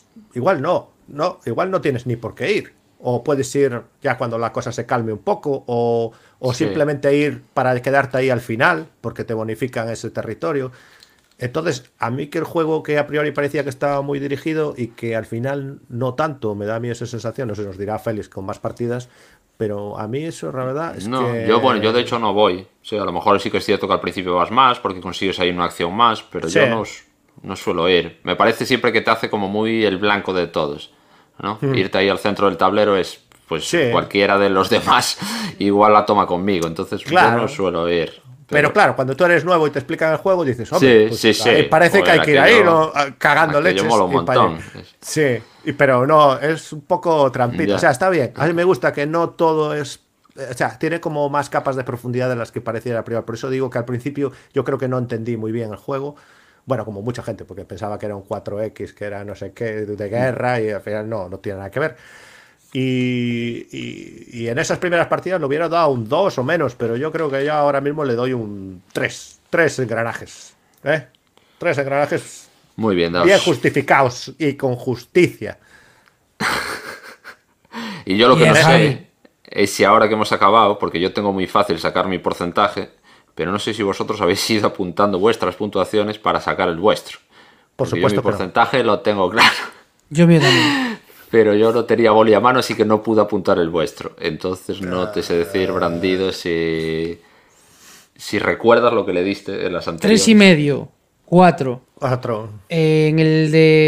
S3: no tienes ni por qué ir. O puedes ir ya cuando la cosa se calme un poco, o simplemente ir para quedarte ahí al final, porque te bonifican ese territorio. Entonces, a mí que el juego que a priori parecía que estaba muy dirigido y que al final no tanto, me da a mí esa sensación, no sé, nos dirá Félix con más partidas, pero a mí eso, la verdad, es que...
S2: Yo de hecho no voy. O sea, a lo mejor sí que es cierto que al principio vas más porque consigues ahí una acción más, pero
S3: sí.
S2: Yo no suelo ir. Me parece siempre que te hace como muy el blanco de todos, ¿no? Irte ahí al centro del tablero es, pues, cualquiera de los demás igual la toma conmigo, entonces claro. Yo no suelo ir.
S3: Pero claro, cuando tú eres nuevo y te explican el juego, dices, hombre, parece que hay que ir ahí, ¿no? Cagando leches.
S2: Mola un montón.
S3: Sí, pero no, es un poco trampito. Ya. O sea, está bien. A mí me gusta que no todo es... O sea, tiene como más capas de profundidad de las que pareciera a priori. Por eso digo que al principio yo creo que no entendí muy bien el juego. Bueno, como mucha gente, porque pensaba que era un 4X, que era no sé qué, de guerra, y al final no tiene nada que ver. Y en esas primeras partidas le hubiera dado un 2 o menos, pero yo creo que ya ahora mismo le doy un 3. 3 engranajes. 3 engranajes
S2: muy bien,
S3: bien justificados y con justicia.
S2: Y yo lo que
S1: Bien,
S2: no
S1: Javi.
S2: sé es si ahora que hemos acabado, porque yo tengo muy fácil sacar mi porcentaje, pero no sé si vosotros habéis ido apuntando vuestras puntuaciones para sacar el vuestro.
S3: Por
S2: Porque
S3: supuesto
S2: yo
S3: que
S2: mi
S3: no.
S2: porcentaje lo tengo claro.
S1: Yo mío también.
S2: Pero yo no tenía boli a mano, así que no pude apuntar el vuestro. Entonces no te sé decir, Brandido, si recuerdas lo que le diste en las anteriores.
S1: 3,5, 4.
S3: Otro.
S1: En el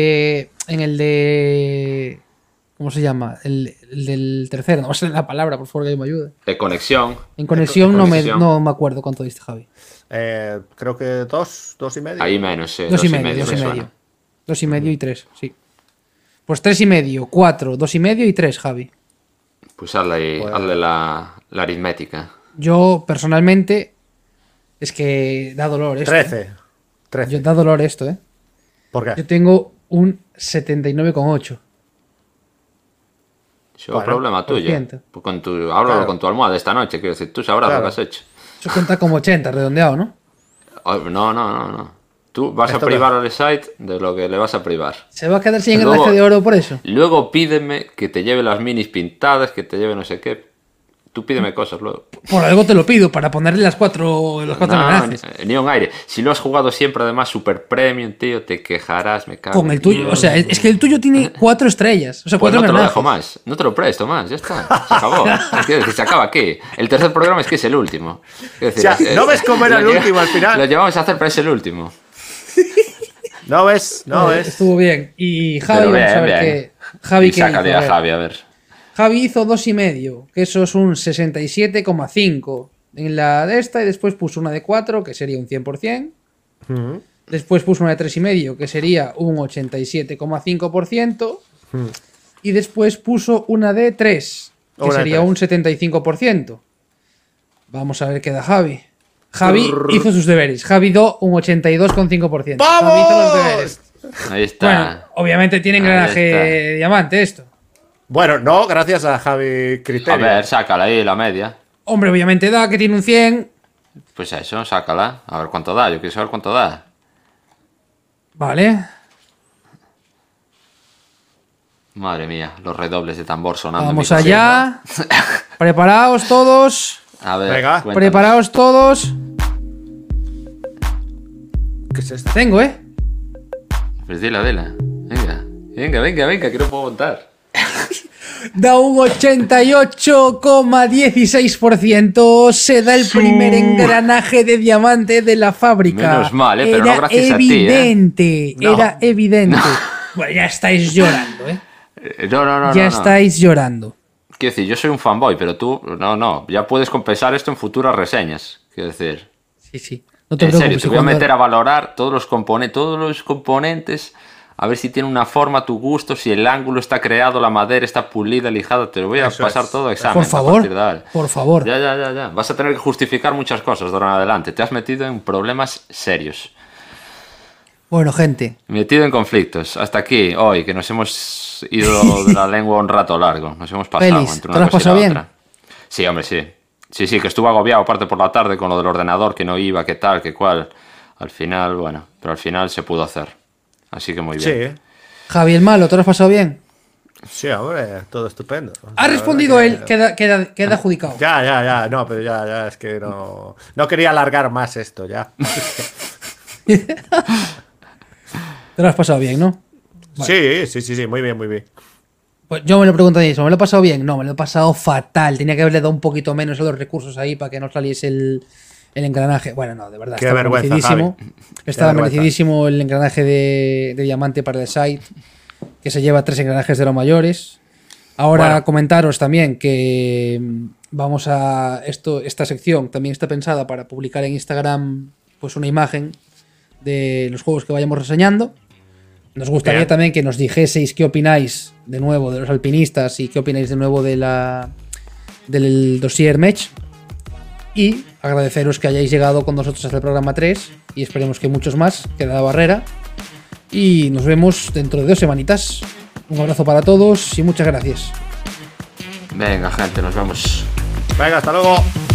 S1: de. ¿Cómo se llama? El del tercero. No sé la palabra, por favor, que me ayude.
S2: De conexión.
S1: En conexión,
S2: De conexión.
S1: no me acuerdo cuánto diste, Javi.
S3: Creo que 2,5.
S2: Ahí menos, sí.
S1: 2,5,
S2: me
S1: 2,5.
S2: suena.
S1: 2,5 y 3, sí. Pues 3,5, 4, 2,5 y 3, Javi.
S2: Pues hazle la aritmética.
S1: Yo, personalmente, es que da dolor esto.
S3: 13. 13.
S1: Da dolor esto, ¿eh?
S3: ¿Por qué?
S1: Yo tengo un 79,8.
S2: Eso es
S3: Bueno,
S2: problema tuyo.
S1: ciento.
S2: Pues háblalo
S3: Claro.
S2: con tu almohada esta noche. Quiero decir, tú sabrás
S3: Claro.
S2: lo que has hecho.
S1: Eso cuenta como 80, redondeado, ¿no?
S2: No. Tú vas
S3: Esto
S2: a privar al site de lo que le vas a privar.
S1: Se va a quedar sin
S2: Luego-
S1: engranaje de oro por eso.
S2: Luego pídeme que te lleve las minis pintadas, que te lleve no sé qué. Tú pídeme cosas luego.
S1: Por algo te lo pido, para ponerle los cuatro
S2: No,
S1: engranajes.
S2: ni un aire. Si lo has jugado siempre, además, super premium, tío, te quejarás, me cago.
S1: Con el tuyo. O sea, es que el tuyo tiene 4 estrellas. O sea,
S2: Pues
S1: 4
S2: no te lo
S1: engranajes.
S2: dejo más. No te lo presto más. Ya está. Se acabó. Quiero decir, se acaba aquí. El tercer programa es que es el último. Quiero decir,
S3: O sea, ¿no ves cómo era
S2: lo
S3: el último al final?
S2: Lo llevamos a hacer, pero es el último.
S3: ¿No ves? ¿No ves?
S1: Estuvo bien. Y Javi,
S2: Pero
S1: vamos a ver
S2: bien.
S1: qué. Javi,
S2: Y
S1: ¿qué
S2: sácale
S1: hizo?
S2: a Javi, a ver.
S1: Javi hizo 2,5, que eso es un 67,5 en la de esta, y después puso una de 4, que sería un 100%.
S3: Ujú.
S1: Después puso una de 3,5, que sería un 87,5%. Y después puso una de 3, que
S3: Una de
S1: sería
S3: 3.
S1: un 75%. Vamos a ver qué da Javi. Javi hizo sus deberes. Javi dio un 82,5%. Javi hizo los deberes.
S2: Ahí está.
S1: Bueno, obviamente tiene
S2: Ahí
S1: engranaje
S2: está.
S1: de diamante esto.
S3: Bueno, no, gracias a Javi
S2: A
S3: Criterio.
S2: ver, sácala ahí, la media.
S1: Hombre, obviamente da que tiene un 100.
S2: Pues eso, sácala. A ver cuánto da. Yo quiero saber cuánto da.
S1: Vale.
S2: Madre mía, los redobles de tambor sonando. en
S1: Vamos
S2: mi
S1: allá. Preparaos todos.
S2: cocina. A ver,
S3: Venga.
S2: cuéntanos.
S1: Preparaos todos.
S3: ¿Qué es esto?
S1: Tengo, ¿eh?
S2: Pues dila. Venga, que no puedo montar.
S1: Da un 88,16%. Se da el primer engranaje de diamante de la fábrica.
S2: Menos mal, pero
S1: Era
S2: no gracias a ti, ¿eh?
S1: evidente.
S3: No.
S1: Era evidente. Bueno, ya estáis llorando, ¿eh?
S2: No.
S1: Ya estáis llorando.
S2: Quiero decir, yo soy un fanboy, pero tú, no. Ya puedes compensar esto en futuras reseñas. Quiero decir,
S1: Sí. No te
S2: en
S1: preocupes.
S2: serio, te voy a meter a valorar todos los componentes, a ver si tiene una forma a tu gusto, si el ángulo está creado, la madera está pulida, lijada. Te lo voy a
S3: Eso
S2: pasar
S3: es.
S2: todo a examen.
S1: Por
S2: a
S1: favor.
S2: partir de ahora.
S1: Por favor.
S2: Ya. Vas a tener que justificar muchas cosas de ahora en adelante. Te has metido en problemas serios.
S1: Bueno, gente.
S2: Metido en conflictos. Hasta aquí, hoy, que nos hemos ido de la lengua un rato largo. Nos hemos pasado
S1: Félix,
S2: entre
S1: ¿te
S2: una
S1: lo has
S2: cosa y la
S1: pasado bien?
S2: otra. Sí, hombre, sí. Sí, que estuve agobiado, aparte por la tarde, con lo del ordenador, que no iba, que tal, que cual. Al final, bueno, pero al final se pudo hacer. Así que muy bien.
S3: Sí,
S1: Javi el malo, ¿te lo has pasado bien?
S3: sí, hombre, todo estupendo.
S1: Ha
S3: La
S1: respondido
S3: verdad
S1: él,
S3: que-
S1: queda adjudicado.
S3: Ya, no, pero ya, es que no quería alargar más esto, ya.
S1: Te lo has pasado bien, ¿no?
S3: Sí, muy bien.
S1: Pues yo me lo pregunto a mí mismo, ¿me lo he pasado bien? No, me lo he pasado fatal. Tenía que haberle dado un poquito menos a los recursos ahí para que no saliese el engranaje. Bueno, no, de verdad,
S3: Qué
S1: estaba
S3: vergüenza,
S1: merecidísimo.
S3: Javi.
S1: Estaba
S3: Qué vergüenza.
S1: merecidísimo el engranaje de diamante para el site, que se lleva 3 engranajes de los mayores. Ahora
S3: Bueno.
S1: comentaros también que vamos a esta sección también está pensada para publicar en Instagram pues una imagen de los juegos que vayamos reseñando. Nos gustaría
S3: Bien.
S1: también que nos dijeseis qué opináis de nuevo de los alpinistas y qué opináis de nuevo del dossier Mech. Y agradeceros que hayáis llegado con nosotros hasta el programa 3 y esperemos que muchos más, queda la barrera. Y nos vemos dentro de 2 semanitas. Un abrazo para todos y muchas gracias.
S2: Venga, gente, nos vemos.
S3: Venga, hasta luego.